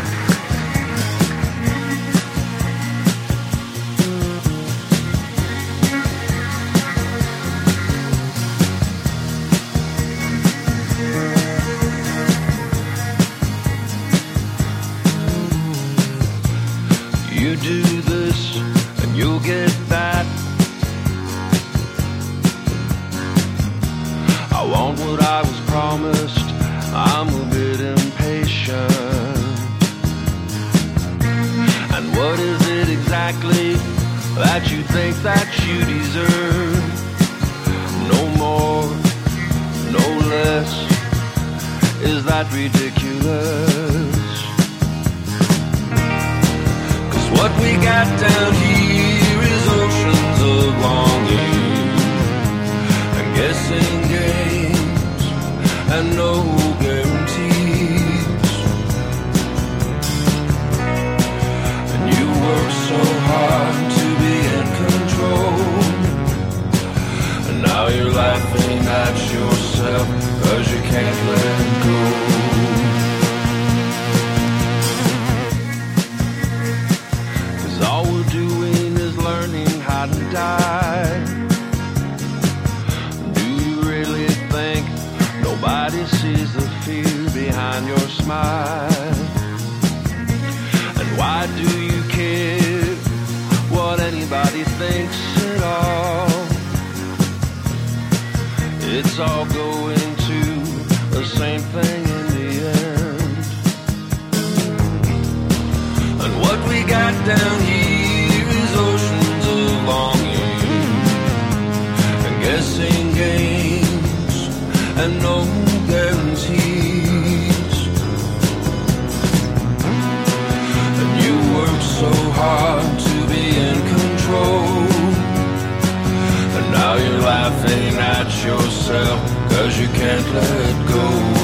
Speaker 7: You do this and you'll get that. I want what I was promised. I'm a bit impatient. And what is it exactly that you think that you deserve? No more, no less. Is that ridiculous? What we got down here is oceans of longing and guessing games and no guarantees. And you work so hard to be in control, and now you're laughing at yourself 'cause you can't let go. All we're doing is learning how to die. Do you really think nobody sees the fear behind your smile? And why do you care what anybody thinks at all? It's all going to the same thing in the end. And what we got down here is oceans of longing and guessing games and no guarantees. hard to be in control. And now you're laughing at yourself 'cause you can't let go.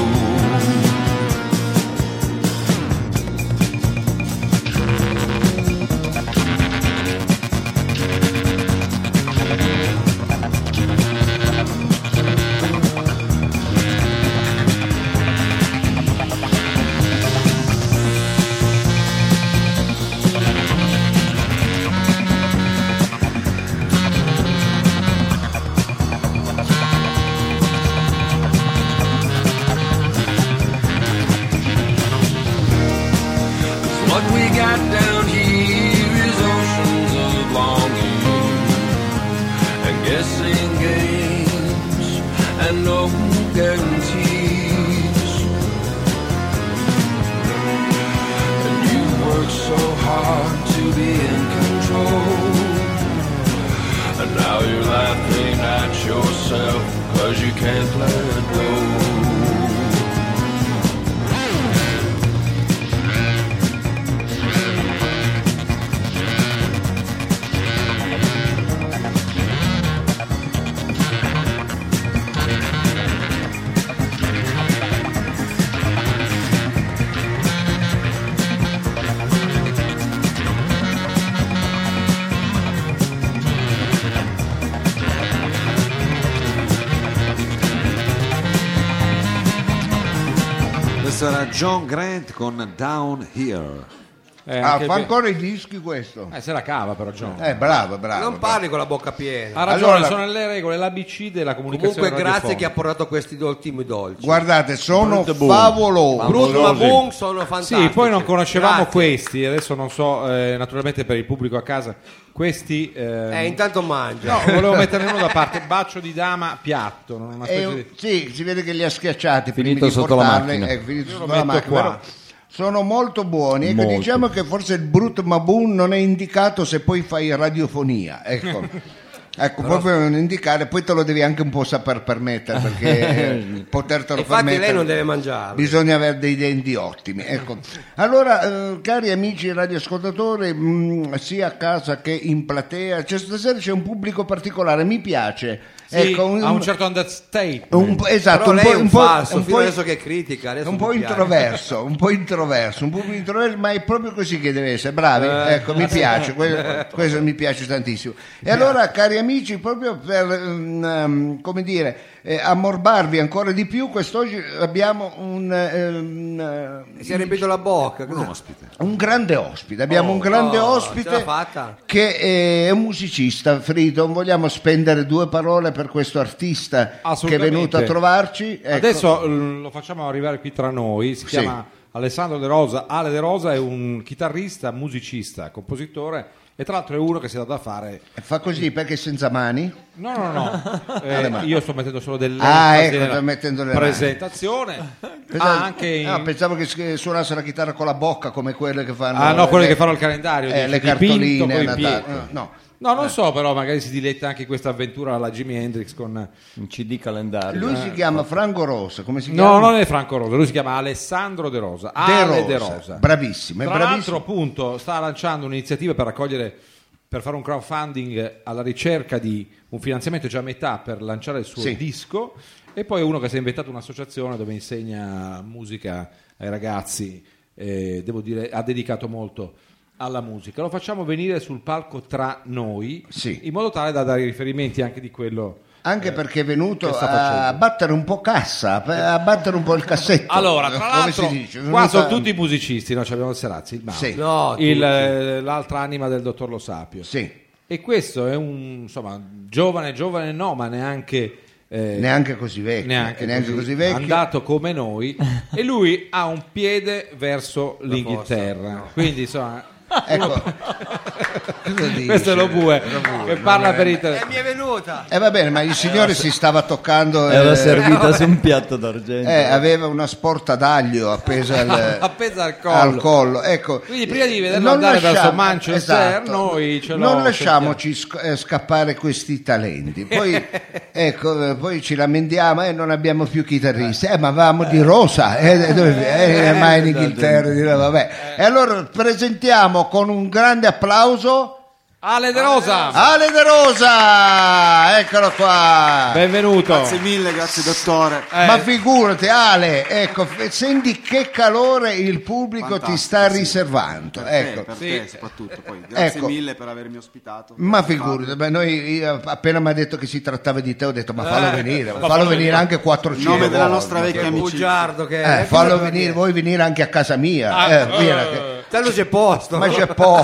Speaker 7: What we got down here is oceans of longing and guessing games and no guarantees. And you work so hard to be in control, and now you're laughing at yourself 'cause you can't let go.
Speaker 5: Questo era John Grant con Down Here.
Speaker 4: Eh,
Speaker 2: Ah,
Speaker 4: anche
Speaker 2: fa
Speaker 4: be-
Speaker 2: ancora i dischi questo?
Speaker 4: eh, se la cava però John.
Speaker 2: Eh, bravo, bravo.
Speaker 1: Non parli con la bocca piena.
Speaker 4: Ha ragione,
Speaker 2: Allora-
Speaker 4: sono le regole, l'A B C della comunicazione
Speaker 1: Comunque grazie che ha
Speaker 4: radiofonica.
Speaker 1: portato questi ultimi dolci.
Speaker 2: Guardate, sono
Speaker 3: Brut boom.
Speaker 2: favolosi.
Speaker 1: Brut ma boom sono fantastici.
Speaker 4: Sì, poi non conoscevamo
Speaker 1: Grazie.
Speaker 4: questi, adesso non so, eh, naturalmente per il pubblico a casa, questi... eh,
Speaker 1: Eh, intanto mangia.
Speaker 4: no, volevo metterne uno da parte, bacio di dama piatto, non una
Speaker 2: È
Speaker 4: specie
Speaker 2: un-
Speaker 4: di...
Speaker 2: sì, si vede che li ha schiacciati
Speaker 3: Finito
Speaker 2: prima di
Speaker 3: sotto la
Speaker 2: portarli.
Speaker 3: macchina.
Speaker 2: È finito
Speaker 4: Io
Speaker 2: sotto
Speaker 4: lo
Speaker 2: la
Speaker 4: metto
Speaker 2: macchina,
Speaker 4: qua.
Speaker 2: però sono molto buoni. Ecco,
Speaker 3: Molto.
Speaker 2: diciamo che forse il Brut Maboon non è indicato se poi fai radiofonia. Ecco. Ecco, proprio non indicare, poi te lo devi anche un po' saper permettere, perché potertelo
Speaker 1: Infatti
Speaker 2: permettere
Speaker 1: lei non deve mangiarlo.
Speaker 2: bisogna avere dei denti ottimi. Ecco. Allora, eh, cari amici radioascoltatori, mh, sia a casa che in platea, cioè, stasera c'è un pubblico particolare, mi piace.
Speaker 4: Sì,
Speaker 2: Ecco,
Speaker 4: ha un certo understatement.
Speaker 2: un po', esatto,
Speaker 1: Però
Speaker 2: un
Speaker 1: lei
Speaker 2: po',
Speaker 1: è un
Speaker 2: un po',
Speaker 1: falso,
Speaker 2: un
Speaker 1: fino
Speaker 2: po',
Speaker 1: adesso che critica. Adesso
Speaker 2: un po'
Speaker 1: mi piace.
Speaker 2: introverso, un po' introverso, un po' introverso, ma è proprio così che deve essere, bravi, ecco, mi piace, que- questo mi piace tantissimo. E allora, cari amici, proprio per, um, come dire, eh, ammorbarvi ancora di più, quest'oggi abbiamo un, ehm,
Speaker 1: Si è riempito la bocca.
Speaker 5: Un ospite.
Speaker 2: un grande ospite, abbiamo
Speaker 1: Oh,
Speaker 2: un grande
Speaker 1: oh,
Speaker 2: ospite
Speaker 1: ce l'ha fatta?
Speaker 2: che è un musicista, Frito, non vogliamo spendere due parole per questo artista che è
Speaker 4: Assolutamente.
Speaker 2: venuto a trovarci. Ecco.
Speaker 4: Adesso l- lo facciamo arrivare qui tra noi, si
Speaker 2: Sì.
Speaker 4: chiama Alessandro De Rosa. Ale De Rosa è un chitarrista, musicista, compositore e tra l'altro è uno che si è dato da fare...
Speaker 2: Fa così perché senza mani?
Speaker 4: No, no, no, eh, io sto mettendo solo delle
Speaker 2: Ah, ecco, sto mettendo le mani.
Speaker 4: presentazione.
Speaker 2: Pensavo,
Speaker 4: Ah, anche in-
Speaker 2: ah, pensavo che s- suonasse la chitarra con la bocca come quelle che fanno
Speaker 4: Ah, no, quelle
Speaker 2: le-
Speaker 4: che fanno il calendario,
Speaker 2: eh,
Speaker 4: dici,
Speaker 2: le
Speaker 4: dipinto
Speaker 2: cartoline
Speaker 4: coi
Speaker 2: a Natale.
Speaker 4: piedi.
Speaker 2: Eh, no.
Speaker 4: No, non so, però magari si diletta anche in questa avventura alla Jimi Hendrix con...
Speaker 3: Un C D calendario.
Speaker 2: Lui si chiama Franco Rosa, come si chiama?
Speaker 4: No, non è Franco Rosa, lui si chiama Alessandro De Rosa.
Speaker 2: De
Speaker 4: Ale
Speaker 2: Rosa.
Speaker 4: De Rosa.
Speaker 2: Bravissimo, è
Speaker 4: Tra
Speaker 2: bravissimo.
Speaker 4: l'altro, appunto, sta lanciando un'iniziativa per raccogliere, per fare un crowdfunding alla ricerca di un finanziamento già a metà per lanciare il suo
Speaker 2: Sì.
Speaker 4: disco, e poi è uno che si è inventato un'associazione dove insegna musica ai ragazzi, eh, devo dire, ha dedicato molto alla musica. Lo facciamo venire sul palco tra noi,
Speaker 2: Sì.
Speaker 4: in modo tale da dare i riferimenti anche di quello.
Speaker 2: Anche perché è venuto
Speaker 4: che sta
Speaker 2: a
Speaker 4: facendo.
Speaker 2: battere un po' cassa, a battere un po' il cassetto.
Speaker 4: Allora, tra
Speaker 2: come
Speaker 4: l'altro,
Speaker 2: si dice.
Speaker 4: qua sono
Speaker 2: Venuta-
Speaker 4: tutti musicisti, no? Abbiamo il Serazzi, il Mauro,
Speaker 2: Sì.
Speaker 1: No,
Speaker 4: il,
Speaker 1: tutti.
Speaker 4: eh, l'altra anima del dottor Lo Sapio.
Speaker 2: Sì,
Speaker 4: E questo è un, insomma, giovane, giovane no, ma neanche... eh,
Speaker 2: neanche così vecchio.
Speaker 4: neanche
Speaker 2: neanche
Speaker 4: così,
Speaker 2: così vecchio.
Speaker 4: andato come noi, e lui ha un piede verso l'Inghilterra, quindi insomma
Speaker 2: Ecco, dice?
Speaker 4: Questo è lo bue che parla per
Speaker 1: Eh,
Speaker 4: internet.
Speaker 1: mi è venuta.
Speaker 2: Eh va bene, ma il signore si stava toccando,
Speaker 3: Era
Speaker 2: eh,
Speaker 3: servita su un piatto d'argento.
Speaker 2: eh, aveva una sporta d'aglio appesa al,
Speaker 4: Appesa al collo.
Speaker 2: al collo. Ecco,
Speaker 4: Quindi prima di vederlo
Speaker 2: non
Speaker 4: andare verso
Speaker 2: lasciamo-
Speaker 4: Manchester,
Speaker 2: esatto,
Speaker 4: noi ce lo
Speaker 2: non lasciamoci sc- eh, scappare questi talenti. Poi, ecco, eh, poi ci lamentiamo e non abbiamo più chitarristi. Eh, ma avevamo di Rosa, eh, dove, eh, mai in Inghilterra, dire, vabbè. E allora presentiamo con un grande applauso
Speaker 4: Ale De Rosa,
Speaker 2: Ale De Rosa, eccolo qua.
Speaker 4: benvenuto.
Speaker 8: Grazie mille, grazie dottore.
Speaker 4: Eh,
Speaker 2: Ma figurati Ale, ecco, f- senti che calore il pubblico ti
Speaker 8: Fantastico,
Speaker 2: sta
Speaker 8: sì.
Speaker 2: riservando,
Speaker 8: Per te,
Speaker 2: ecco.
Speaker 8: per
Speaker 4: Sì.
Speaker 8: te soprattutto. Poi, grazie
Speaker 2: Ecco.
Speaker 8: mille per avermi ospitato.
Speaker 2: Ma figurati, beh, noi, io, appena mi ha detto che si trattava di te ho detto ma fallo
Speaker 4: Eh,
Speaker 2: venire,
Speaker 4: ma
Speaker 2: fallo
Speaker 4: fallo
Speaker 2: venire
Speaker 4: venire.
Speaker 2: anche quattro
Speaker 8: In nome della
Speaker 2: volte.
Speaker 8: nostra vecchia
Speaker 1: Che
Speaker 8: amicizia.
Speaker 1: bugiardo che è.
Speaker 2: Eh, fallo venire, vuoi venire anche a casa mia?
Speaker 4: Ah,
Speaker 2: Eh,
Speaker 4: eh.
Speaker 2: vieni che-
Speaker 1: Te lo c'è posto.
Speaker 2: ma c'è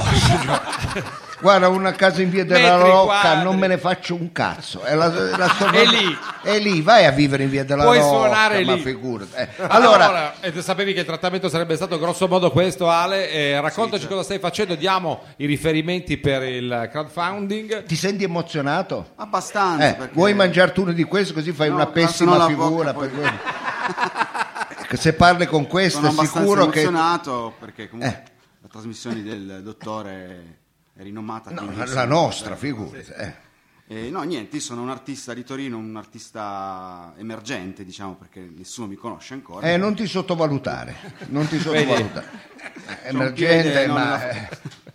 Speaker 2: posto. Guarda, una casa in via della
Speaker 4: Metri
Speaker 2: Rocca,
Speaker 4: quadri.
Speaker 2: non me ne faccio un cazzo. È, la, la sto-
Speaker 4: È lì.
Speaker 2: È lì, vai a vivere in via della
Speaker 4: Puoi
Speaker 2: Rocca.
Speaker 4: suonare
Speaker 2: ma
Speaker 4: lì.
Speaker 2: figurati. Eh,
Speaker 4: Allora,
Speaker 2: Allora,
Speaker 4: e sapevi che il trattamento sarebbe stato grosso modo questo, Ale? Eh, raccontaci cosa stai facendo, diamo i riferimenti per il crowdfunding.
Speaker 2: ti senti emozionato?
Speaker 8: Abbastanza.
Speaker 2: Eh,
Speaker 8: perché-
Speaker 2: vuoi mangiarti uno di questi così fai
Speaker 8: No,
Speaker 2: una
Speaker 8: ma
Speaker 2: pessima
Speaker 8: se no la
Speaker 2: figura?
Speaker 8: bocca
Speaker 2: per
Speaker 8: poi-
Speaker 2: quello. Ecco, se parli con questo
Speaker 8: Sono
Speaker 2: è
Speaker 8: abbastanza
Speaker 2: sicuro che...
Speaker 8: emozionato perché comunque
Speaker 2: Eh.
Speaker 8: la trasmissione del dottore è rinomata.
Speaker 2: No,
Speaker 8: quindi,
Speaker 2: la
Speaker 8: insomma,
Speaker 2: nostra,
Speaker 8: eh,
Speaker 2: figurati. eh.
Speaker 8: Eh, no, niente, io sono un artista di Torino, un artista emergente, diciamo, perché nessuno mi conosce ancora.
Speaker 2: Eh, non ti sottovalutare, non ti sottovalutare. Eh,
Speaker 8: C'ho un
Speaker 2: Emergente,
Speaker 8: piede, non
Speaker 2: ma
Speaker 8: la-
Speaker 2: eh,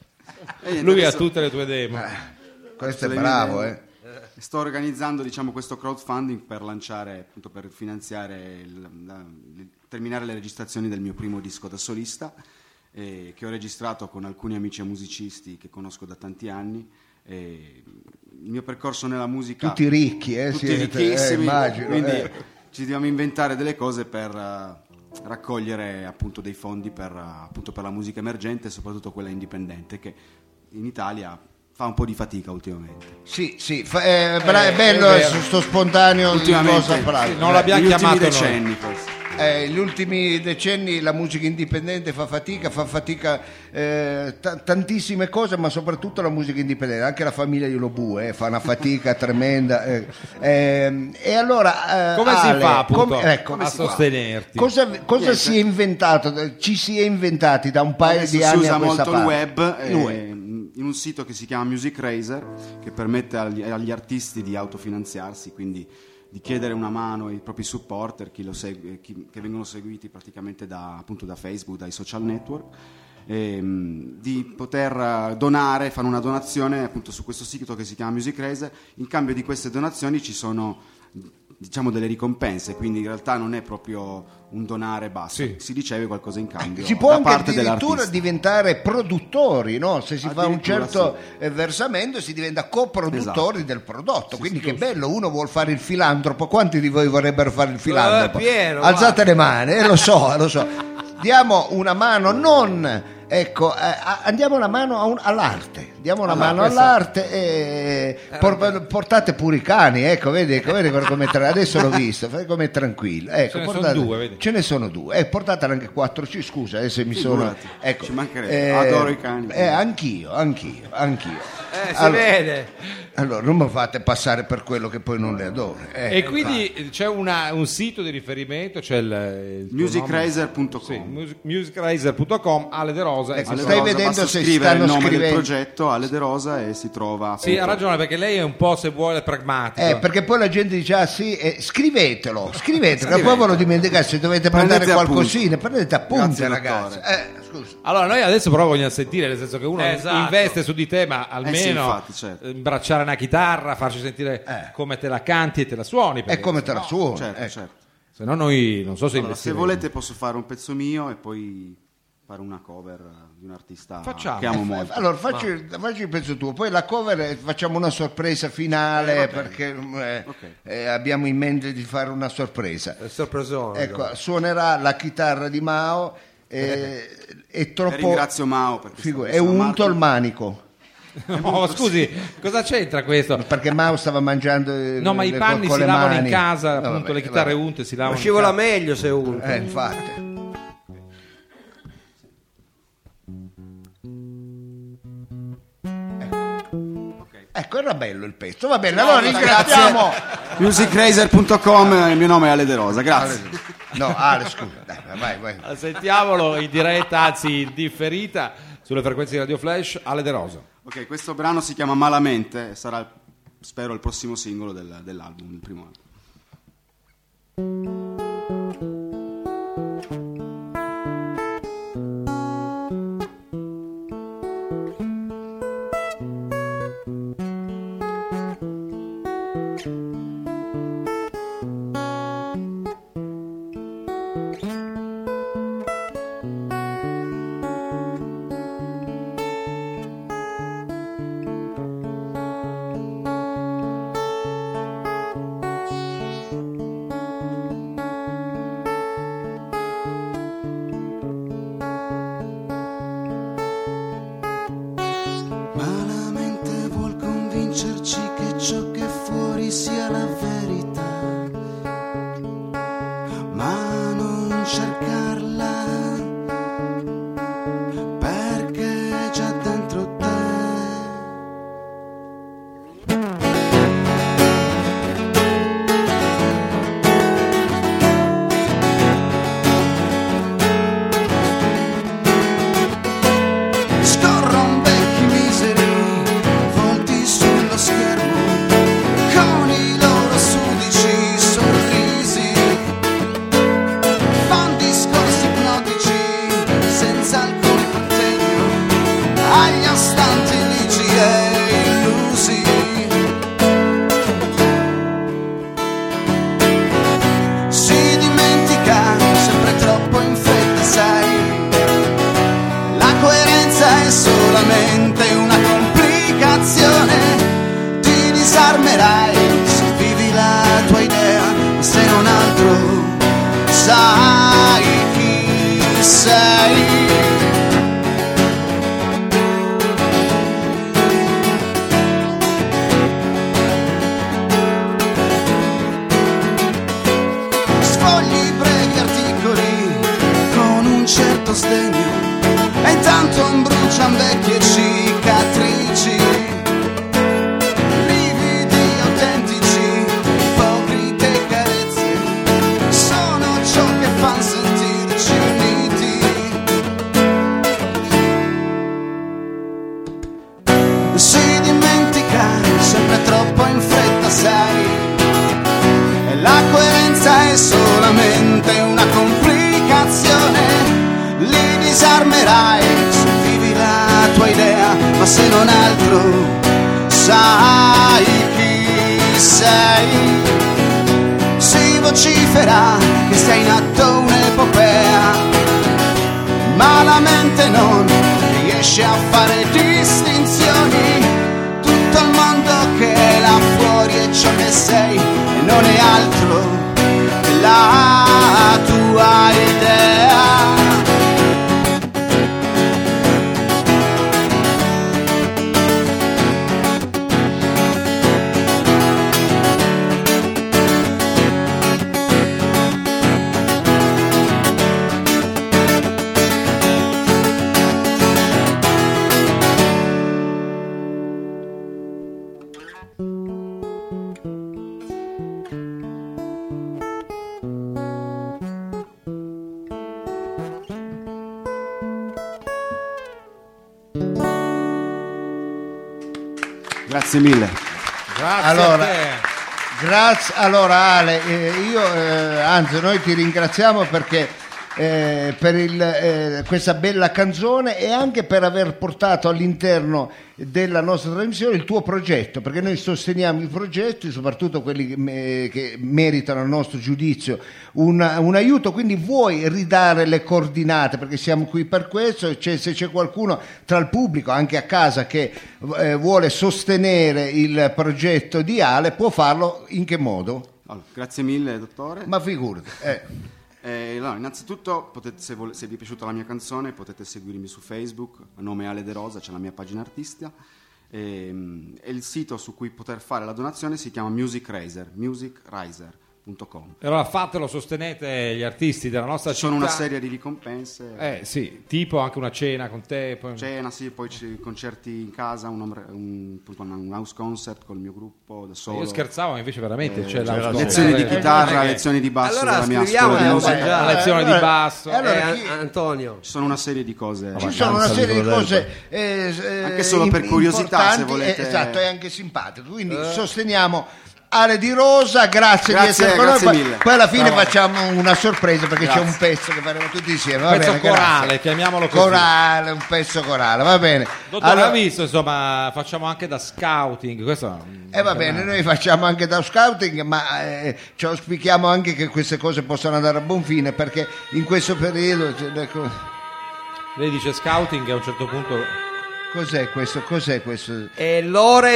Speaker 8: E niente,
Speaker 4: Lui ha
Speaker 8: adesso
Speaker 4: tutte le tue demo.
Speaker 2: questo è
Speaker 8: le
Speaker 2: bravo,
Speaker 8: mie-
Speaker 2: eh.
Speaker 8: Sto organizzando, diciamo, questo crowdfunding per lanciare, appunto, per finanziare, il- la- il- terminare le registrazioni del mio primo disco da solista, eh, che ho registrato con alcuni amici e musicisti che conosco da tanti anni. E il mio percorso nella musica,
Speaker 2: Tutti ricchi, eh,
Speaker 8: tutti
Speaker 2: siete,
Speaker 8: ricchissimi,
Speaker 2: eh, immagino,
Speaker 8: quindi
Speaker 2: eh.
Speaker 8: ci dobbiamo inventare delle cose per eh, raccogliere appunto dei fondi per, eh, appunto, per la musica emergente e soprattutto quella indipendente, che in Italia fa un po' di fatica ultimamente.
Speaker 2: Sì, sì, fa- è, bra- è
Speaker 4: Eh,
Speaker 2: bello
Speaker 4: è
Speaker 2: eh,
Speaker 4: vero.
Speaker 2: sto spontaneo di
Speaker 8: Ultimamente,
Speaker 2: cosa parlare.
Speaker 4: sì, non l'abbiamo
Speaker 8: Negli
Speaker 4: chiamato
Speaker 8: ultimi
Speaker 4: noi.
Speaker 8: decenni forse.
Speaker 2: Eh, gli ultimi decenni la musica indipendente fa fatica, fa fatica eh, ta- tantissime cose, ma soprattutto la musica indipendente, anche la famiglia di Lobue eh, fa una fatica tremenda. eh. Eh, e allora, eh,
Speaker 4: Come si
Speaker 2: Ale,
Speaker 4: fa appunto
Speaker 2: come- ecco,
Speaker 4: a sostenerti?
Speaker 2: cosa, cosa
Speaker 8: Niente.
Speaker 2: si è inventato? Ci si è inventati da un paio
Speaker 8: Adesso
Speaker 2: di
Speaker 8: si
Speaker 2: anni
Speaker 8: usa
Speaker 2: a questa
Speaker 8: molto il
Speaker 2: parte.
Speaker 8: web,
Speaker 2: Il
Speaker 8: eh,
Speaker 2: web.
Speaker 8: in un sito che si chiama Music Raiser, che permette agli, agli artisti di autofinanziarsi, quindi di chiedere una mano ai propri supporter, chi lo segue, chi- che vengono seguiti praticamente da, appunto, da Facebook, dai social network, ehm, di poter eh, donare, fare una donazione appunto su questo sito che si chiama Music Raiser. In cambio di queste donazioni ci sono, diciamo, delle ricompense, quindi in realtà non è proprio un donare e basta,
Speaker 4: Sì.
Speaker 8: si riceve qualcosa in cambio
Speaker 2: Si può
Speaker 8: da
Speaker 2: anche
Speaker 8: parte
Speaker 2: addirittura
Speaker 8: dell'artista.
Speaker 2: diventare produttori, no? Se si fa un
Speaker 8: Addirittura,
Speaker 2: certo eh, versamento si diventa coproduttori
Speaker 8: Esatto.
Speaker 2: del prodotto, quindi che bello, uno vuol fare il filantropo, quanti di voi vorrebbero fare il filantropo?
Speaker 1: Eh, pieno,
Speaker 2: Alzate
Speaker 1: guarda.
Speaker 2: le mani, eh, lo so, lo so. Diamo una mano, non... Ecco, eh, a- andiamo una mano a un- all'arte, diamo una mano all'arte e por- portate pure i cani, ecco, vedi, ecco, vedi come tra- adesso l'ho visto, fai come tranquillo. Ecco,
Speaker 4: Ce ne sono
Speaker 2: portate-
Speaker 4: due, vedi.
Speaker 2: Ce ne sono due, e portatene anche quattro, ci- scusa, adesso mi sono...
Speaker 8: Figurati,
Speaker 2: Ecco,
Speaker 8: ci mancherebbe, adoro i cani.
Speaker 2: Eh, anch'io, anch'io, anch'io.
Speaker 1: Eh, si
Speaker 2: Allora-
Speaker 1: vede.
Speaker 2: Allora, non mi fate passare per quello che poi non le adoro. eh,
Speaker 4: E quindi c'è una- un sito di riferimento, c'è il, il tuo
Speaker 8: music
Speaker 4: nome?
Speaker 8: raiser punto com.
Speaker 4: Sì, music- music raiser punto com, Ale De Rosa.
Speaker 2: Ecco,
Speaker 8: Ale
Speaker 2: stai
Speaker 8: De Rosa,
Speaker 2: vedendo
Speaker 8: basta
Speaker 2: se
Speaker 8: scrivere
Speaker 2: stanno
Speaker 8: il nome
Speaker 2: scrivendo.
Speaker 8: del progetto Ale De Rosa e si trova
Speaker 4: Sì, ha
Speaker 8: appunto,
Speaker 4: ragione, perché lei è un po', se vuole, pragmatico.
Speaker 2: Eh, perché poi la gente dice, ah sì, eh, scrivetelo, scrivetelo, che poi ve lo dimenticate, se dovete
Speaker 8: Prendete
Speaker 2: mandare qualcosina,
Speaker 8: appunti.
Speaker 2: prendete appunti,
Speaker 8: Grazie,
Speaker 2: ragazzi.
Speaker 8: dottore.
Speaker 2: Eh, scusa.
Speaker 4: Allora, noi adesso però vogliamo sentire, nel senso che uno
Speaker 1: Esatto.
Speaker 4: investe su di te, ma almeno
Speaker 8: sì, infatti, certo.
Speaker 4: eh, imbracciare una chitarra, farci sentire
Speaker 2: Eh.
Speaker 4: come te la canti e te la suoni.
Speaker 2: E
Speaker 4: perché
Speaker 2: come te la suoni?
Speaker 8: certo,
Speaker 2: ecco.
Speaker 8: certo.
Speaker 4: se no noi non so se
Speaker 8: Allora, se
Speaker 4: investiremo.
Speaker 8: volete posso fare un pezzo mio e poi fare una cover di un artista
Speaker 4: Facciamo.
Speaker 8: che amo molto.
Speaker 2: Allora facci, facci il pezzo tuo, poi la cover eh, facciamo una sorpresa finale
Speaker 8: Eh,
Speaker 2: perché eh,
Speaker 8: Ok.
Speaker 2: eh, abbiamo in mente di fare una sorpresa.
Speaker 1: È sorpresone.
Speaker 2: Ecco, suonerà la chitarra di Mao, eh, è
Speaker 8: E
Speaker 2: troppo...
Speaker 8: ringrazio Mao perché
Speaker 2: figu-
Speaker 8: sta-
Speaker 2: è
Speaker 8: sono
Speaker 2: unto
Speaker 8: Marco-
Speaker 2: il manico.
Speaker 4: No, scusi, cosa c'entra questo?
Speaker 2: Perché Mao stava mangiando eh,
Speaker 4: No, ma i
Speaker 2: le-
Speaker 4: panni
Speaker 2: con
Speaker 4: si
Speaker 2: le
Speaker 4: lavano
Speaker 2: mani.
Speaker 4: in casa,
Speaker 2: No,
Speaker 4: appunto
Speaker 2: vabbè,
Speaker 4: le chitarre
Speaker 2: vabbè.
Speaker 4: unte si
Speaker 1: Ma
Speaker 4: lavano in
Speaker 1: scivola
Speaker 4: casa.
Speaker 1: meglio se uno.
Speaker 2: Eh, infatti. Ecco. Ecco, era bello il pezzo. Va bene,
Speaker 8: No,
Speaker 2: allora
Speaker 8: grazie.
Speaker 2: ringraziamo.
Speaker 8: music razer punto com, il mio nome è Ale De Rosa, grazie.
Speaker 2: No, Ale, scusa, dai, vai, vai.
Speaker 4: Sentiamolo in diretta, anzi in differita, sulle frequenze di Radio Flash, Ale De Rosa.
Speaker 8: Ok, questo brano si chiama Malamente, sarà spero il prossimo singolo del- dell'album, il primo album.
Speaker 9: Malamente vuol convincerci che ciò che è fuori sia la verità, ma non cercarla, perché è già dentro te. Scorrono vecchi miseri, volti sullo schermo, con i loro sudici sorrisi. Fan discorsi ipnotici, senza alcun contegno, agli astanti ligi e illusi. Si dimentica sempre troppo in fretta, sai. La coerenza è solamente una complicazione. Ti disarmerai se vivi la tua idea, se non altro sai chi sei. Sfogli brevi articoli con un certo sdegno, e intanto brucian vecchie cicatrici, lividi autentici, ipocrite carezze, sono ciò che fan sentirci uniti. Si dimentica sempre troppo in fretta, sai, e la coerenza è solamente una complicazione. Li disarmerai se vivi la tua idea, ma se non altro sai chi sei. Si vocifera che sia in atto un'epopea, ma la mente non riesce a fare distinzioni. Tutto il mondo che è là fuori è ciò che sei, e non è altro che la tua idea. Grazie mille.
Speaker 4: Grazie
Speaker 2: Allora,
Speaker 4: a te.
Speaker 2: grazie. Allora Ale, eh, io eh, anzi noi ti ringraziamo perché eh, per il, eh, questa bella canzone e anche per aver portato all'interno della nostra trasmissione il tuo progetto, perché noi sosteniamo i progetti, soprattutto quelli che, me- che meritano a nostro giudizio un, un aiuto, quindi vuoi ridare le coordinate, perché siamo qui per questo. C'è, se c'è qualcuno tra il pubblico anche a casa che eh, vuole sostenere il progetto di Ale, può farlo in che modo?
Speaker 8: Allora, grazie mille, dottore.
Speaker 2: Ma figurati, eh.
Speaker 8: Eh, allora, innanzitutto, potete, se, vole- se vi è piaciuta la mia canzone, potete seguirmi su Facebook, a nome Ale De Rosa, c'è la mia pagina artistica, e, e il sito su cui poter fare la donazione si chiama Music Raiser, music raiser punto com.
Speaker 4: E allora fatelo, sostenete gli artisti della nostra
Speaker 8: Ci sono
Speaker 4: città.
Speaker 8: una serie di ricompense.
Speaker 4: Eh sì, tipo anche una cena con te. Poi...
Speaker 8: Cena, sì, poi ci- concerti in casa, un, un, un house concert col mio gruppo da solo.
Speaker 4: Io scherzavo, ma invece veramente c'è la
Speaker 8: lezioni di
Speaker 4: Eh,
Speaker 8: chitarra,
Speaker 4: eh,
Speaker 8: lezioni di basso
Speaker 1: allora
Speaker 8: della mia
Speaker 1: scriviamo
Speaker 8: scuola di
Speaker 1: e
Speaker 8: musica.
Speaker 1: mangiare.
Speaker 4: la lezione di
Speaker 2: allora-
Speaker 4: basso.
Speaker 2: allora
Speaker 1: Eh,
Speaker 2: chi-
Speaker 1: An- Antonio.
Speaker 8: Ci sono una serie di cose.
Speaker 2: Ci sono una serie di cose eh, eh,
Speaker 8: Anche solo per
Speaker 2: im-
Speaker 8: curiosità, se
Speaker 2: importanti,
Speaker 8: volete.
Speaker 2: eh, esatto, è anche simpatico. Quindi sosteniamo Ale Di Rosa, grazie,
Speaker 8: Grazie,
Speaker 2: di essere con
Speaker 8: grazie
Speaker 2: noi. Poi-
Speaker 8: mille.
Speaker 2: Poi alla fine
Speaker 8: Bravo.
Speaker 2: facciamo una sorpresa perché
Speaker 8: Grazie.
Speaker 2: c'è un pezzo che faremo tutti insieme. Va
Speaker 4: Un pezzo
Speaker 2: bene,
Speaker 4: corale,
Speaker 2: grazie.
Speaker 4: chiamiamolo così.
Speaker 2: Corale, un pezzo corale, va bene.
Speaker 4: Dottore,
Speaker 2: Allora-
Speaker 4: ha visto, insomma, facciamo anche da scouting. Questo
Speaker 2: E va bene, noi facciamo anche da scouting, ma eh, ci auspichiamo anche che queste cose possano andare a buon fine perché in questo periodo. ecco,
Speaker 4: Lei dice scouting e a un certo punto.
Speaker 2: Cos'è questo? Cos'è questo?
Speaker 1: È l'ora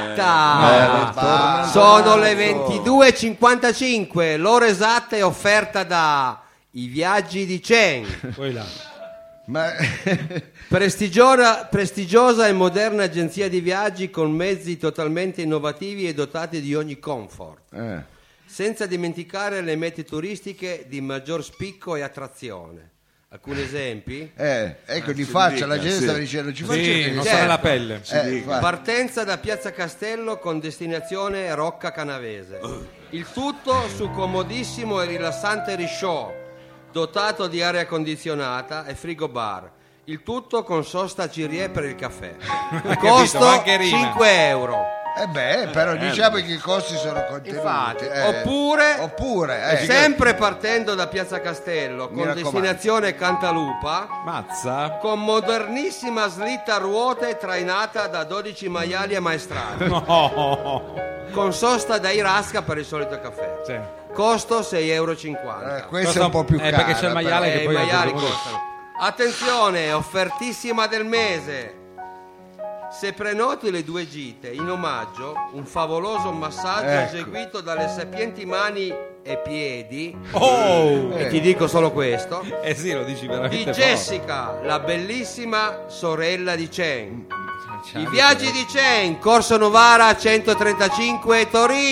Speaker 1: esatta.
Speaker 2: basta.
Speaker 1: Sono le ventidue e cinquantacinque. L'ora esatta è offerta da I Viaggi di Chen.
Speaker 4: Poi là.
Speaker 2: Ma
Speaker 1: Prestigiosa, prestigiosa e moderna agenzia di viaggi con mezzi totalmente innovativi e dotati di ogni comfort.
Speaker 2: eh,
Speaker 1: Senza dimenticare le mete turistiche di maggior spicco e attrazione. Alcuni esempi?
Speaker 2: eh, ecco di
Speaker 6: ci
Speaker 2: faccia,
Speaker 6: dica,
Speaker 2: la gente
Speaker 6: sì.
Speaker 2: stava dicendo ci faccia
Speaker 4: Sì,
Speaker 2: vedere.
Speaker 4: non
Speaker 1: Certo.
Speaker 4: sta nella pelle.
Speaker 2: Eh, fa-
Speaker 1: Partenza da Piazza Castello con destinazione Rocca Canavese. Il tutto su comodissimo e rilassante risciò, dotato di aria condizionata e frigo bar. Il tutto con sosta Cirie per il caffè. Costo
Speaker 4: bancherina.
Speaker 1: cinque euro.
Speaker 2: Eh beh, però diciamo che i costi sono contenuti.
Speaker 1: Infatti,
Speaker 2: eh.
Speaker 1: oppure,
Speaker 2: oppure eh,
Speaker 1: sempre partendo da Piazza Castello
Speaker 2: Mi
Speaker 1: con
Speaker 2: raccomando.
Speaker 1: destinazione Cantalupa,
Speaker 4: Mazza.
Speaker 1: con modernissima slitta a ruote trainata da dodici maiali ammaestrati,
Speaker 4: No.
Speaker 1: con sosta da Irasca per il solito caffè.
Speaker 4: Sì.
Speaker 1: Costo sei euro e cinquanta.
Speaker 2: eh, questo
Speaker 4: Costa-
Speaker 2: è un po' più
Speaker 4: eh,
Speaker 2: caro.
Speaker 4: perché c'è il maiale
Speaker 1: Eh,
Speaker 4: che
Speaker 1: i
Speaker 4: poi
Speaker 1: maiali
Speaker 4: a un certo punto-
Speaker 1: costano. Attenzione, offertissima del mese. Se prenoti le due gite in omaggio, un favoloso massaggio
Speaker 2: Ecco.
Speaker 1: eseguito dalle sapienti mani e piedi,
Speaker 4: Oh!
Speaker 1: e ti dico solo questo,
Speaker 4: Eh sì, lo dici veramente
Speaker 1: di
Speaker 4: forte.
Speaker 1: Jessica, la bellissima sorella di Chen.
Speaker 4: Ciao.
Speaker 1: I viaggi di Chen, Corso Novara centotrentacinque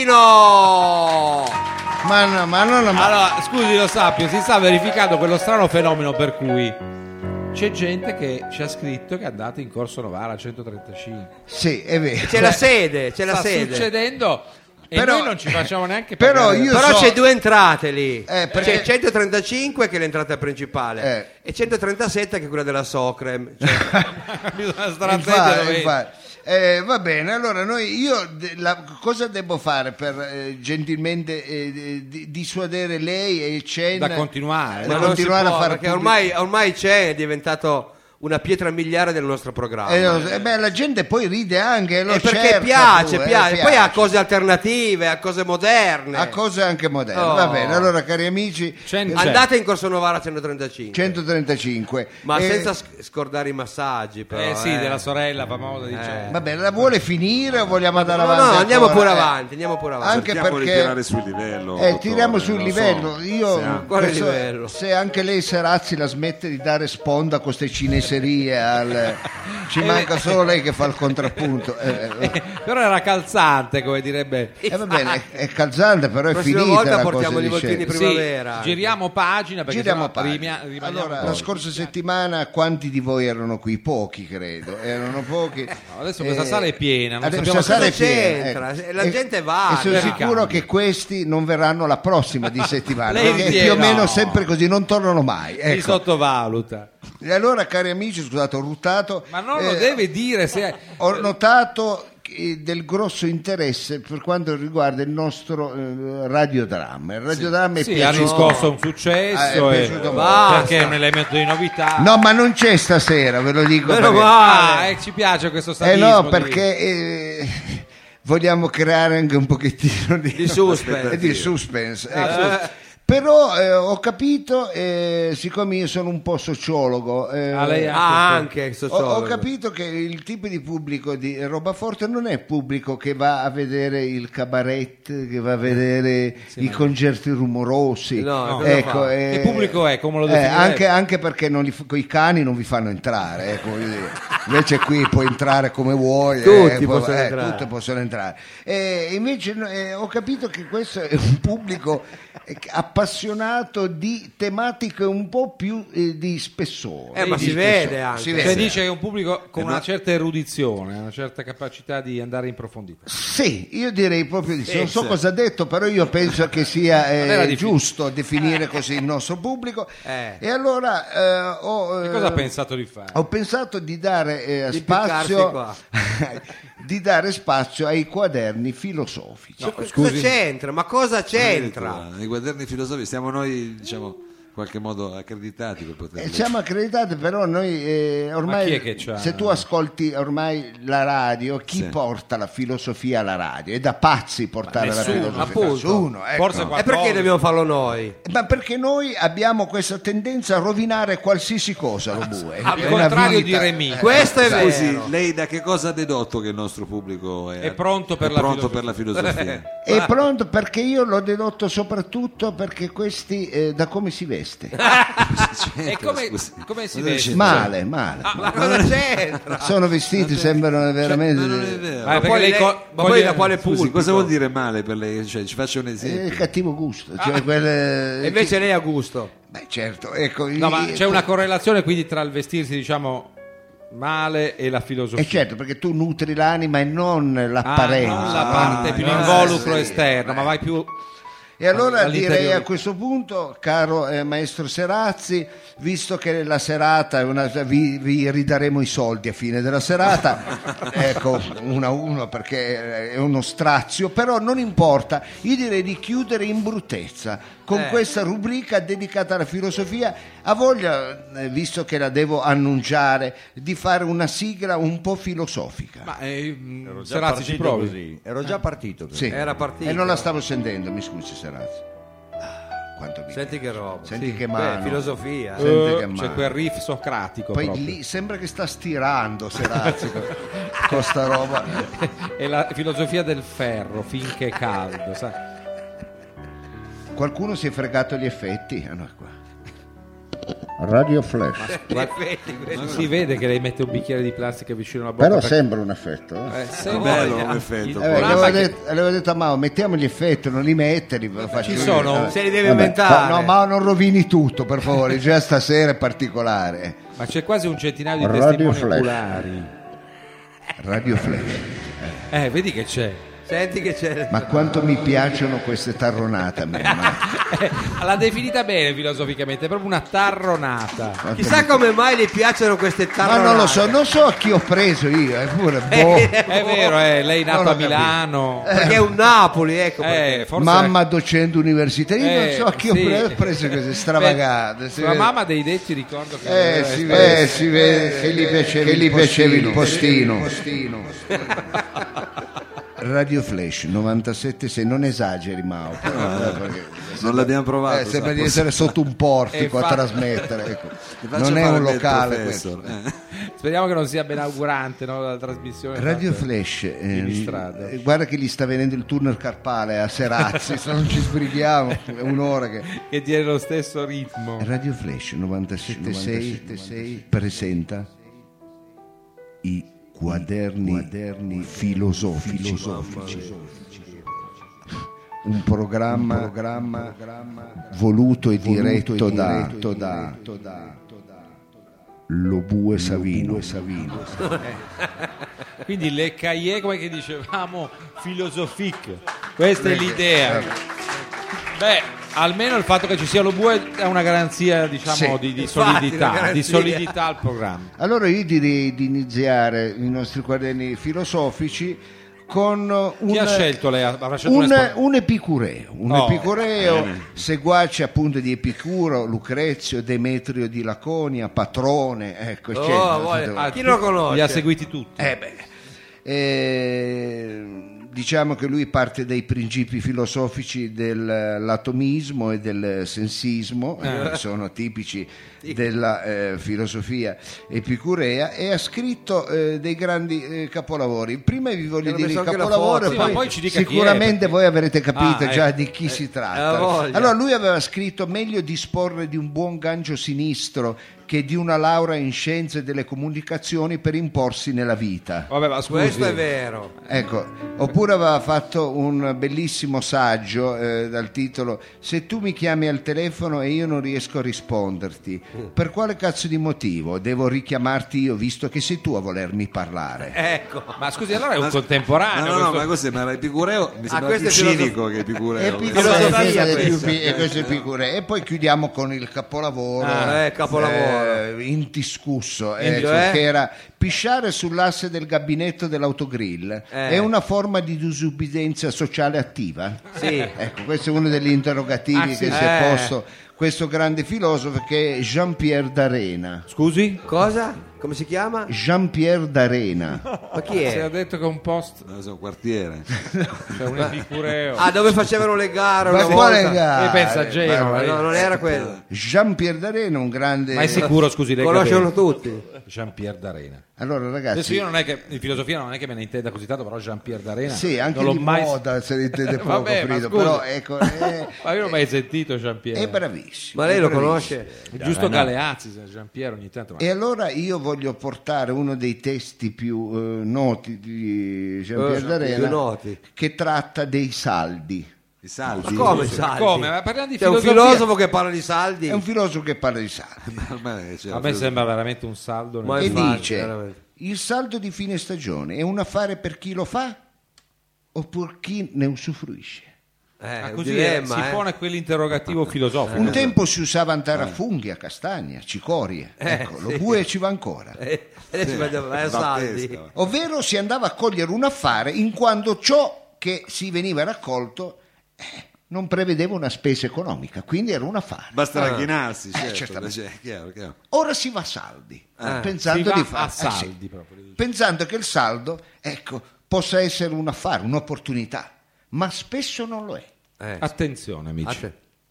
Speaker 1: Torino.
Speaker 2: Ma, no, ma non ma-
Speaker 4: Allora, scusi, lo sappio, si sta verificando quello strano fenomeno per cui c'è gente che ci ha scritto che è andata in Corso Novara centotrentacinque.
Speaker 2: sì, è vero.
Speaker 1: C'è la sede, c'è la
Speaker 4: Sta
Speaker 1: sede.
Speaker 4: succedendo e
Speaker 2: Però-
Speaker 4: noi non ci facciamo neanche
Speaker 2: però
Speaker 4: pagare.
Speaker 2: io
Speaker 1: Però
Speaker 2: so-
Speaker 1: c'è due entrate lì.
Speaker 2: Eh, perché-
Speaker 1: C'è centotrentacinque che è l'entrata principale
Speaker 2: Eh.
Speaker 1: e centotrentasette che è quella della Socrem. Cioè,
Speaker 4: Bisogna stare attenti
Speaker 2: Infatti,
Speaker 4: dove-
Speaker 2: infatti. Eh, va bene, allora noi io de- la- cosa devo fare per eh, gentilmente eh, di- dissuadere lei e il Chen
Speaker 4: Da continuare.
Speaker 2: da
Speaker 1: ma non si
Speaker 2: continuare
Speaker 1: può,
Speaker 2: a fare
Speaker 1: perché
Speaker 2: pubblic-
Speaker 1: ormai, ormai c'è, è diventato una pietra miliare del nostro programma.
Speaker 2: Eh, no, eh, beh, la gente poi ride anche, lo
Speaker 1: E perché
Speaker 2: cerca
Speaker 1: piace,
Speaker 2: tu, eh,
Speaker 1: piace, poi ha cose alternative, ha cose moderne.
Speaker 2: a cose anche moderne.
Speaker 1: Oh.
Speaker 2: Va bene, allora cari amici,
Speaker 4: C'è-
Speaker 2: eh,
Speaker 1: Andate in Corso Novara centotrentacinque.
Speaker 2: centotrentacinque.
Speaker 1: Ma
Speaker 2: Eh,
Speaker 1: senza sc- scordare i massaggi, però.
Speaker 4: Eh sì,
Speaker 1: eh.
Speaker 4: della sorella famosa di Chen.
Speaker 2: Va bene, la vuole finire o vogliamo andare
Speaker 1: No,
Speaker 2: avanti?
Speaker 1: no, andiamo
Speaker 2: ancora?
Speaker 1: pure
Speaker 2: Eh,
Speaker 1: avanti, andiamo pure avanti.
Speaker 2: Anche
Speaker 6: Cerchiamo di
Speaker 2: perché-
Speaker 6: tirare sul livello.
Speaker 2: Eh,
Speaker 6: dottore,
Speaker 2: tiriamo sul
Speaker 6: non lo
Speaker 2: livello.
Speaker 6: so.
Speaker 2: Io
Speaker 6: Sì, ah.
Speaker 1: Quale
Speaker 2: penso-
Speaker 1: livello?
Speaker 2: se anche lei Serazzi la smette di dare sponda a queste cineserie, al- ci manca solo lei che fa il contrappunto. Eh, eh,
Speaker 4: Però era calzante, come direbbe.
Speaker 2: eh, va bene, è, è calzante, però è
Speaker 1: La prossima
Speaker 2: finita
Speaker 1: volta
Speaker 2: la
Speaker 1: portiamo
Speaker 2: cosa
Speaker 1: i
Speaker 2: di
Speaker 1: voltini
Speaker 2: scena.
Speaker 1: primavera.
Speaker 4: Sì, giriamo pagina perché
Speaker 2: Giriamo
Speaker 4: sennò
Speaker 2: pagina.
Speaker 4: rimia- rimaniamo
Speaker 2: Allora,
Speaker 4: con-
Speaker 2: la scorsa settimana quanti di voi erano qui? Pochi, credo. Erano pochi.
Speaker 4: adesso questa sala è piena, non
Speaker 2: adesso
Speaker 4: sappiamo
Speaker 2: questa sala è
Speaker 1: cosa
Speaker 2: piena,
Speaker 1: c'entra.
Speaker 2: ecco.
Speaker 1: La
Speaker 2: E-
Speaker 1: gente va,
Speaker 2: E sono
Speaker 1: per
Speaker 2: sicuro
Speaker 4: cambio.
Speaker 2: che questi non verranno la prossima di settimana.
Speaker 4: Lei
Speaker 2: Perché
Speaker 4: viene,
Speaker 2: più o meno
Speaker 4: no.
Speaker 2: sempre così, non tornano mai.
Speaker 4: si
Speaker 2: Ecco.
Speaker 4: sottovaluta.
Speaker 2: E allora, cari amici, scusate, ho ruttato.
Speaker 4: Ma non lo
Speaker 2: eh,
Speaker 4: deve dire se
Speaker 2: Ho notato eh, del grosso interesse per quanto riguarda il nostro eh, radiodramma. Il radiodramma è
Speaker 4: sì, ha
Speaker 2: piaciuto.
Speaker 4: riscosso un successo
Speaker 2: Ah, è
Speaker 4: e-
Speaker 2: piaciuto molto.
Speaker 4: perché è un elemento di novità.
Speaker 2: No, ma non c'è stasera, ve lo dico.
Speaker 1: Meno
Speaker 2: perché-
Speaker 1: male.
Speaker 4: Ah, eh, ci piace questo
Speaker 2: Eh
Speaker 4: sadismo
Speaker 2: no,
Speaker 4: di-
Speaker 2: perché eh, vogliamo creare anche un pochettino di,
Speaker 1: Di suspense.
Speaker 2: di suspense.
Speaker 1: Eh,
Speaker 2: ecco. Però eh, ho capito, eh, siccome io sono un po' sociologo, eh,
Speaker 4: Ah, lei anche,
Speaker 1: Ah,
Speaker 4: sì.
Speaker 1: anche il
Speaker 2: ho,
Speaker 1: sociologo.
Speaker 2: ho capito che il tipo di pubblico di Robaforte non è pubblico che va a vedere il cabaret, che va a vedere i concerti rumorosi.
Speaker 1: No,
Speaker 2: ecco,
Speaker 1: cosa fa?
Speaker 2: eh,
Speaker 4: Che pubblico è? Come lo
Speaker 2: eh,
Speaker 4: definirebbe?
Speaker 2: anche, anche perché non li, coi cani non vi fanno entrare, ecco, voglio dire. Invece qui puoi entrare come vuoi,
Speaker 1: Tutti
Speaker 2: eh,
Speaker 1: possono
Speaker 2: eh,
Speaker 1: entrare.
Speaker 2: tutti possono entrare. E invece no, eh, ho capito che questo è un pubblico eh, appassionato di tematiche un po' più eh, di spessore.
Speaker 1: Eh, ma
Speaker 2: di
Speaker 1: si
Speaker 2: spessore.
Speaker 1: vede anche.
Speaker 2: Si
Speaker 4: Cioè
Speaker 2: vede.
Speaker 4: dice che è un pubblico con
Speaker 5: Eh,
Speaker 4: una
Speaker 5: ma-
Speaker 4: certa erudizione, una certa capacità di andare in profondità.
Speaker 2: Sì, io direi proprio di sì. Non so
Speaker 1: sì.
Speaker 2: cosa ha detto, però io penso che sia eh,
Speaker 4: Non era difficile.
Speaker 2: giusto definire così il nostro pubblico.
Speaker 1: Eh.
Speaker 2: E allora eh, ho,
Speaker 4: Che
Speaker 2: eh,
Speaker 4: cosa ha pensato di fare?
Speaker 2: ho pensato di dare eh,
Speaker 1: Di
Speaker 2: spazio
Speaker 1: qua.
Speaker 2: di dare spazio ai quaderni filosofici.
Speaker 1: Ma cosa c'entra? Ma cosa c'entra?
Speaker 5: I quaderni filosofici siamo noi, diciamo, in qualche modo accreditati per poter
Speaker 2: Eh, siamo accreditati, però noi eh, ormai
Speaker 4: Ma chi è che c'ha?
Speaker 2: se tu ascolti ormai la radio, chi
Speaker 5: Sì.
Speaker 2: porta la filosofia alla radio? È da pazzi portare la
Speaker 4: nessuno,
Speaker 2: filosofia.
Speaker 1: appunto.
Speaker 2: Nessuno, ecco.
Speaker 4: Forse
Speaker 1: E
Speaker 4: qualcosa.
Speaker 1: perché dobbiamo farlo noi?
Speaker 2: Ma perché noi abbiamo questa tendenza a rovinare qualsiasi cosa, lo bue.
Speaker 4: Al
Speaker 2: È una
Speaker 4: contrario
Speaker 2: vita.
Speaker 4: di Remy.
Speaker 2: Eh,
Speaker 1: Questo è
Speaker 5: Scusi,
Speaker 1: vero.
Speaker 5: lei da che cosa ha dedotto che il nostro pubblico è,
Speaker 4: È pronto per
Speaker 5: è
Speaker 4: la
Speaker 5: pronto
Speaker 4: filosofia?
Speaker 5: per la filosofia?
Speaker 2: È pronto perché io l'ho dedotto soprattutto perché questi eh, da come si veste.
Speaker 4: E come, come si
Speaker 5: Cosa
Speaker 4: vede?
Speaker 5: c'è?
Speaker 2: Male, male.
Speaker 1: Ma cosa c'entra?
Speaker 2: Sono vestiti, sembrano veramente.
Speaker 5: Ma non è vero.
Speaker 4: Ma
Speaker 1: Ma
Speaker 4: perché
Speaker 1: poi,
Speaker 4: lei
Speaker 1: lei-
Speaker 4: co-
Speaker 1: ma poi
Speaker 4: coglie-
Speaker 1: da quale
Speaker 5: Scusi,
Speaker 1: pubblico?
Speaker 5: cosa vuol dire male per lei? Cioè, ci faccia un
Speaker 2: È
Speaker 5: esempio.
Speaker 2: cattivo gusto. Cioè quelle-
Speaker 1: E invece lei ha gusto.
Speaker 2: Beh, certo, ecco.
Speaker 4: No, ma
Speaker 2: i-
Speaker 4: c'è una correlazione quindi tra il vestirsi, diciamo, male e la filosofia.
Speaker 2: Eh certo, perché tu nutri l'anima e non
Speaker 4: Ah,
Speaker 2: l'apparenza.
Speaker 4: non la parte più
Speaker 2: Ah,
Speaker 4: l'involucro
Speaker 2: sì.
Speaker 4: esterno, ma vai più.
Speaker 2: E allora
Speaker 4: all'interiore.
Speaker 2: direi a questo punto, caro eh, maestro Serazzi, visto che la serata è una, vi, vi ridaremo i soldi a fine della serata, ecco, uno a uno perché è uno strazio, però non importa, io direi di chiudere in bruttezza con
Speaker 1: Eh.
Speaker 2: questa rubrica dedicata alla filosofia. Ha voglia, eh, visto che la devo annunciare, di fare una sigla un po' filosofica?
Speaker 4: Ma eh,
Speaker 3: Ero già
Speaker 4: Serazzi ci
Speaker 3: partito
Speaker 4: provi.
Speaker 3: così. Ero già partito così.
Speaker 2: Sì.
Speaker 1: Era partito.
Speaker 2: E non la stavo sentendo, mi scusi Serazzi. Ah, quanto mi
Speaker 1: Senti che roba.
Speaker 2: Senti
Speaker 1: Sì.
Speaker 2: che
Speaker 1: Beh,
Speaker 2: mano.
Speaker 1: filosofia.
Speaker 2: Senti
Speaker 4: Eh,
Speaker 2: che
Speaker 4: c'è
Speaker 2: male.
Speaker 4: quel riff socratico
Speaker 2: Poi
Speaker 4: proprio.
Speaker 2: lì sembra che sta stirando Serazzi con, con sta roba.
Speaker 4: È la filosofia del ferro finché è caldo, sai?
Speaker 2: Qualcuno si è fregato gli effetti? Ah, no, è qua. Radio Flash.
Speaker 1: In effetti, questo-
Speaker 4: Non si vede che lei mette un bicchiere di plastica vicino alla bocca.
Speaker 2: Però
Speaker 4: perché-
Speaker 2: sembra un effetto. Eh.
Speaker 4: Eh, se
Speaker 5: È bello
Speaker 4: voglia.
Speaker 5: come effetto.
Speaker 4: Il
Speaker 2: Eh,
Speaker 4: programma
Speaker 2: l'avevo,
Speaker 4: che-
Speaker 2: detto, l'avevo detto a Mao, mettiamo gli effetti, non li metterli.
Speaker 4: Ci sono-
Speaker 1: Se li deve
Speaker 2: Vabbè,
Speaker 1: inventare.
Speaker 2: fa- No, Mao, non rovini tutto, per favore. Già stasera è particolare.
Speaker 4: Ma c'è quasi un centinaio di
Speaker 2: Radio
Speaker 4: testimoni
Speaker 2: Flash.
Speaker 4: oculari.
Speaker 2: Radio Flash.
Speaker 4: Eh, vedi che c'è.
Speaker 1: Senti che c'è.
Speaker 2: Ma quanto mi piacciono queste tarronate a me. ma-
Speaker 4: Eh, l'ha definita bene filosoficamente, è proprio una tarronata.
Speaker 1: Chissà come mai le piacciono queste
Speaker 2: Ma
Speaker 1: tarronate.
Speaker 2: non lo so, non so a chi ho preso io, eppure boh.
Speaker 4: È vero, eh, lei è
Speaker 2: Non
Speaker 4: nata
Speaker 2: l'ho
Speaker 4: a
Speaker 2: capito.
Speaker 4: Milano.
Speaker 1: Perché è un Napoli, ecco. perché.
Speaker 4: Eh, forse
Speaker 2: Mamma docente universitaria, io
Speaker 4: Eh,
Speaker 2: non so a chi ho
Speaker 4: sì.
Speaker 2: preso, ho preso queste stravagate.
Speaker 4: Beh,
Speaker 2: si
Speaker 4: sua
Speaker 2: vede.
Speaker 4: mamma dei detti ricordo che
Speaker 2: Eh,
Speaker 4: aveva
Speaker 2: si
Speaker 4: espresso-
Speaker 2: vede, si vede che gli piacevi, che gli piacevi il postino. Radio Flash novantasette sei, non esageri Mao, però, eh, perché
Speaker 5: Non l'abbiamo provato.
Speaker 2: eh, sembra
Speaker 5: sa,
Speaker 2: di essere sotto un portico
Speaker 4: Eh,
Speaker 2: a
Speaker 4: infatti.
Speaker 2: trasmettere, ecco.
Speaker 5: Ti faccio
Speaker 2: Non è
Speaker 5: fare
Speaker 2: un
Speaker 5: del
Speaker 2: locale
Speaker 5: professor,
Speaker 2: questo.
Speaker 5: eh.
Speaker 4: Speriamo che non sia benaugurante, no, la trasmissione.
Speaker 2: Radio
Speaker 4: fatta
Speaker 2: Flash,
Speaker 4: in
Speaker 2: ehm,
Speaker 4: strada.
Speaker 2: eh, guarda che gli sta venendo il tunnel carpale a Serazzi, se non ci sbrighiamo, è un'ora che...
Speaker 4: Che tiene lo stesso ritmo.
Speaker 2: Radio Flash novantasette sei presenta i quaderni, filosofici. Un programma, programma voluto e diretto da, da Lobue Savino.
Speaker 4: Quindi le cahiers, come che dicevamo, philosophique. Questa è l'idea. Beh, almeno il fatto che ci sia lo bue è una garanzia, diciamo,
Speaker 2: Sì.
Speaker 4: di, di
Speaker 1: Infatti, una
Speaker 4: solidità,
Speaker 1: garanzia.
Speaker 4: di solidità al programma.
Speaker 2: Allora io direi di iniziare i nostri quaderni filosofici con un,
Speaker 4: Chi ha scelto lei? Avrà scelto
Speaker 2: un,
Speaker 4: un esponente?
Speaker 2: un epicureo, un
Speaker 4: Oh,
Speaker 2: epicureo seguace appunto di Epicuro, Lucrezio, Demetrio di Laconia, Patrone, ecco,
Speaker 1: Oh,
Speaker 2: eccetera.
Speaker 1: voglia-
Speaker 2: Tutto-
Speaker 1: ah, chi lo conosce?
Speaker 4: Li ha seguiti tutti.
Speaker 2: Eh beh, eh, diciamo che lui parte dai principi filosofici dell'atomismo e del sensismo,
Speaker 4: Eh.
Speaker 2: che sono tipici della eh, filosofia epicurea, e ha scritto eh, dei grandi eh, capolavori. Prima vi voglio
Speaker 1: Hanno
Speaker 2: dire il
Speaker 1: messo anche la
Speaker 2: capolavoro,
Speaker 1: foto.
Speaker 2: e
Speaker 4: Sì, ma
Speaker 2: poi,
Speaker 4: poi ci dica chi è,
Speaker 2: sicuramente
Speaker 4: perché-
Speaker 2: voi avrete capito
Speaker 4: Ah,
Speaker 2: già
Speaker 4: ecco.
Speaker 2: di chi si
Speaker 1: Eh,
Speaker 2: tratta.
Speaker 1: voglia.
Speaker 2: Allora, lui aveva scritto: meglio disporre di un buon gancio sinistro che di una laurea in scienze delle comunicazioni per imporsi nella vita.
Speaker 4: Vabbè, ma scusi.
Speaker 1: Questo è vero.
Speaker 2: Ecco, oppure aveva fatto un bellissimo saggio eh, dal titolo: se tu mi chiami al telefono e io non riesco a risponderti, per quale cazzo di motivo devo richiamarti io, visto che sei tu a volermi parlare?
Speaker 1: Ecco.
Speaker 4: Ma scusi, allora è un
Speaker 5: Ma-
Speaker 4: contemporaneo.
Speaker 5: No, no, no,
Speaker 4: questo-
Speaker 5: ma cos'è? Ma Epicureo mi sembra
Speaker 1: questo
Speaker 5: più
Speaker 1: è filosof-
Speaker 5: cinico che Epicureo.
Speaker 2: Epicureo,
Speaker 1: filosofia
Speaker 2: questo è
Speaker 1: questa.
Speaker 2: più- e questo è Epicureo. E poi chiudiamo con il capolavoro,
Speaker 1: Ah, eh, capolavoro.
Speaker 2: eh, indiscusso, eh,
Speaker 1: Indi-
Speaker 2: cioè
Speaker 1: eh?
Speaker 2: che era: pisciare sull'asse del gabinetto dell'autogrill
Speaker 1: Eh.
Speaker 2: è una forma di disubbidienza sociale attiva?
Speaker 1: Sì.
Speaker 2: Ecco, questo è uno degli interrogativi
Speaker 4: Ah,
Speaker 2: che
Speaker 4: sì.
Speaker 2: si è
Speaker 1: Eh.
Speaker 2: posto questo grande filosofo, che è Jean-Pierre D'Arena.
Speaker 4: Scusi?
Speaker 1: Cosa? Come si chiama?
Speaker 2: Jean-Pierre D'Arena.
Speaker 1: Ma chi
Speaker 4: Si è
Speaker 1: è?
Speaker 4: detto che è un post,
Speaker 5: Non so, un quartiere.
Speaker 4: cioè un epicureo.
Speaker 1: Ah, dove facevano le gare
Speaker 2: Ma
Speaker 1: una
Speaker 2: quale
Speaker 1: volta?
Speaker 2: gare?
Speaker 4: E pensa a Genova.
Speaker 1: Ma
Speaker 4: eh.
Speaker 1: no, non era quello.
Speaker 2: Jean-Pierre D'Arena, un grande...
Speaker 4: Ma è sicuro, scusi, lei
Speaker 1: Conoscono
Speaker 4: che
Speaker 1: tutti.
Speaker 4: Jean-Pierre D'Arena.
Speaker 2: Allora
Speaker 4: Adesso
Speaker 2: ragazzi,
Speaker 4: io non è che in filosofia non è che me ne intenda così tanto, però Jean-Pierre D'Arena
Speaker 2: sì, anche
Speaker 4: non l'ho
Speaker 2: di
Speaker 4: mai
Speaker 2: moda se ne intende poco,
Speaker 4: Vabbè, ma
Speaker 2: Frido,
Speaker 4: scusi.
Speaker 2: però ecco, è,
Speaker 4: Ma io non ho mai sentito Jean-Pierre.
Speaker 2: è bravissimo.
Speaker 1: Ma lei
Speaker 2: è
Speaker 1: lo
Speaker 2: bravissimo.
Speaker 1: conosce?
Speaker 4: È giusto Galeazzi, se Jean-Pierre ogni tanto. Ma...
Speaker 2: E allora io voglio portare uno dei testi più eh, noti di Jean-Pierre
Speaker 1: Eh,
Speaker 2: D'Arena,
Speaker 1: più noti.
Speaker 2: che tratta dei saldi.
Speaker 5: I saldi.
Speaker 1: Come saldi?
Speaker 4: Come? Ma parliamo di
Speaker 1: C'è un
Speaker 4: filosofia.
Speaker 1: filosofo che parla di saldi.
Speaker 2: È un filosofo che parla di saldi
Speaker 5: Ormai c'è
Speaker 4: A
Speaker 5: la
Speaker 4: me
Speaker 5: filosofia.
Speaker 4: sembra veramente un saldo. nel-
Speaker 1: Ma
Speaker 2: e
Speaker 1: infatti,
Speaker 2: dice:
Speaker 1: veramente.
Speaker 2: il saldo di fine stagione è un affare per chi lo fa o per chi ne usufruisce?
Speaker 1: Eh,
Speaker 4: Ah,
Speaker 1: è un
Speaker 4: così
Speaker 1: dilemma,
Speaker 4: si
Speaker 1: eh.
Speaker 4: pone quell'interrogativo filosofico.
Speaker 2: Un tempo si usava andare a funghi, a castagni, a cicorie,
Speaker 1: Eh,
Speaker 2: ecco, lo
Speaker 1: sì.
Speaker 2: bue ci va ancora.
Speaker 1: Eh, e lei ci va vai a saldi.
Speaker 5: Battesca.
Speaker 2: Ovvero si andava a cogliere un affare in quanto ciò che si veniva raccolto eh, non prevedeva una spesa economica, quindi era un affare.
Speaker 5: Basta
Speaker 1: Ah.
Speaker 5: racchinarsi,
Speaker 2: Eh,
Speaker 5: certo.
Speaker 2: certamente.
Speaker 5: cioè, chiaro, chiaro.
Speaker 2: Ora si va a saldi,
Speaker 1: Ah.
Speaker 2: pensando
Speaker 4: Si va
Speaker 2: di
Speaker 4: a
Speaker 2: fare
Speaker 4: saldi proprio.
Speaker 2: pensando che il saldo, ecco, possa essere un affare, un'opportunità, ma spesso non lo è.
Speaker 1: Eh,
Speaker 4: Attenzione, amici.
Speaker 1: a te.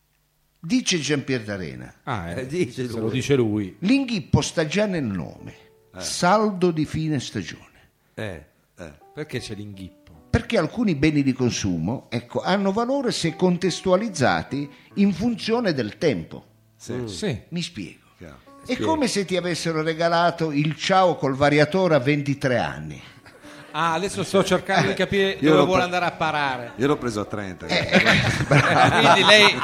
Speaker 2: Dice Jean-Pierre D'Arena:
Speaker 4: Ah, eh,
Speaker 1: Eh, dice
Speaker 4: se
Speaker 1: lui.
Speaker 4: lo dice lui.
Speaker 2: l'inghippo sta già nel nome, saldo di fine stagione.
Speaker 1: Eh.
Speaker 4: Perché c'è l'inghippo?
Speaker 2: Perché alcuni beni di consumo, ecco, hanno valore se contestualizzati in funzione del tempo.
Speaker 5: Sì,
Speaker 4: Sì.
Speaker 2: Mi spiego.
Speaker 5: chiaro.
Speaker 2: È come se ti avessero regalato il ciao col variatore a ventitré anni.
Speaker 4: Ah, adesso sto cercando di capire
Speaker 5: Io
Speaker 4: dove
Speaker 5: l'ho
Speaker 4: vuole
Speaker 5: pre-
Speaker 4: andare a parare.
Speaker 5: Io l'ho preso a trenta.
Speaker 4: Quindi lei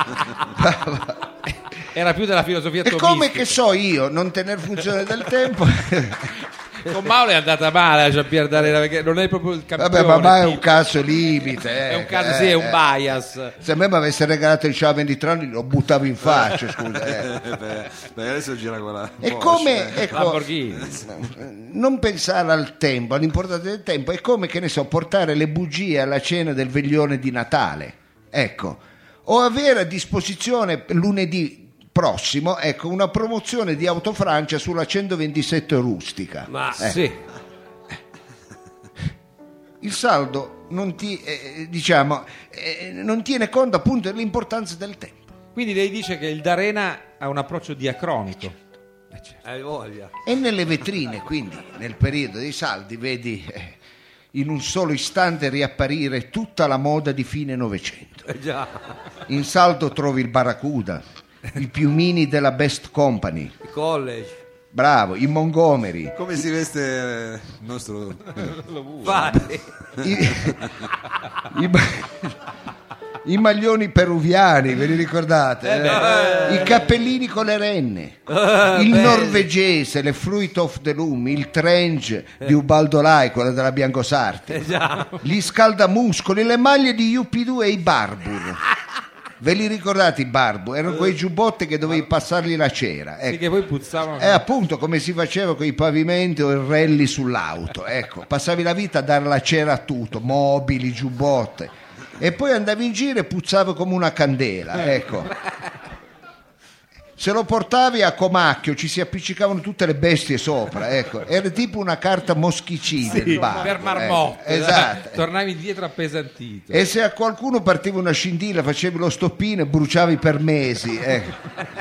Speaker 4: era più della filosofia
Speaker 2: E
Speaker 4: tomistica.
Speaker 2: come che so io non tener funzione del tempo?
Speaker 4: Con Mauro è andata male a Jean-Pierre D'Arena perché non è proprio il campione.
Speaker 2: Vabbè, ma mai è un
Speaker 4: tipo.
Speaker 2: caso limite.
Speaker 4: È un
Speaker 2: ecco,
Speaker 4: caso,
Speaker 2: eh,
Speaker 4: sì, è un
Speaker 2: eh.
Speaker 4: bias.
Speaker 2: Se a me mi avesse regalato il ciao a ventitré anni lo buttavo in faccia, scusa. eh.
Speaker 5: Beh, beh, adesso gira quella.
Speaker 2: E
Speaker 5: Porsche.
Speaker 2: come, ecco,
Speaker 4: Lamborghini.
Speaker 2: non pensare al tempo, all'importanza del tempo, è come, che ne so, portare le bugie alla cena del veglione di Natale, ecco, o avere a disposizione lunedì prossimo, ecco, una promozione di Autofrancia sulla centoventisette rustica.
Speaker 1: Ma
Speaker 2: Eh,
Speaker 4: Sì.
Speaker 2: il saldo non, ti, eh, diciamo, eh, non tiene conto appunto dell'importanza del tempo.
Speaker 4: Quindi lei dice che il D'Arena ha un approccio diacronico.
Speaker 1: hai voglia.
Speaker 2: E nelle vetrine, quindi, nel periodo dei saldi, vedi eh, in un solo istante riapparire tutta la moda di fine Novecento.
Speaker 1: Eh già.
Speaker 2: In saldo trovi il Barracuda, i piumini della Best Company,
Speaker 1: Il college.
Speaker 2: bravo, i Montgomery,
Speaker 5: Come si veste eh, il nostro.
Speaker 1: Infatti.
Speaker 2: i, i, i maglioni peruviani, ve li ricordate? Eh? I cappellini con le renne, il norvegese, le Fruit of the Loom, il trench di Ubaldo Lai, quello della Biancosarti,
Speaker 1: Eh già.
Speaker 2: gli scaldamuscoli, le maglie di U P due e i Barbour. Ve li ricordate i Barbour? Erano quei giubbotti che dovevi passargli la cera.
Speaker 4: Sì,
Speaker 2: Ecco.
Speaker 4: che poi puzzavano.
Speaker 2: È appunto come si faceva con i pavimenti o il rally sull'auto, ecco, passavi la vita a dare la cera a tutto, mobili, giubbotte, e poi andavi in giro e puzzava come una candela, ecco. Se lo portavi a Comacchio ci si appiccicavano tutte le bestie sopra, ecco. Era tipo una carta moschicina
Speaker 4: Sì,
Speaker 2: il bar,
Speaker 4: per marmotte,
Speaker 2: ecco. Esatto.
Speaker 4: Tornavi indietro appesantito.
Speaker 2: E se a qualcuno partiva una scintilla, facevi lo stoppino e bruciavi per mesi, ecco.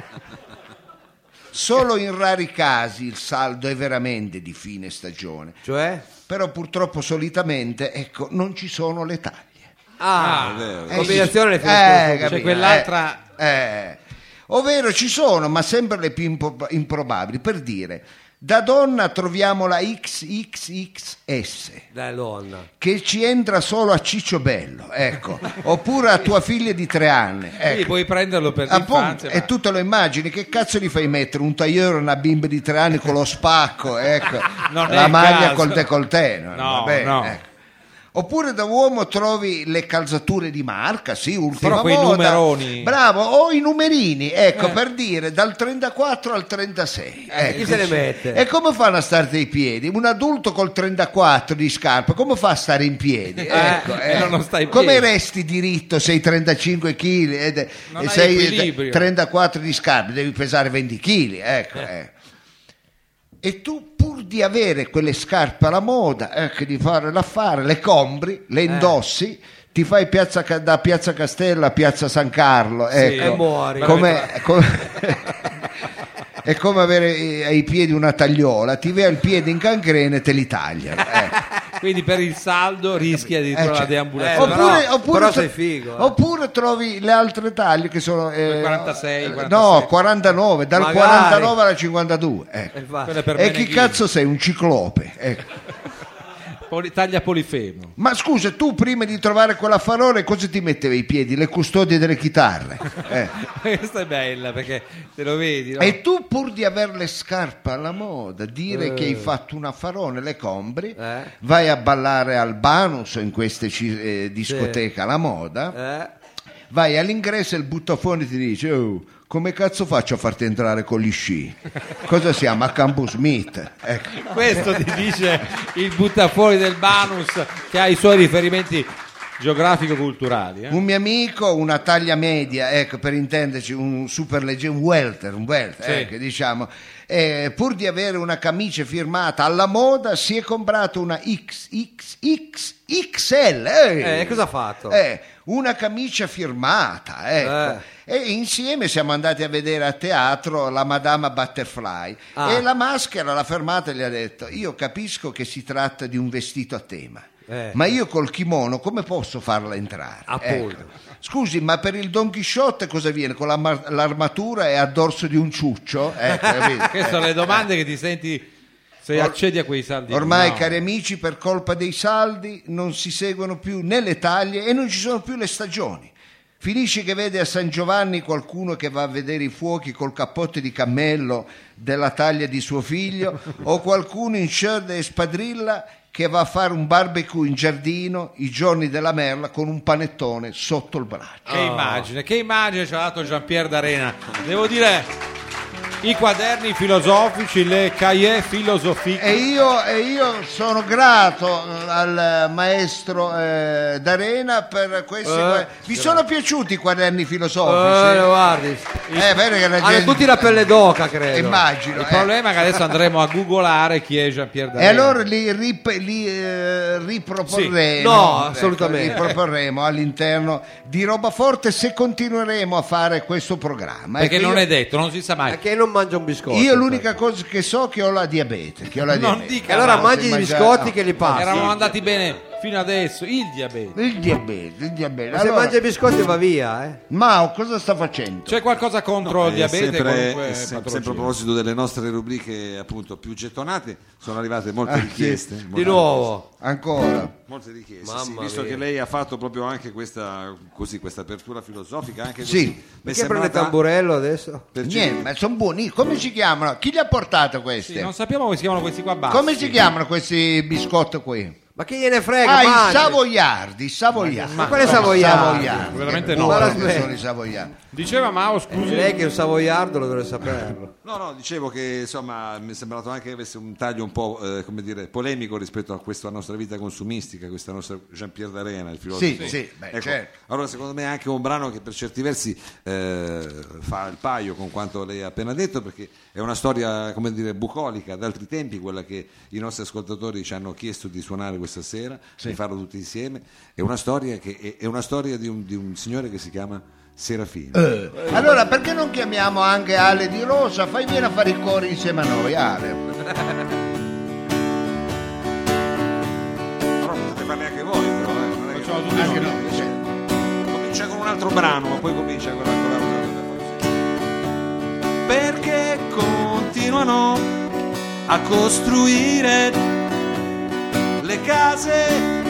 Speaker 2: Solo in rari casi il saldo è veramente di fine stagione,
Speaker 1: Cioè?
Speaker 2: però purtroppo solitamente, ecco, non ci sono le taglie.
Speaker 1: Ah,
Speaker 2: Eh,
Speaker 1: combinazione
Speaker 2: sì.
Speaker 1: le finestre
Speaker 2: Eh,
Speaker 1: del
Speaker 2: capito,
Speaker 4: C'è quell'altra-
Speaker 2: eh, eh. Ovvero ci sono, ma sempre le più impo- improbabili. Per dire, da donna troviamo la X X X S,
Speaker 1: Da donna.
Speaker 2: che ci entra solo a Ciccio Bello, ecco, oppure a tua figlia di tre anni.
Speaker 4: Sì,
Speaker 2: Ecco.
Speaker 4: puoi prenderlo per
Speaker 2: Appunto,
Speaker 4: l'infanzia.
Speaker 2: e
Speaker 4: ma-
Speaker 2: tu te lo immagini, che cazzo gli fai mettere un tagliore a una bimba di tre anni con lo spacco, ecco,
Speaker 4: Non è
Speaker 2: la
Speaker 4: il
Speaker 2: maglia
Speaker 4: caso.
Speaker 2: col décolleté, no?
Speaker 4: No,
Speaker 2: Va bene,
Speaker 4: no.
Speaker 2: ecco. Oppure da uomo trovi le calzature di marca, sì, ultima
Speaker 4: Però quei
Speaker 2: moda.
Speaker 4: numeroni.
Speaker 2: Bravo, o i numerini, ecco,
Speaker 4: Eh.
Speaker 2: per dire dal trentaquattro al trentasei.
Speaker 1: Eh, chi se le mette?
Speaker 2: E come fanno a starti in piedi? Un adulto col trentaquattro di scarpe, come fa a stare in piedi? Ecco,
Speaker 4: e non sta in
Speaker 2: come
Speaker 4: piedi.
Speaker 2: resti diritto, sei trentacinque chili e,
Speaker 4: Non
Speaker 2: e
Speaker 4: hai
Speaker 2: sei
Speaker 4: equilibrio.
Speaker 2: trentaquattro di scarpe, devi pesare venti chili, ecco. eh. E tu, pur di avere quelle scarpe alla moda, ecco, di fare l'affare, le compri, le indossi, ti fai piazza, Ca- da Piazza Castello a Piazza San Carlo, ecco.
Speaker 1: E muori.
Speaker 2: Come, come- è come avere eh, ai piedi una tagliola, ti vai il piede in cancrena e te li tagliano. eh.
Speaker 4: Quindi per il saldo rischi addirittura
Speaker 2: Eh,
Speaker 4: la
Speaker 2: cioè,
Speaker 4: deambulazione.
Speaker 1: però-
Speaker 2: oppure, oppure
Speaker 1: però
Speaker 2: tro-
Speaker 1: sei figo, eh.
Speaker 2: oppure trovi le altre taglie che sono eh,
Speaker 4: quarantasei,
Speaker 2: eh,
Speaker 4: quarantasette.
Speaker 2: no, quarantanove, dal
Speaker 1: Magari.
Speaker 2: quarantanove alla cinquantadue, ecco.
Speaker 1: E va.
Speaker 4: Quella per
Speaker 2: E chi
Speaker 4: Meneghini.
Speaker 2: cazzo sei? Un ciclope, ecco.
Speaker 4: Poli- taglia polifemo.
Speaker 2: Ma scusa, tu prima di trovare quell'affarone cosa ti mettevi ai piedi? Le custodie delle chitarre, eh.
Speaker 4: Questa è bella perché te lo vedi, no?
Speaker 2: E tu, pur di avere le scarpe alla moda, dire che hai fatto un affarone, le compri,
Speaker 1: Eh.
Speaker 2: vai a ballare al Banus o in queste ci- eh, discoteche alla moda,
Speaker 1: Eh?
Speaker 2: vai all'ingresso e il buttafuori ti dice: oh, come cazzo faccio a farti entrare con gli sci? Cosa siamo? A Campo Smith? Ecco.
Speaker 4: Questo ti dice il buttafuori del Banus che ha i suoi riferimenti geografico-culturali. eh?
Speaker 2: Un mio amico, una taglia media, ecco, per intenderci, un super leggero, un welter, un welter,
Speaker 4: Sì.
Speaker 2: ecco, diciamo, eh, pur di avere una camicia firmata alla moda, si è comprato una X X X X L. Eh,
Speaker 1: Eh, cosa ha fatto?
Speaker 2: Eh, una camicia firmata, ecco. E insieme siamo andati a vedere a teatro la Madama Butterfly
Speaker 1: Ah.
Speaker 2: e la maschera, la fermata, gli ha detto: io capisco che si tratta di un vestito a tema,
Speaker 1: Eh.
Speaker 2: ma io col kimono come posso farla entrare?
Speaker 1: Appunto.
Speaker 2: Ecco. Scusi, ma per il Don Chisciotte cosa viene? Con la mar- l'armatura e a dorso di un ciuccio? Ecco, capito?
Speaker 4: Queste sono le domande che ti senti se
Speaker 2: Or-
Speaker 4: accedi a quei saldi.
Speaker 2: Ormai,
Speaker 4: No.
Speaker 2: cari amici, per colpa dei saldi non si seguono più né le taglie e non ci sono più le stagioni. Finisce che vede a San Giovanni qualcuno che va a vedere i fuochi col cappotto di cammello della taglia di suo figlio o qualcuno in shirt e spadrilla che va a fare un barbecue in giardino i giorni della merla con un panettone sotto il braccio.
Speaker 4: Che immagine, che immagine ci ha dato Giampier D'Arena. Devo dire, i quaderni filosofici, le cahiers philosophiques.
Speaker 2: E io, e io sono grato eh, al maestro eh, D'Arena per questi.
Speaker 1: Eh,
Speaker 2: Vi sono piaciuti i quaderni
Speaker 1: Eh,
Speaker 2: filosofici?
Speaker 1: guardi.
Speaker 2: Eh, vero che la
Speaker 1: Hanno
Speaker 2: gente-
Speaker 1: tutti la pelle d'oca, credo.
Speaker 2: Immagino.
Speaker 4: Il
Speaker 2: eh.
Speaker 4: problema è che adesso andremo a googolare chi è Giampier
Speaker 2: E
Speaker 4: D'Arena.
Speaker 2: allora li, rip- li, eh, riproporremo,
Speaker 1: Sì. No,
Speaker 2: ecco,
Speaker 1: assolutamente.
Speaker 2: riproporremo all'interno di Roba Forte se continueremo a fare questo programma.
Speaker 4: Perché
Speaker 2: Ecco,
Speaker 4: non
Speaker 2: io,
Speaker 4: è detto, non si sa mai.
Speaker 1: Perché non mangia un biscotto?
Speaker 2: io l'unica cosa che so è che ho la diabete. Che ho la
Speaker 4: Non
Speaker 2: diabete.
Speaker 4: dica
Speaker 1: E allora
Speaker 4: no,
Speaker 1: mangi i
Speaker 2: se mangia-
Speaker 1: biscotti
Speaker 2: no.
Speaker 1: che li passi.
Speaker 4: Eravamo andati bene fino adesso, il diabete.
Speaker 2: Il diabete, il diabete.
Speaker 1: Ma se
Speaker 2: Allora,
Speaker 1: mangia i biscotti va via, eh?
Speaker 2: Mao, cosa sta facendo?
Speaker 4: C'è qualcosa contro il
Speaker 5: Eh,
Speaker 4: diabete?
Speaker 5: sempre,
Speaker 4: qualunque
Speaker 5: eh, sem-
Speaker 4: patologia?
Speaker 5: sempre a proposito delle nostre rubriche appunto più gettonate, sono arrivate molte
Speaker 2: Ah,
Speaker 5: richieste.
Speaker 2: sì.
Speaker 5: molte
Speaker 1: Di nuovo.
Speaker 2: Ancora.
Speaker 5: richieste, molte richieste, sì,
Speaker 1: Mamma
Speaker 5: visto
Speaker 1: mia.
Speaker 5: che lei ha fatto proprio anche questa così questa apertura filosofica anche
Speaker 2: Sì.
Speaker 5: così. Mi è
Speaker 1: Perché prende
Speaker 5: sembrata-
Speaker 1: tamburello adesso?
Speaker 5: per
Speaker 2: Niente, ma sono buoni. Come si chiamano? Chi li ha portato questi?
Speaker 4: Sì, non sappiamo come si chiamano questi qua bassi.
Speaker 2: Come si chiamano questi biscotti qui?
Speaker 1: Ma chi gliene frega?
Speaker 2: Ah, i
Speaker 1: mangi.
Speaker 2: savoiardi, i savoiardi.
Speaker 1: Ma quale savoiardi?
Speaker 2: Savoiardi.
Speaker 4: Veramente
Speaker 2: Che
Speaker 4: no.
Speaker 2: buoni
Speaker 1: Ma la
Speaker 2: che
Speaker 1: smetti.
Speaker 2: sono i savoiardi.
Speaker 4: Diceva Mao, scusi.
Speaker 1: Eh, lei che è un savoiardo lo dovrebbe saperlo.
Speaker 5: No, no, dicevo che insomma mi è sembrato anche che avesse un taglio un po' eh, come dire polemico rispetto a questa nostra vita consumistica, questa nostra Jean-Pierre D'Arena, il filosofo.
Speaker 2: Sì, sì, beh,
Speaker 5: Ecco,
Speaker 2: certo.
Speaker 5: allora secondo me è anche un brano che per certi versi eh, fa il paio con quanto lei ha appena detto, perché è una storia, come dire, bucolica d'altri tempi, quella che i nostri ascoltatori ci hanno chiesto di suonare questa sera, di farlo tutti insieme. È una storia che è, è una storia di un, di un signore che si chiama Serafino.
Speaker 2: Eh. Allora perché non chiamiamo anche Ale Di Rosa? Fai bene a fare i cori insieme a noi, Ale.
Speaker 5: Però potete farne anche voi, però, eh. Non è che-
Speaker 4: Facciamo tutti
Speaker 2: Anche
Speaker 4: noi.
Speaker 2: noi, sì.
Speaker 5: Comincia con un altro brano, ma poi comincia con l'altro brano. Perché continuano a costruire le case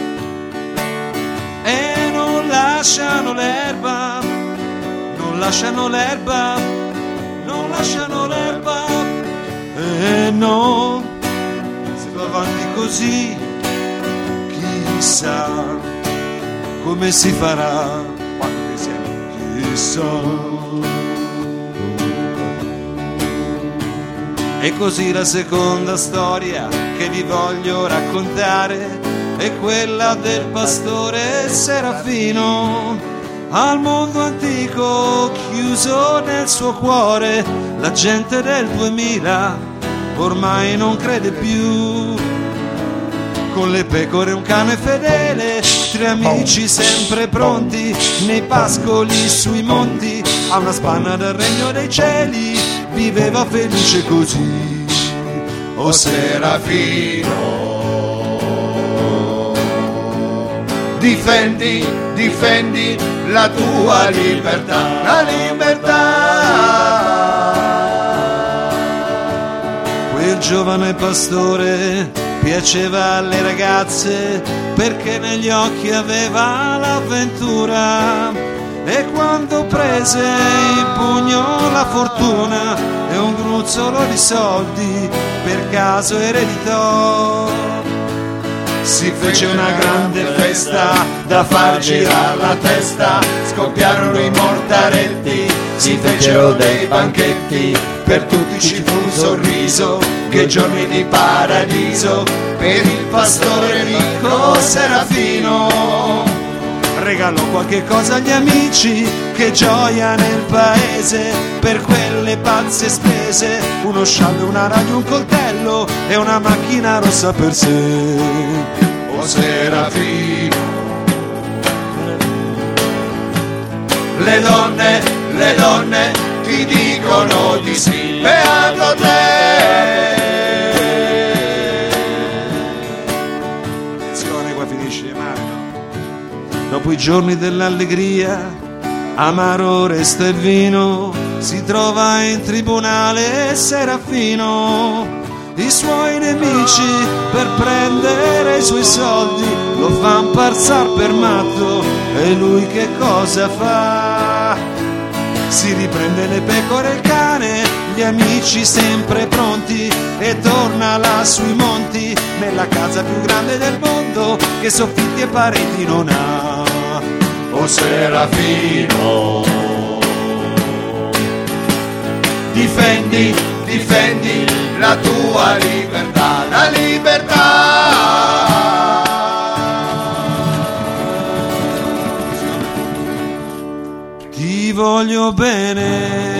Speaker 5: e non lasciano l'erba, non lasciano l'erba, non lasciano l'erba. E no, se va avanti così, chissà come si farà quando ti sei, chissà. E così la seconda storia che vi voglio raccontare è quella del pastore Serafino. Al mondo antico chiuso nel suo cuore, la gente del duemila ormai non crede più. Con le pecore e un cane fedele, tre amici sempre pronti, nei pascoli sui monti, a una spanna dal regno dei cieli, viveva felice così. O Serafino, difendi, difendi la tua libertà, la libertà. Quel giovane pastore piaceva alle ragazze perché negli occhi aveva l'avventura, e quando prese in pugno la fortuna e un gruzzolo di soldi per caso ereditò, si fece una grande festa da far girare la testa, scoppiarono i mortaretti, si fecero dei banchetti, per tutti ci fu un sorriso, che giorni di paradiso per il pastore ricco Serafino. Regalò qualche cosa agli amici, che gioia nel paese per quelle pazze spese, uno sciallo, una radio, un coltello e una macchina rossa per sé. O Serafino, le donne, le donne ti dicono di sì, beato te. Attenzione, qua finisce male, no? Dopo i giorni dell'allegria, amaro resta il vino, si trova in tribunale Serafino. I suoi nemici per prendere i suoi soldi lo fan passar per matto, e lui che cosa fa? Si riprende le pecore e il cane, gli amici sempre pronti, e torna là sui monti, nella casa più grande del mondo, che soffitti e pareti non ha. O Serafino, difendi, difendi la tua libertà, la libertà. Ti voglio bene.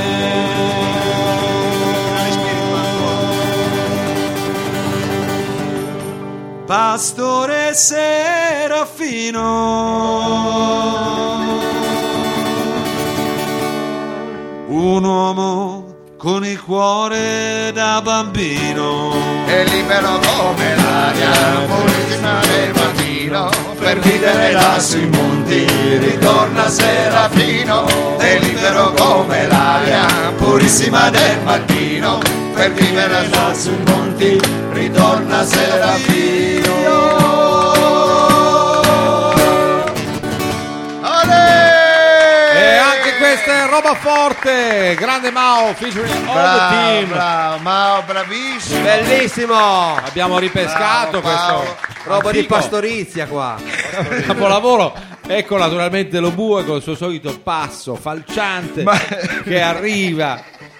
Speaker 5: Pastore Serafino, un uomo con il cuore da bambino,
Speaker 2: È libero come l'aria, purissima del mattino, per vivere là sui monti, ritorna Serafino. È libero come l'aria, purissima del mattino, per vivere là sui monti, ritorna Serafino.
Speaker 4: E anche questa è roba Roba Forte, grande Mao featuring all the
Speaker 2: Bravo,
Speaker 4: team.
Speaker 2: bravo, Mao, bravissimo.
Speaker 1: Bellissimo.
Speaker 4: Abbiamo ripescato
Speaker 2: Bravo, Paolo.
Speaker 4: questo
Speaker 1: Roba di
Speaker 4: antico
Speaker 1: pastorizia qua.
Speaker 4: capolavoro. Ecco naturalmente lo Bue con il suo solito passo falciante
Speaker 2: Ma-
Speaker 4: che arriva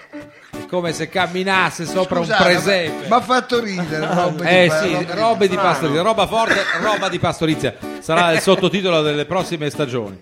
Speaker 4: come se camminasse sopra
Speaker 2: Scusate,
Speaker 4: un presepe.
Speaker 2: mi ha fatto ridere. roba
Speaker 4: Eh
Speaker 2: di-
Speaker 4: sì,
Speaker 2: roba di-
Speaker 4: robe di pastorizia, roba forte, roba di pastorizia. Sarà il sottotitolo delle prossime stagioni.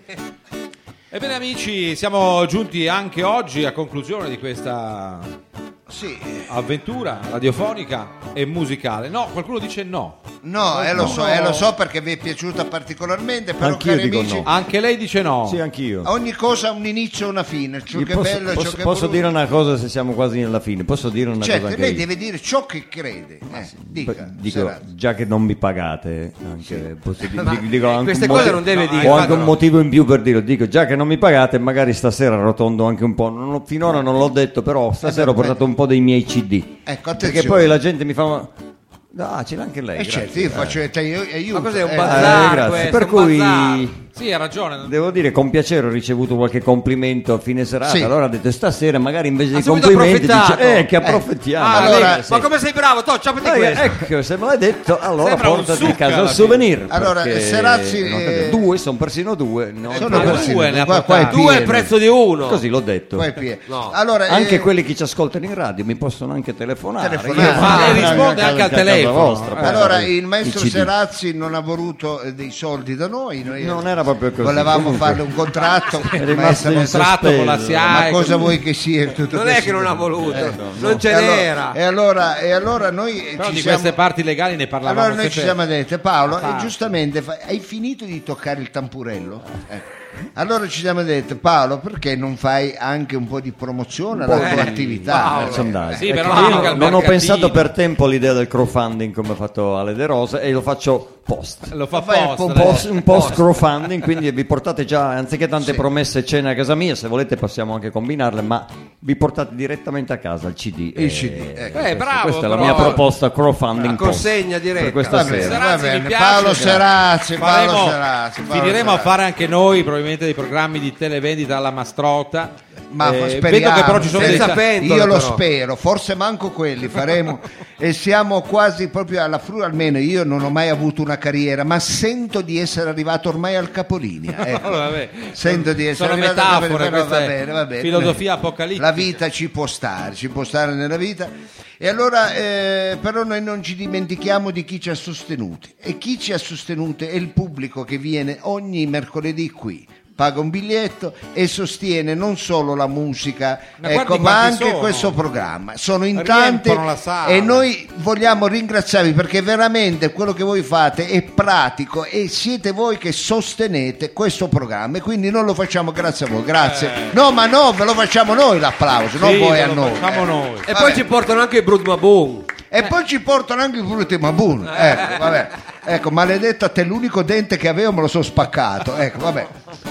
Speaker 4: Ebbene amici, siamo giunti anche oggi a conclusione di questa
Speaker 2: Sì.
Speaker 4: avventura radiofonica e musicale. No, qualcuno dice no.
Speaker 2: No, eh, lo
Speaker 4: No.
Speaker 2: so, eh, lo so perché vi è piaciuta particolarmente, però
Speaker 3: Anch'io
Speaker 2: cari
Speaker 3: dico
Speaker 2: amici,
Speaker 3: no.
Speaker 4: Anche lei dice no.
Speaker 3: Sì, anch'io.
Speaker 2: ogni cosa ha un inizio e una fine, ciò
Speaker 3: Io
Speaker 2: che è
Speaker 3: posso,
Speaker 2: bello e
Speaker 3: posso-
Speaker 2: ciò che è
Speaker 3: posso
Speaker 2: brutto.
Speaker 3: dire una cosa se siamo quasi nella fine? Posso dire una cosa
Speaker 2: Certo,
Speaker 3: anche
Speaker 2: lei
Speaker 3: io?
Speaker 2: deve dire ciò che crede. Eh, dica,
Speaker 3: Dico,
Speaker 2: Serrazzi.
Speaker 3: già che non mi pagate, anche, posso dire- dico- dico anche
Speaker 1: queste
Speaker 3: un
Speaker 1: cose
Speaker 3: motivo-
Speaker 1: non deve
Speaker 3: ho
Speaker 1: dire,
Speaker 3: anche un
Speaker 1: no.
Speaker 3: motivo in più per dirlo. Dico, già che non mi pagate, magari stasera arrotondo anche un po'. Non ho- finora non l'ho detto, però stasera ho portato un po' dei miei C D.
Speaker 2: Ecco,
Speaker 3: Perché
Speaker 2: attenzione.
Speaker 3: poi la gente mi fa. Ah, ce l'ha anche lei.
Speaker 2: Eh,
Speaker 3: grazie.
Speaker 2: certo, io faccio te, io aiuto.
Speaker 1: Ma cos'è, un
Speaker 2: eh,
Speaker 1: bazar?
Speaker 3: Eh, grazie.
Speaker 1: questo,
Speaker 3: Per
Speaker 1: un
Speaker 3: cui
Speaker 1: bazar.
Speaker 4: Sì, ha ragione.
Speaker 3: devo dire con piacere ho ricevuto qualche complimento a fine serata.
Speaker 2: Sì.
Speaker 3: Allora ho detto stasera magari invece
Speaker 1: Ha
Speaker 3: di
Speaker 1: subito
Speaker 3: complimenti dice
Speaker 1: approfittato.
Speaker 3: eh che approfittiamo.
Speaker 1: Ah,
Speaker 2: allora,
Speaker 1: lei- ma come sei bravo? To, ciapati
Speaker 3: Eh,
Speaker 1: questo.
Speaker 3: ecco, se me l'hai detto, allora
Speaker 4: Sembra un
Speaker 3: portati a
Speaker 4: succa
Speaker 3: casa
Speaker 4: alla
Speaker 3: il
Speaker 4: fine.
Speaker 3: souvenir.
Speaker 2: Allora,
Speaker 3: perché
Speaker 2: Serazzi,
Speaker 3: non
Speaker 2: eh,
Speaker 3: due, sono persino due. no?
Speaker 2: sono
Speaker 4: Ah,
Speaker 2: persino
Speaker 4: due ne ha
Speaker 2: qua, qua è
Speaker 4: portati.
Speaker 1: Due è il
Speaker 2: pieno.
Speaker 1: prezzo di uno.
Speaker 3: Così l'ho detto.
Speaker 2: Qua è pieno.
Speaker 1: No.
Speaker 2: Allora,
Speaker 3: Anche
Speaker 2: eh,
Speaker 3: quelli che ci ascoltano in radio mi possono anche telefonare.
Speaker 2: Telefonare.
Speaker 3: Io-
Speaker 2: Ah,
Speaker 4: lei risponde
Speaker 3: a
Speaker 4: anche al
Speaker 3: casa- a casa
Speaker 4: telefono.
Speaker 3: vostra,
Speaker 4: Eh.
Speaker 3: poi
Speaker 2: Allora,
Speaker 3: fare
Speaker 2: il maestro
Speaker 3: i C D.
Speaker 2: Serazzi non ha voluto eh, dei soldi da noi, noi
Speaker 3: Non era proprio così.
Speaker 2: volevamo
Speaker 3: Comunque,
Speaker 2: farle un contratto,
Speaker 3: è
Speaker 2: ma
Speaker 3: rimasto
Speaker 2: è
Speaker 3: in
Speaker 2: stato-
Speaker 4: contratto con la
Speaker 3: sospeso.
Speaker 4: SIAE.
Speaker 2: ma cosa vuoi che sia tutto
Speaker 1: Non è
Speaker 2: questo?
Speaker 1: che non ha voluto,
Speaker 2: Eh,
Speaker 1: non ce
Speaker 2: e allora-
Speaker 1: n'era.
Speaker 2: E allora, e allora noi eh,
Speaker 4: Però
Speaker 2: ci
Speaker 4: di
Speaker 2: siamo...
Speaker 4: queste parti legali ne parlavamo
Speaker 2: Allora noi ci
Speaker 4: sempre.
Speaker 2: siamo detti, Paolo,
Speaker 4: a parte.
Speaker 2: eh, giustamente, fa- hai finito di toccare il tampurello? Eh. Allora ci siamo detti, Paolo, perché non fai anche un po' di promozione alla tua attività?
Speaker 3: Merchandising.
Speaker 4: Sì,
Speaker 3: Ecco,
Speaker 4: però
Speaker 3: io
Speaker 4: mica
Speaker 3: non,
Speaker 4: il
Speaker 3: non ho
Speaker 4: mercatino.
Speaker 3: pensato per tempo all'idea del crowdfunding come ha fatto Ale De Rosa e lo faccio post.
Speaker 4: Lo fa
Speaker 2: Fai il
Speaker 4: apposta.
Speaker 2: po-
Speaker 3: Un
Speaker 4: lei.
Speaker 3: post, un post crowdfunding, quindi vi portate già, anziché tante promesse e cene a casa mia, se volete possiamo anche combinarle, ma vi portate direttamente a casa il C D.
Speaker 2: Il
Speaker 3: e-
Speaker 2: C D, ecco.
Speaker 4: Eh, bravo,
Speaker 3: questa è la
Speaker 4: però.
Speaker 3: mia proposta crowdfunding
Speaker 1: La
Speaker 3: post
Speaker 1: consegna diretta.
Speaker 3: per questa
Speaker 2: Va bene,
Speaker 3: sera.
Speaker 4: Serazzi,
Speaker 2: va bene.
Speaker 4: mi piace,
Speaker 2: Paolo
Speaker 4: grazie.
Speaker 2: Serazzi, Paolo
Speaker 4: Faremo-
Speaker 2: Serazzi, Paolo
Speaker 4: finiremo a
Speaker 2: Serazzi.
Speaker 4: fare anche noi probabilmente dei programmi di televendita alla Mastrota.
Speaker 2: Ma
Speaker 4: Eh,
Speaker 2: speriamo,
Speaker 4: vedo che però ci sono dei
Speaker 1: senza
Speaker 4: ta-
Speaker 1: pentole,
Speaker 2: io lo
Speaker 1: però.
Speaker 2: spero, forse manco quelli faremo e siamo quasi proprio alla frutta, almeno io non ho mai avuto una carriera, ma sento di essere arrivato ormai al capolinea, ecco.
Speaker 4: Vabbè.
Speaker 2: Sento di essere
Speaker 4: Sono
Speaker 2: arrivato al
Speaker 4: metafore,
Speaker 2: capolinea, però va
Speaker 4: queste
Speaker 2: bene, va bene.
Speaker 4: filosofia apocalittica.
Speaker 2: La vita ci può stare, ci può stare nella vita. E allora eh, però noi non ci dimentichiamo di chi ci ha sostenuti e chi ci ha sostenuti è il pubblico che viene ogni mercoledì qui, paga un biglietto e sostiene non solo la musica,
Speaker 4: Ma
Speaker 2: ecco,
Speaker 4: guardi
Speaker 2: ma
Speaker 4: quanti
Speaker 2: anche
Speaker 4: sono.
Speaker 2: questo programma. Sono in tanti
Speaker 4: Riempiono la sala.
Speaker 2: e noi vogliamo ringraziarvi perché veramente quello che voi fate è pratico e siete voi che sostenete questo programma e quindi non lo facciamo grazie a voi, grazie. No, ma no, ve lo facciamo noi l'applauso, non
Speaker 4: Sì,
Speaker 2: voi
Speaker 4: ve
Speaker 2: a
Speaker 4: lo
Speaker 2: noi.
Speaker 4: facciamo
Speaker 2: eh.
Speaker 4: noi.
Speaker 1: E
Speaker 2: Vabbè.
Speaker 1: poi ci portano anche i Brut Maboon.
Speaker 2: E poi ci portano anche il frutti Mabun. Ecco, vabbè. Ecco, maledetto a te, l'unico dente che avevo me lo sono spaccato. Ecco, vabbè.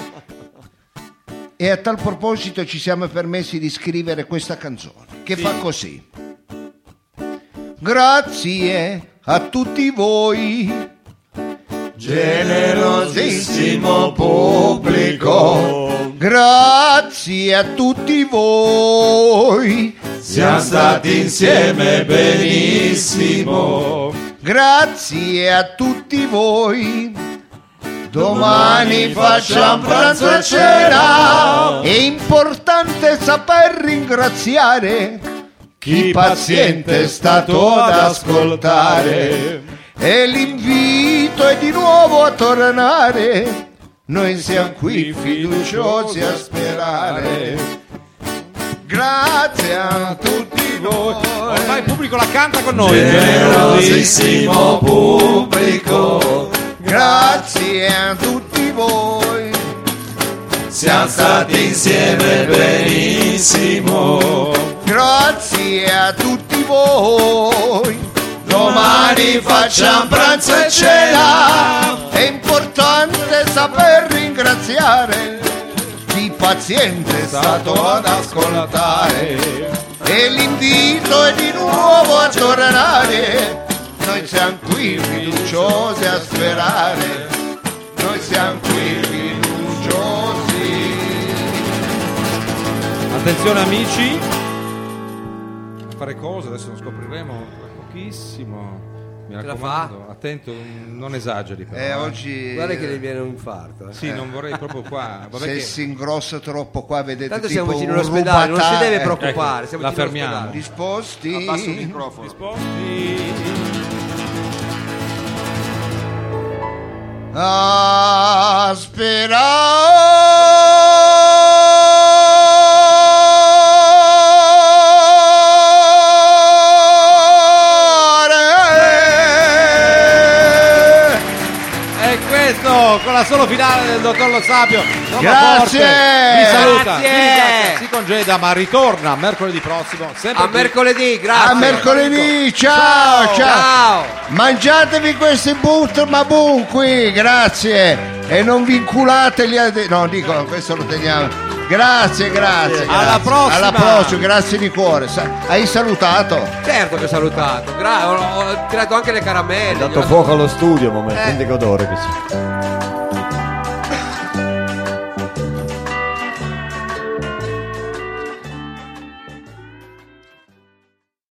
Speaker 2: E a tal proposito ci siamo permessi di scrivere questa canzone che fa così. Grazie a tutti voi, generosissimo pubblico. Grazie a tutti voi.
Speaker 6: Siamo stati insieme benissimo.
Speaker 2: Grazie a tutti voi. Domani facciamo pranzo e cena. È importante saper ringraziare chi paziente è stato ad ascoltare. E l'invito è di nuovo a tornare. Noi siamo qui fiduciosi a sperare. Grazie a tutti voi.
Speaker 4: Ormai il pubblico la canta con noi.
Speaker 6: Generosissimo pubblico,
Speaker 2: Grazie a tutti voi.
Speaker 6: siamo stati insieme benissimo.
Speaker 2: Grazie a tutti voi. Domani facciamo pranzo e cena. È importante saper ringraziare chi paziente è stato ad ascoltare. E l'invito è di nuovo a tornare. Noi siamo qui fiduciosi a sperare. Noi siamo qui fiduciosi.
Speaker 4: Attenzione amici, a fare cosa? Adesso lo scopriremo tra pochissimo. Mi
Speaker 1: Ce la
Speaker 4: raccomando, attento, non esageri però.
Speaker 2: Eh, oggi
Speaker 1: Guarda che gli viene un infarto. Eh.
Speaker 4: Sì, non vorrei proprio qua. Vabbè
Speaker 2: se
Speaker 4: che...
Speaker 2: si ingrossa troppo qua, vedete,
Speaker 1: Tanto
Speaker 2: tipo
Speaker 1: siamo vicino
Speaker 2: un
Speaker 1: all'ospedale, non si
Speaker 2: rubata-
Speaker 1: deve
Speaker 2: eh.
Speaker 1: preoccupare.
Speaker 4: Ecco,
Speaker 1: siamo
Speaker 4: la
Speaker 1: vicino
Speaker 4: fermiamo.
Speaker 1: all'ospedale.
Speaker 2: Disposti?
Speaker 5: Abbasso il microfono.
Speaker 4: Disposti?
Speaker 2: A sperare.
Speaker 4: E questo con la solo finale del dottor Lo Sapio. Roba
Speaker 2: Grazie.
Speaker 4: Forte vi saluta,
Speaker 1: Grazie.
Speaker 4: vi ringrazia, si congeda ma ritorna mercoledì prossimo sempre
Speaker 1: A
Speaker 4: qui.
Speaker 1: mercoledì, grazie.
Speaker 2: A mercoledì, ciao, ciao,
Speaker 1: Ciao.
Speaker 2: Mangiatevi questi but mabun qui, grazie. E non vinculateli a... de- No, dico, questo lo teniamo. Grazie, grazie.
Speaker 4: Alla
Speaker 2: grazie.
Speaker 4: prossima.
Speaker 2: Alla prossima, grazie di cuore. Sa- hai salutato?
Speaker 1: Certo che ho salutato. Gra- ho, ho tirato anche le caramelle.
Speaker 3: Ho dato
Speaker 1: glielo-
Speaker 3: fuoco allo studio, ma
Speaker 1: Eh.
Speaker 3: quindi che odore che c'è.